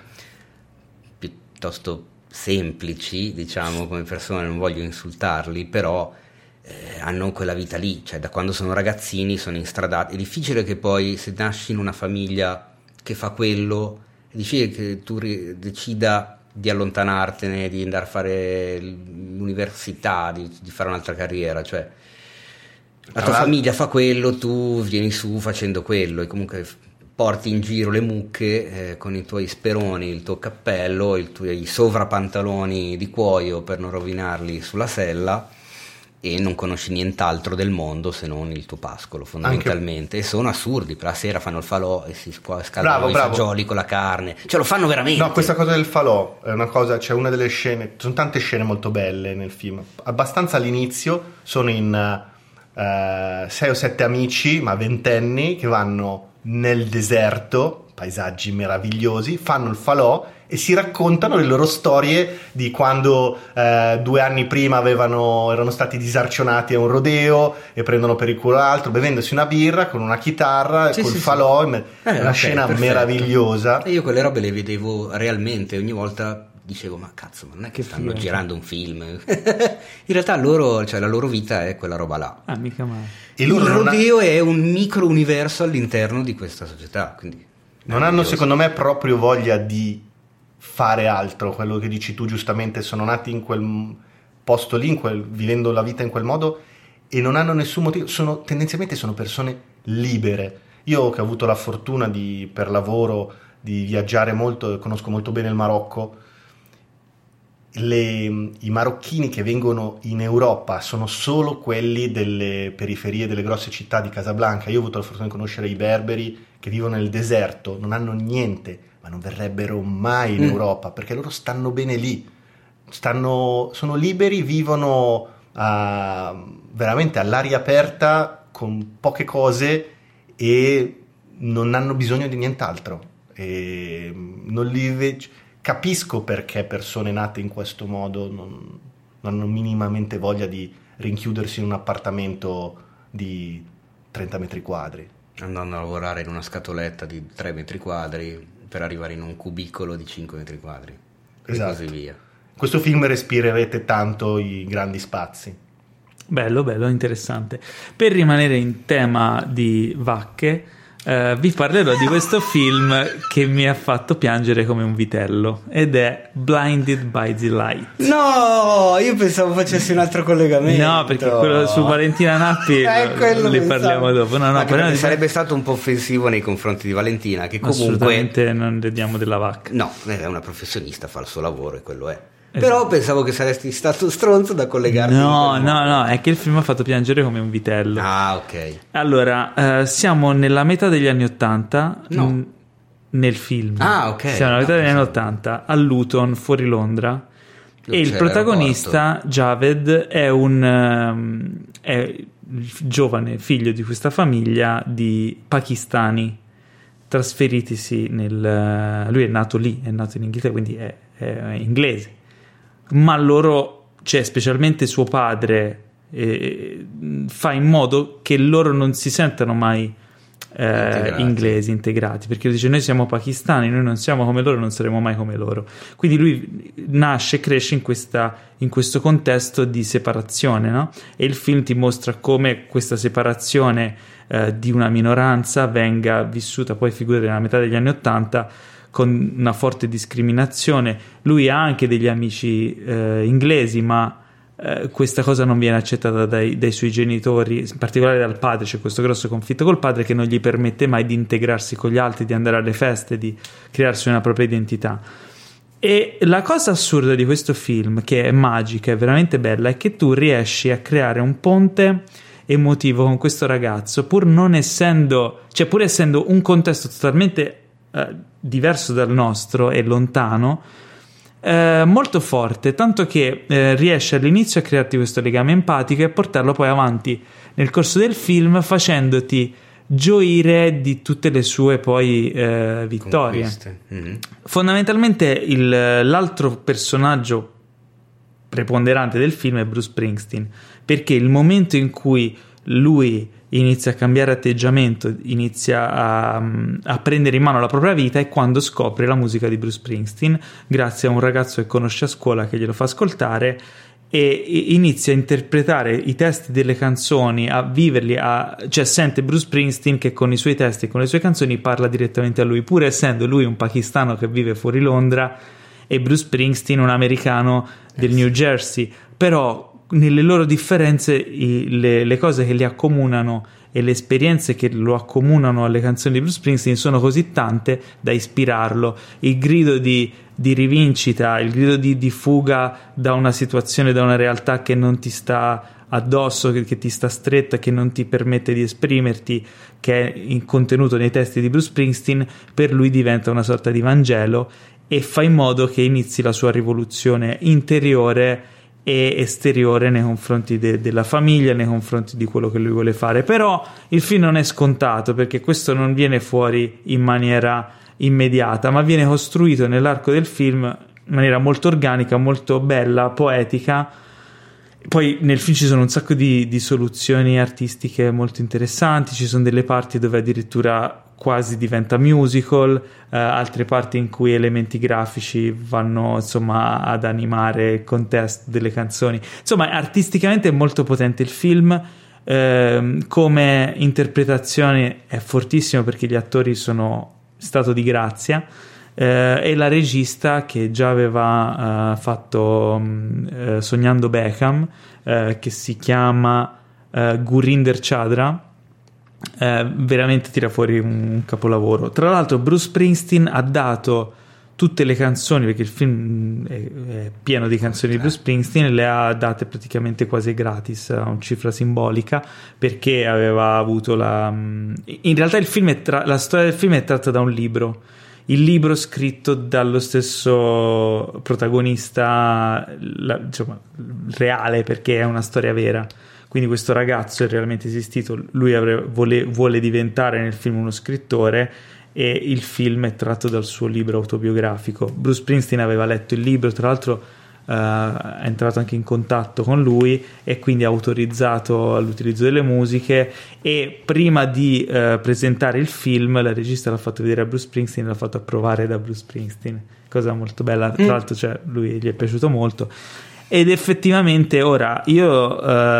piuttosto semplici, diciamo, come persone, non voglio insultarli, però hanno quella vita lì, cioè da quando sono ragazzini sono instradati. È difficile che poi, se nasci in una famiglia che fa quello, è difficile che tu decida di allontanartene, di andare a fare l'università, di fare un'altra carriera, cioè la tua famiglia fa quello, tu vieni su facendo quello e comunque porti in giro le mucche con i tuoi speroni, il tuo cappello, i tuoi sovrapantaloni di cuoio per non rovinarli sulla sella, e non conosci nient'altro del mondo se non il tuo pascolo, fondamentalmente. E sono assurdi, per la sera fanno il falò e si scaldano i fagioli con la carne, cioè lo fanno veramente. No, questa cosa del falò è una cosa, c'è una delle scene, sono tante scene molto belle nel film, abbastanza all'inizio, sono in 6 o 7 amici, ma ventenni, che vanno nel deserto, paesaggi meravigliosi, fanno il falò e si raccontano le loro storie di quando 2 anni prima erano stati disarcionati a un rodeo e prendono per il culo l'altro, bevendosi una birra con una chitarra e col falò. È una scena meravigliosa. E io quelle robe le vedevo realmente, ogni volta dicevo, ma cazzo, ma non è che stanno girando un film. In realtà loro, cioè la loro vita è quella roba là. Ah, mica male. Il rodeo è un micro universo all'interno di questa società, quindi non hanno, secondo me, proprio voglia di fare altro. Quello che dici tu giustamente, sono nati in quel posto lì, vivendo la vita in quel modo, e non hanno nessun motivo, tendenzialmente sono persone libere. Io che ho avuto la fortuna per lavoro di viaggiare molto, conosco molto bene il Marocco, i marocchini che vengono in Europa sono solo quelli delle periferie delle grosse città di Casablanca. Io ho avuto la fortuna di conoscere i berberi che vivono nel deserto, non hanno niente, ma non verrebbero mai in Europa perché loro stanno bene lì, sono liberi, vivono veramente all'aria aperta con poche cose e non hanno bisogno di nient'altro. E non capisco perché persone nate in questo modo non hanno minimamente voglia di rinchiudersi in un appartamento di 30 metri quadri. Andando a lavorare in una scatoletta di 3 metri quadri per arrivare in un cubicolo di 5 metri quadri. Esatto. E così via. In questo film respirerete tanto i grandi spazi. Bello, interessante. Per rimanere in tema di vacche, vi parlerò di questo film che mi ha fatto piangere come un vitello, ed è Blinded by the Light. No, io pensavo facessi un altro collegamento. No, perché quello su Valentina Nappi ne parliamo dopo. No, però sarebbe stato un po' offensivo nei confronti di Valentina, che comunque assolutamente non le diamo della vacca. No, è una professionista, fa il suo lavoro e quello è. Però pensavo che saresti stato stronzo da collegarti. No, è che il film ha fatto piangere come un vitello. Ah, ok. Allora, siamo nella metà degli anni '80. No. Nel film. Ah, ok. Siamo nella metà degli anni '80 a Luton, fuori Londra. E il protagonista, Javed, è il giovane figlio di questa famiglia di pakistani trasferitisi lui è nato lì, è nato in Inghilterra, quindi è inglese. Ma cioè specialmente suo padre, fa in modo che loro non si sentano mai inglesi, integrati, perché dice: noi siamo pakistani, noi non siamo come loro, non saremo mai come loro. Quindi lui nasce e cresce in questo contesto di separazione, no? E il film ti mostra come questa separazione di una minoranza venga vissuta, poi figurati, nella metà degli anni '80 con una forte discriminazione. Lui ha anche degli amici inglesi, ma questa cosa non viene accettata dai suoi genitori, in particolare dal padre. C'è questo grosso conflitto col padre che non gli permette mai di integrarsi con gli altri, di andare alle feste, di crearsi una propria identità. E la cosa assurda di questo film, che è magica, è veramente bella, è che tu riesci a creare un ponte emotivo con questo ragazzo, pur essendo un contesto totalmente diverso dal nostro e lontano. molto forte, tanto che riesce all'inizio a crearti questo legame empatico e a portarlo poi avanti nel corso del film, facendoti gioire di tutte le sue poi vittorie. Fondamentalmente l'altro personaggio preponderante del film è Bruce Springsteen, perché il momento in cui lui inizia a cambiare atteggiamento, inizia a prendere in mano la propria vita, è quando scopre la musica di Bruce Springsteen grazie a un ragazzo che conosce a scuola che glielo fa ascoltare, e inizia a interpretare i testi delle canzoni, a viverli, cioè sente Bruce Springsteen che con i suoi testi e con le sue canzoni parla direttamente a lui, pur essendo lui un pakistano che vive fuori Londra e Bruce Springsteen un americano del New Jersey. Però nelle loro differenze le cose che li accomunano e le esperienze che lo accomunano alle canzoni di Bruce Springsteen sono così tante da ispirarlo. Il grido di rivincita, il grido di fuga da una situazione, da una realtà che non ti sta addosso, che ti sta stretta, che non ti permette di esprimerti, che è contenuto nei testi di Bruce Springsteen, per lui diventa una sorta di Vangelo e fa in modo che inizi la sua rivoluzione interiore e esteriore nei confronti della famiglia, nei confronti di quello che lui vuole fare. Però il film non è scontato, perché questo non viene fuori in maniera immediata, ma viene costruito nell'arco del film in maniera molto organica, molto bella, poetica. Poi nel film ci sono un sacco di soluzioni artistiche molto interessanti, ci sono delle parti dove addirittura quasi diventa musical, altre parti in cui elementi grafici vanno insomma ad animare il contesto delle canzoni. Insomma, artisticamente è molto potente il film, come interpretazione è fortissimo perché gli attori sono stato di grazia, e la regista che già aveva fatto Sognando Beckham, che si chiama Gurinder Chadha, veramente tira fuori un capolavoro. Tra l'altro Bruce Springsteen ha dato tutte le canzoni, perché il film è pieno di canzoni di Bruce Springsteen, le ha date praticamente quasi gratis, a una cifra simbolica, perché aveva avuto in realtà il film la storia del film è tratta da un libro, il libro scritto dallo stesso protagonista, insomma, reale, perché è una storia vera. Quindi questo ragazzo è realmente esistito, lui vuole diventare nel film uno scrittore, e il film è tratto dal suo libro autobiografico. Bruce Springsteen aveva letto il libro, tra l'altro è entrato anche in contatto con lui e quindi ha autorizzato all'utilizzo delle musiche, e prima di presentare il film la regista l'ha fatto vedere a Bruce Springsteen e l'ha fatto approvare da Bruce Springsteen, cosa molto bella. Tra l'altro, cioè, lui gli è piaciuto molto. Ed effettivamente ora io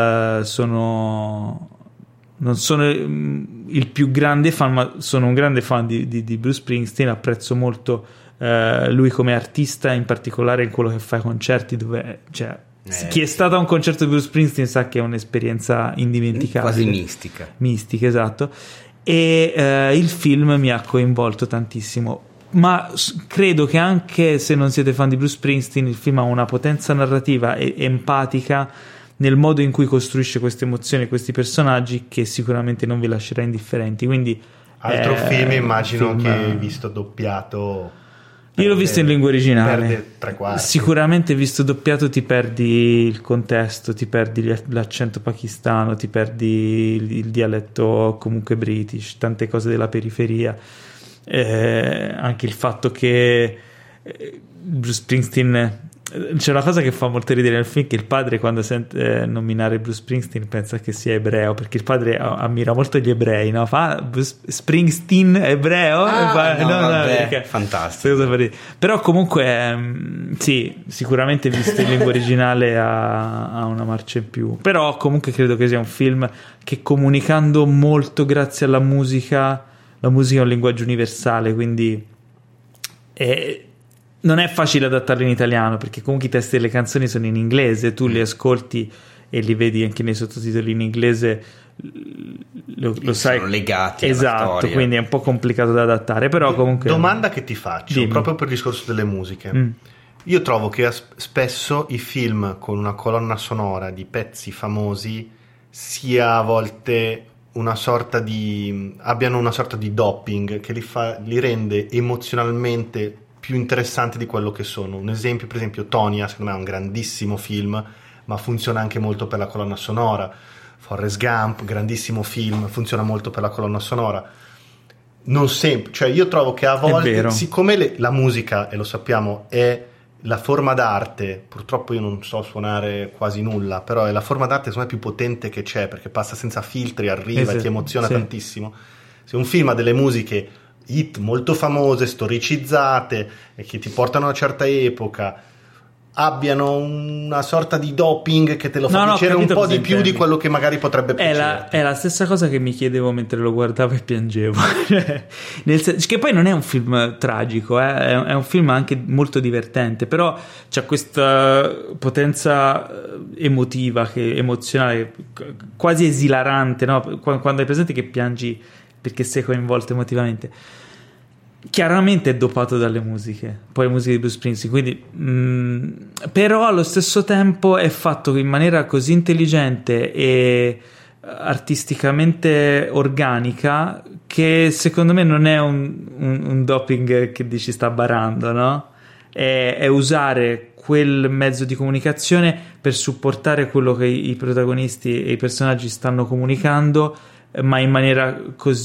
non sono il più grande fan, ma sono un grande fan di Bruce Springsteen, apprezzo molto lui come artista, in particolare in quello che fa ai concerti, dove chi è stato a un concerto di Bruce Springsteen sa che è un'esperienza indimenticabile, quasi mistica, esatto. E il film mi ha coinvolto tantissimo, ma credo che anche se non siete fan di Bruce Springsteen, il film ha una potenza narrativa e empatica nel modo in cui costruisce queste emozioni, questi personaggi, che sicuramente non vi lascerà indifferenti. Quindi altro film, immagino, che hai visto doppiato. Io l'ho visto in lingua originale, perde 3/4. Sicuramente visto doppiato ti perdi il contesto, ti perdi l'accento pakistano, ti perdi il dialetto comunque british, tante cose della periferia. Anche il fatto che Bruce Springsteen, c'è una cosa che fa molto ridere nel film, che il padre, quando sente nominare Bruce Springsteen, pensa che sia ebreo, perché il padre ammira molto gli ebrei, no? Fa Bruce Springsteen ebreo? Vabbè, fantastico. Però comunque sì, sicuramente visto in lingua originale ha una marcia in più. Però comunque credo che sia un film che, comunicando molto grazie alla musica, la musica è un linguaggio universale, quindi non è facile adattarlo in italiano, perché comunque i testi delle canzoni sono in inglese, tu li ascolti e li vedi anche nei sottotitoli in inglese, lo sai, sono legati, esatto, alla storia. quindi è un po' complicato da adattare. Però comunque, domanda che ti faccio, dimmi. proprio per il discorso delle musiche. Io trovo che spesso i film con una colonna sonora di pezzi famosi sia a volte abbiano una sorta di doping che li rende emozionalmente più interessanti di quello che sono. Un esempio, per esempio, Tonya, secondo me è un grandissimo film, ma funziona anche molto per la colonna sonora. Forrest Gump, grandissimo film, funziona molto per la colonna sonora. Non sempre, cioè io trovo che a volte, siccome la musica, e lo sappiamo, è la forma d'arte, purtroppo io non so suonare quasi nulla, però è la forma d'arte secondo me più potente che c'è, perché passa senza filtri, arriva e ti emoziona tantissimo. Se un film ha delle musiche hit molto famose, storicizzate e che ti portano a una certa epoca, abbiano una sorta di doping che te lo fa piacere un po' di più di quello che magari potrebbe piacere. È la stessa cosa che mi chiedevo mentre lo guardavo e piangevo. Che poi non è un film tragico, è un film anche molto divertente, però c'ha questa potenza emotiva, emozionale, quasi esilarante, no? Quando hai presente che piangi perché sei coinvolto emotivamente. Chiaramente è dopato dalle musiche, poi musiche di Bruce Springsteen, quindi però allo stesso tempo è fatto in maniera così intelligente e artisticamente organica che secondo me non è un doping che dici sta barando, no? È usare quel mezzo di comunicazione per supportare quello che i protagonisti e i personaggi stanno comunicando, ma in maniera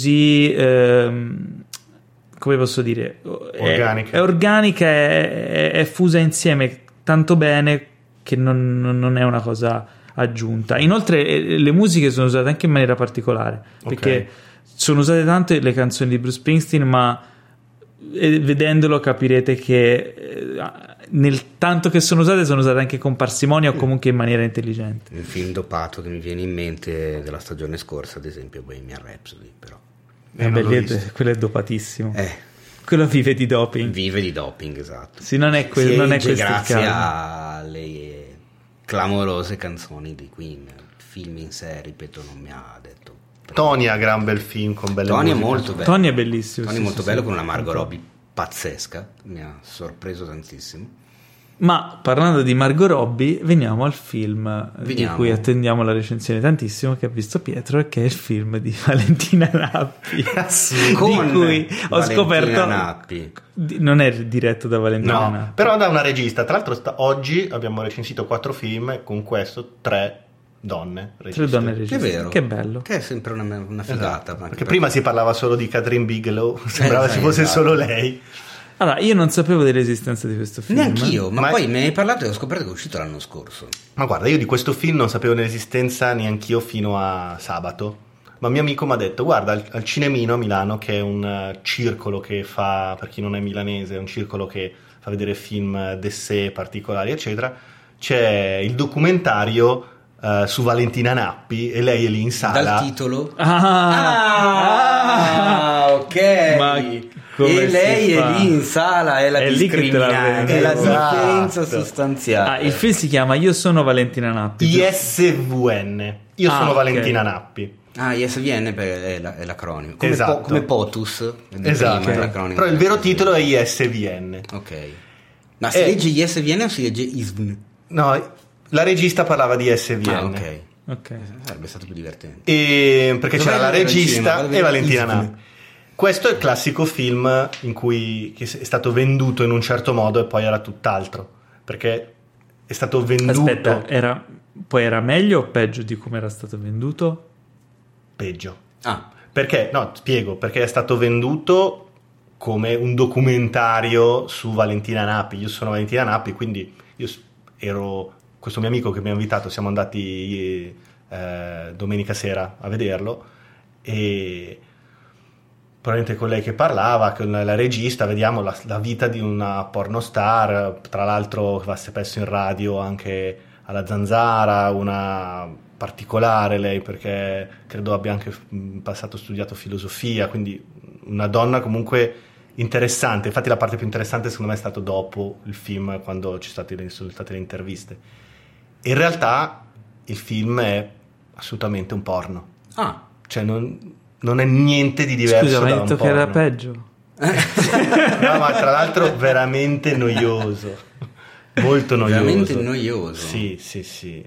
così come posso dire, è organica, è fusa insieme tanto bene che non è una cosa aggiunta. Inoltre le musiche sono usate anche in maniera particolare, perché sono usate tanto le canzoni di Bruce Springsteen, ma vedendolo capirete che nel tanto che sono usate anche con parsimonia o comunque in maniera intelligente. Un film dopato che mi viene in mente della stagione scorsa, ad esempio Bohemian Rhapsody, però quello è dopatissimo. Quello vive di doping. Vive di doping, esatto. Sì, non è non è questo grazie il caso. alle clamorose canzoni di Queen. Film in sé, ripeto, non mi ha detto. Tonya, gran bel film con belle musiche. Tonya è molto bello. Tonya è bellissimo. Tonya è molto bello, con una Margot Robbie pazzesca. Mi ha sorpreso tantissimo. Ma parlando di Margot Robbie, veniamo al film di cui attendiamo la recensione tantissimo, che ha visto Pietro, e che è il film di Valentina Nappi. Sì, di cui ho scoperto Nappi. Non è diretto da Valentina Nappi, però da una regista. Tra l'altro oggi abbiamo recensito 4 film e con questo 3 donne registe. 3 donne registe. È vero. Che bello. Che è sempre una figata. Esatto. Perché prima si parlava solo di Catherine Bigelow, sembrava ci fosse solo lei. Allora, io non sapevo dell'esistenza di questo film. Neanch'io, ma poi me ne hai parlato e ho scoperto che è uscito l'anno scorso. Ma guarda, io di questo film non sapevo dell'esistenza neanch'io fino a sabato. Ma un mio amico mi ha detto, guarda, al Cinemino a Milano, che è un circolo che fa, per chi non è milanese, è un circolo che fa vedere film d'essè particolari, eccetera, c'è il documentario su Valentina Nappi e lei è lì in sala. Dal titolo? Ok. Ma e lei è lì in sala, è la discriminante, è la differenza sostanziale. Il film si chiama Io sono Valentina Nappi. ISVN. Io sono Valentina Nappi. ISVN è l'acronimo. Come POTUS. Esatto. Però il vero titolo è ISVN. Ok. Ma si legge ISVN o si legge ISVN? No, la regista parlava di ISVN. Ok. Sarebbe stato più divertente. Perché c'era la regista e Valentina Nappi. Questo è il classico film in cui che è stato venduto in un certo modo e poi era tutt'altro, perché è stato venduto. Aspetta, era meglio o peggio di come era stato venduto? Peggio. Perché? No, spiego, perché è stato venduto come un documentario su Valentina Nappi. Io sono Valentina Nappi, quindi io ero questo mio amico che mi ha invitato, siamo andati domenica sera a vederlo e probabilmente con lei che parlava, con la regista, vediamo la vita di una pornostar, tra l'altro va spesso in radio anche alla Zanzara, una particolare lei perché credo abbia anche in passato studiato filosofia, quindi una donna comunque interessante. Infatti la parte più interessante secondo me è stato dopo il film, quando sono state le interviste. In realtà il film è assolutamente un porno. Cioè non è niente di diverso. Scusa, ma hai da detto un che era porno. peggio. No, ma tra l'altro veramente noioso, molto noioso, veramente noioso. Sì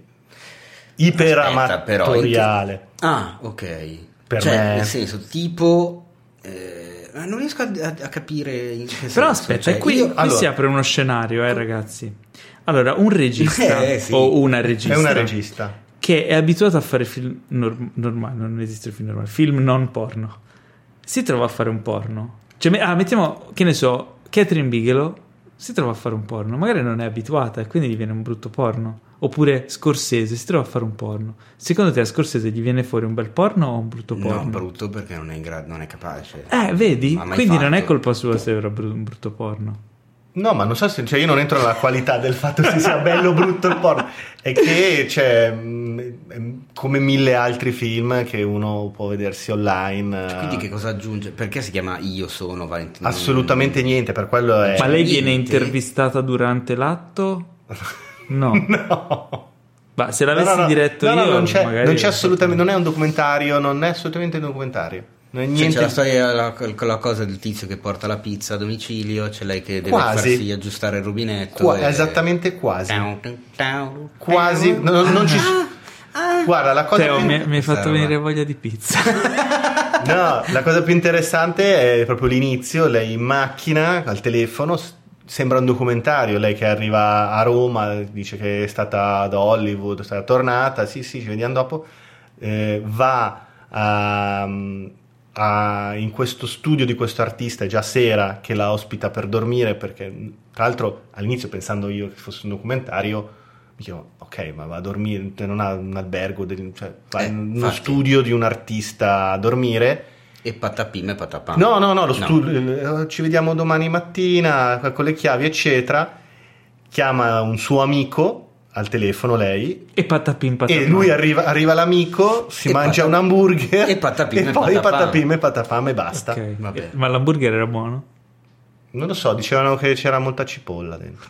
iperamatoriale. Ok, per cioè, me, nel senso tipo Non riesco a capire in che senso. Però aspetta, cioè, qui si apre uno scenario, ragazzi. Allora, un regista sì. o una regista, È una regista che è abituato a fare film normali, non esiste il film normale, film non porno, si trova a fare un porno. Cioè, mettiamo, che ne so, Catherine Bigelow si trova a fare un porno, magari non è abituata e quindi gli viene un brutto porno. Oppure Scorsese si trova a fare un porno. Secondo te a Scorsese gli viene fuori un bel porno o un brutto porno? No, brutto perché non è capace. Vedi? Quindi fatto. non è colpa sua se era un brutto porno. No, ma non so se, cioè, io non entro nella qualità del fatto che sia bello o brutto il porno. È che come 1000 altri film che uno può vedersi online. Quindi che cosa aggiunge? Perché si chiama Io sono Valentino? Assolutamente niente, per quello è. Ma lei viene niente. intervistata durante l'atto? No. No. Ma se l'avessi diretto io, non c'è, magari non c'è assolutamente, non è un documentario, non è assolutamente un documentario. Non è niente. C'è la storia, la cosa del tizio che porta la pizza a domicilio, c'è lei che deve Quasi. farsi aggiustare il rubinetto. Esattamente quasi. Quasi. Non ci. Guarda, la cosa Teo, più... mi hai fatto venire voglia di pizza. No, la cosa più interessante è proprio l'inizio. Lei in macchina al telefono, sembra un documentario. Lei che arriva a Roma, dice che è stata ad Hollywood, è stata tornata. Sì, ci vediamo dopo. Va in questo studio di questo artista, è già sera che la ospita per dormire, perché tra l'altro all'inizio, pensando io che fosse un documentario, mi chiedo ok, ma va a dormire, non ha un albergo, cioè va in uno studio di un artista a dormire. E patapim e patapam. No, studio, ci vediamo domani mattina con le chiavi eccetera. Chiama un suo amico al telefono, lei, E patapim patapam. e lui arriva l'amico, si E mangia un hamburger e patapim e e poi patapam. patapim e patapam e basta. Ok. Vabbè. Ma l'hamburger era buono? Non lo so, dicevano che c'era molta cipolla dentro.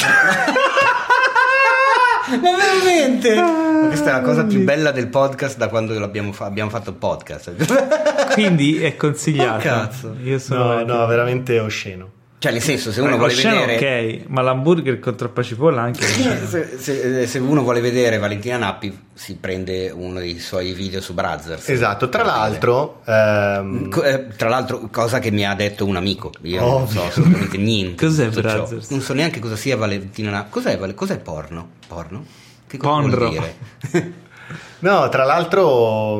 Ma veramente? Ma questa è la cosa più bella del podcast da quando abbiamo fatto il podcast. Quindi è consigliato. Oh, cazzo. Io sono No, veramente osceno. Cioè, nel senso, se uno vuole osceno, vedere ok, ma l'hamburger con troppa cipolla anche osceno. se uno vuole vedere Valentina Nappi, si prende uno dei suoi video su Brazzers. Esatto, tra l'altro Tra l'altro, cosa che mi ha detto un amico, io non so assolutamente niente. Cos'è di tutto ciò. Brazzers? Non so neanche cosa sia Valentina Nappi. Cos'è porno? Porno? Che cosa Ponro. vuol dire? no, tra l'altro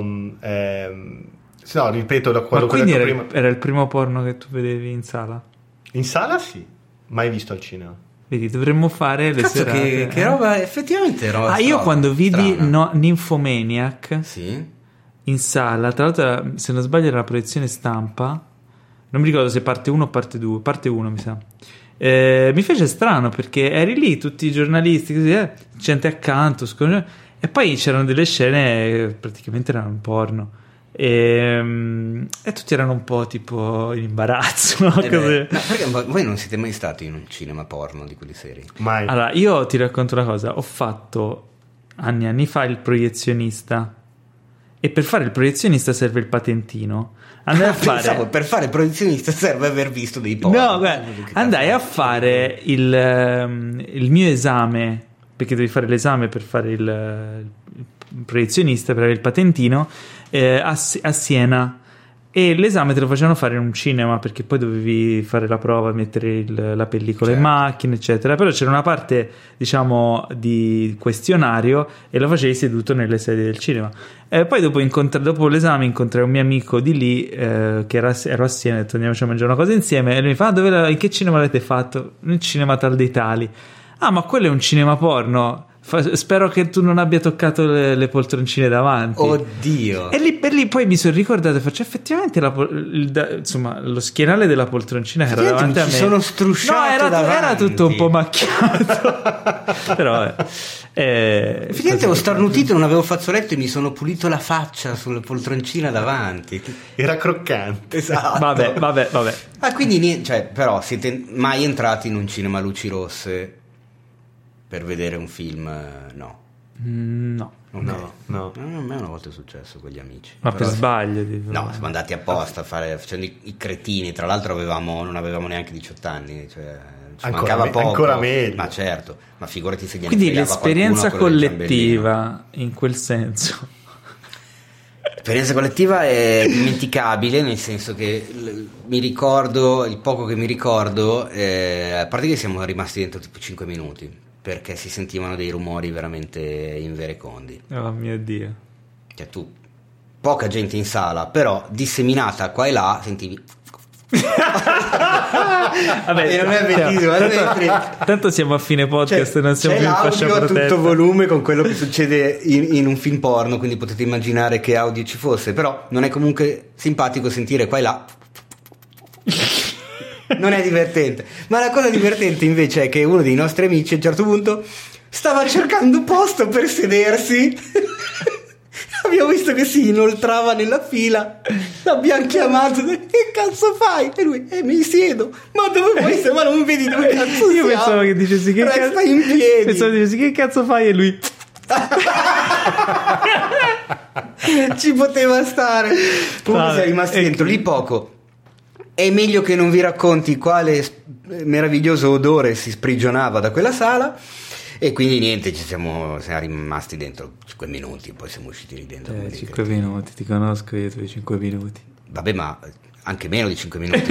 no, ripeto quello Ma che ho quindi detto prima. era il primo porno che tu vedevi in sala? In sala sì, mai visto al cinema. Vedi, dovremmo fare le Cazzo, serate. che roba, effettivamente roba Io quando vidi strana. Nymphomaniac Sì. in sala, tra l'altro se non sbaglio era la proiezione stampa, non mi ricordo se parte 1 o parte 2, parte 1 mi sa. Mi fece strano perché eri lì tutti i giornalisti così, gente accanto e poi c'erano delle scene che praticamente erano un porno e tutti erano un po' tipo in imbarazzo, no? Così. No, perché voi non siete mai stati in un cinema porno di quelli seri? Mai. Allora, io ti racconto una cosa, ho fatto anni fa il proiezionista e per fare il proiezionista serve il patentino. Andai a fare... Pensavo, per fare professionista serve aver visto dei porno. No, guarda, andai a fare il mio esame, perché devi fare l'esame per fare il proiezionista, per avere il patentino, a Siena, e l'esame te lo facevano fare in un cinema perché poi dovevi fare la prova, mettere la pellicola in macchina eccetera, però c'era una parte diciamo di questionario e lo facevi seduto nelle sedie del cinema. Poi dopo l'esame incontrai un mio amico di lì che ero a Siena, ho detto andiamoci a mangiare una cosa insieme, e lui mi fa in che cinema l'avete fatto? Nel cinema tal dei tali. Ah, ma quello è un cinema porno. Spero che tu non abbia toccato le poltroncine davanti. Oddio. E lì poi mi sono ricordato, faccio effettivamente insomma lo schienale della poltroncina che era davanti a me. Mi sono strusciato era tutto un po' macchiato. Però effettivamente ho starnutito, non avevo fazzoletto e mi sono pulito la faccia sulla poltroncina davanti. Era croccante. Esatto. Vabbè. Ah, quindi cioè, però siete mai entrati in un cinema a luci rosse per vedere un film? No. No. Okay. No. A me una volta è successo con gli amici. Ma però, per sbaglio tipo. No, siamo andati apposta facendo i cretini. Tra l'altro non avevamo neanche 18 anni, cioè ci mancava poco. Ancora meglio. Ma certo, ma figurati se gliene Quindi fregava l'esperienza qualcuno quello del collettiva in quel senso. L'esperienza collettiva è dimenticabile, nel senso che mi ricordo, il poco che mi ricordo, a parte che siamo rimasti dentro tipo 5 minuti, perché si sentivano dei rumori veramente inverecondi. Oh mio Dio. Cioè tu, poca gente in sala, però disseminata qua e là, sentivi... Vabbè, e non è bellissimo, tanto siamo a fine podcast, cioè, non siamo più in fascia l'audio a protetta. tutto volume con quello che succede in un film porno, quindi potete immaginare che audio ci fosse, però non è comunque simpatico sentire qua e là. Non è divertente. Ma la cosa divertente invece è che uno dei nostri amici a un certo punto stava cercando posto per sedersi. Abbiamo visto che si inoltrava nella fila, l'abbiamo chiamato, che cazzo fai? E lui, mi siedo. Ma dove vuoi stare? Ma non vedi dove cazzo Io pensavo che dicessi che resta in piedi. Pensavo che dicessi che cazzo fai e lui ci poteva stare. Comunque sei rimasti dentro lì poco. È meglio che non vi racconti quale meraviglioso odore si sprigionava da quella sala. E quindi niente, siamo rimasti dentro 5 minuti, poi siamo usciti lì dentro. 5 minuti, ti conosco io, tu hai 5 minuti. Vabbè, ma anche meno di 5 minuti.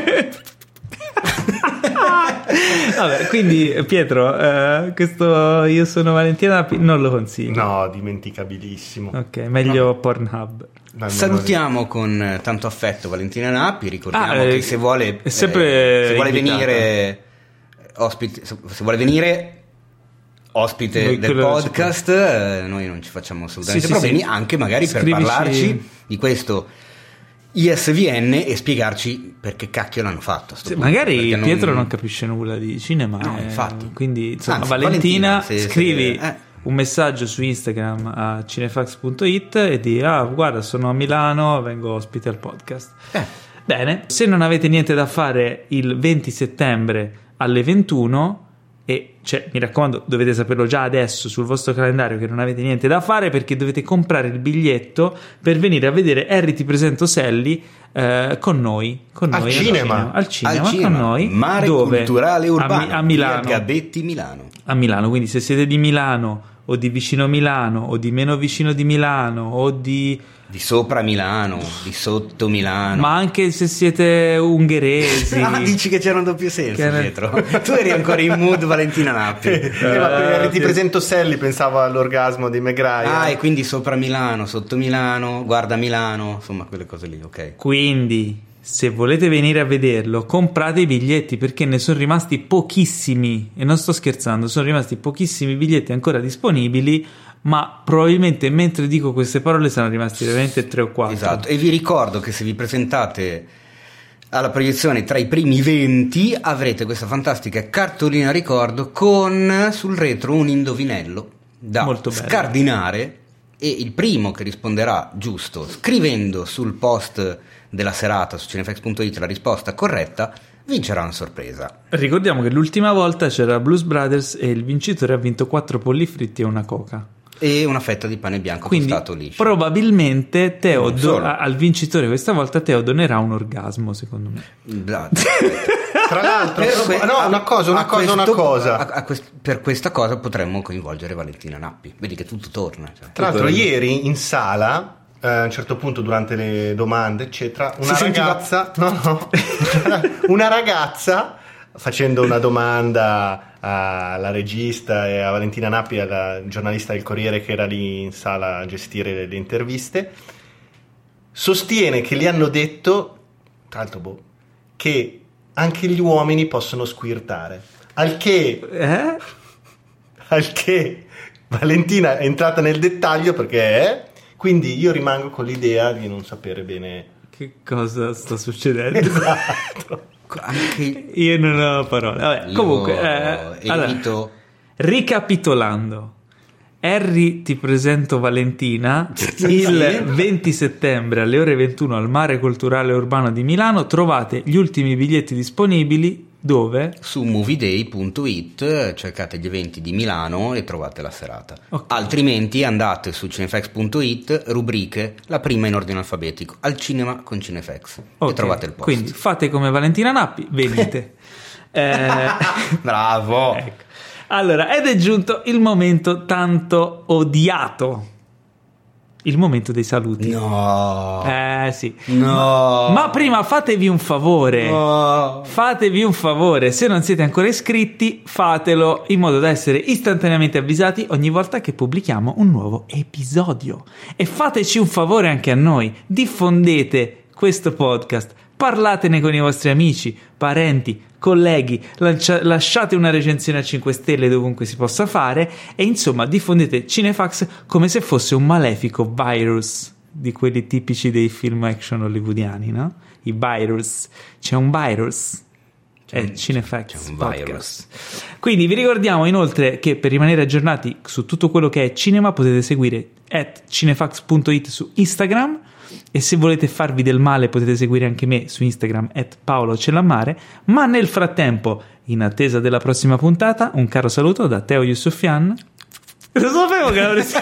Vabbè, quindi Pietro, questo Io sono Valentina Nappi non lo consiglio. No, dimenticabilissimo. Ok, meglio Pornhub. Salutiamo con tanto affetto Valentina Nappi, ricordiamo che se vuole venire ospite, se vuole venire ospite del podcast, noi non ci facciamo assolutamente problemi, anche magari per parlarci di questo ISVN e spiegarci perché cacchio l'hanno fatto. Magari Pietro non capisce nulla di cinema, infatti. Quindi insomma, Valentina scrivi un messaggio su Instagram a cinefax.it e di guarda, sono a Milano, vengo ospite al podcast. Bene, se non avete niente da fare il 20 settembre alle 21, e cioè, mi raccomando, dovete saperlo già adesso sul vostro calendario che non avete niente da fare, perché dovete comprare il biglietto per venire a vedere Harry ti presento Sally con noi al cinema con noi, Mare Culturale Urbano a Milano, Gabetti Milano. A Milano, quindi se siete di Milano o di vicino Milano o di meno vicino di Milano o di sopra Milano, di sotto Milano, ma anche se siete ungheresi. Dici che c'era un doppio senso dietro. Tu eri ancora in mood Valentina Nappi. Ti presento Sally, pensavo all'orgasmo di Meg Ryan. E quindi sopra Milano, sotto Milano, guarda Milano, insomma quelle cose lì, ok. Quindi se volete venire a vederlo, comprate i biglietti, perché ne sono rimasti pochissimi, e non sto scherzando, sono rimasti pochissimi biglietti ancora disponibili, ma probabilmente mentre dico queste parole saranno rimasti veramente 3 o 4. Esatto, e vi ricordo che se vi presentate alla proiezione tra i primi 20 avrete questa fantastica cartolina ricordo con sul retro un indovinello da scardinare, e il primo che risponderà giusto scrivendo sul post della serata su cinefax.it la risposta corretta vincerà una sorpresa. Ricordiamo che l'ultima volta c'era Blues Brothers e il vincitore ha vinto 4 polli fritti e una coca e una fetta di pane bianco tostato liscio. Probabilmente Teo al vincitore questa volta Teo donerà un orgasmo, secondo me. Tra l'altro una cosa per questa cosa potremmo coinvolgere Valentina Nappi, vedi che tutto torna, cioè. Tra l'altro ieri in sala a un certo punto durante le domande eccetera una ragazza facendo una domanda alla regista e a Valentina Nappi, alla giornalista del Corriere che era lì in sala a gestire le interviste, sostiene che gli hanno detto, tra l'altro che anche gli uomini possono squirtare, al che Valentina è entrata nel dettaglio perché quindi io rimango con l'idea di non sapere bene che cosa sta succedendo. Esatto. Io non ho parole. Vabbè, comunque, allora, ricapitolando, Harry ti presento Valentina il 20 settembre alle ore 21 al Mare Culturale Urbano di Milano. Trovate gli ultimi biglietti disponibili dove? Su movieday.it, cercate gli eventi di Milano e trovate la serata. Altrimenti andate su cinefax.it, rubriche, la prima in ordine alfabetico, al cinema con Cinefax, e trovate il post. Quindi fate come Valentina Nappi, venite. Bravo. Ecco. Allora, ed è giunto il momento tanto odiato il momento dei saluti. No. Sì. No. Ma prima fatevi un favore. No. Fatevi un favore, se non siete ancora iscritti, fatelo in modo da essere istantaneamente avvisati ogni volta che pubblichiamo un nuovo episodio. E fateci un favore anche a noi, diffondete questo podcast, parlatene con i vostri amici, parenti, colleghi, lasciate una recensione a 5 stelle dovunque si possa fare e insomma diffondete Cinefax come se fosse un malefico virus di quelli tipici dei film action hollywoodiani, no? I virus. C'è un virus. È Cinefax c'è un Podcast. virus. Quindi vi ricordiamo inoltre che per rimanere aggiornati su tutto quello che è cinema potete seguire @cinefax.it su Instagram. E se volete farvi del male potete seguire anche me su Instagram @paolocellammare. Ma nel frattempo, in attesa della prossima puntata, un caro saluto da Teo Yusufian. Lo sapevo che l'avresti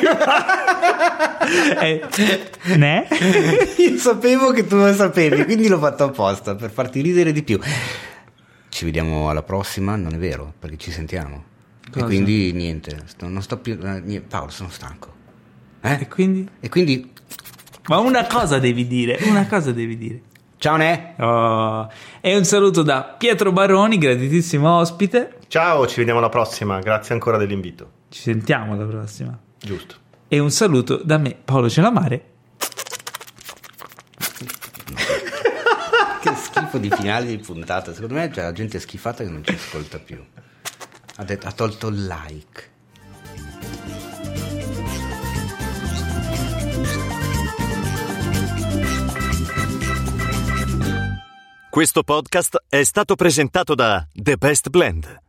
ne? Io sapevo che tu lo sapevi, quindi l'ho fatto apposta per farti ridere di più. Ci vediamo alla prossima, non è vero, perché ci sentiamo. Cosa? E quindi niente, non sto più Paolo, sono stanco. E quindi? Ma una cosa devi dire. Ciao Ne. E un saluto da Pietro Baroni, graditissimo ospite. Ciao, ci vediamo alla prossima, grazie ancora dell'invito. Ci sentiamo alla prossima. Giusto. E un saluto da me, Paolo Cellammare. Che schifo di finale di puntata. Secondo me c'è la gente schifata che non ci ascolta più. Ha tolto il like. Questo podcast è stato presentato da The Best Blend.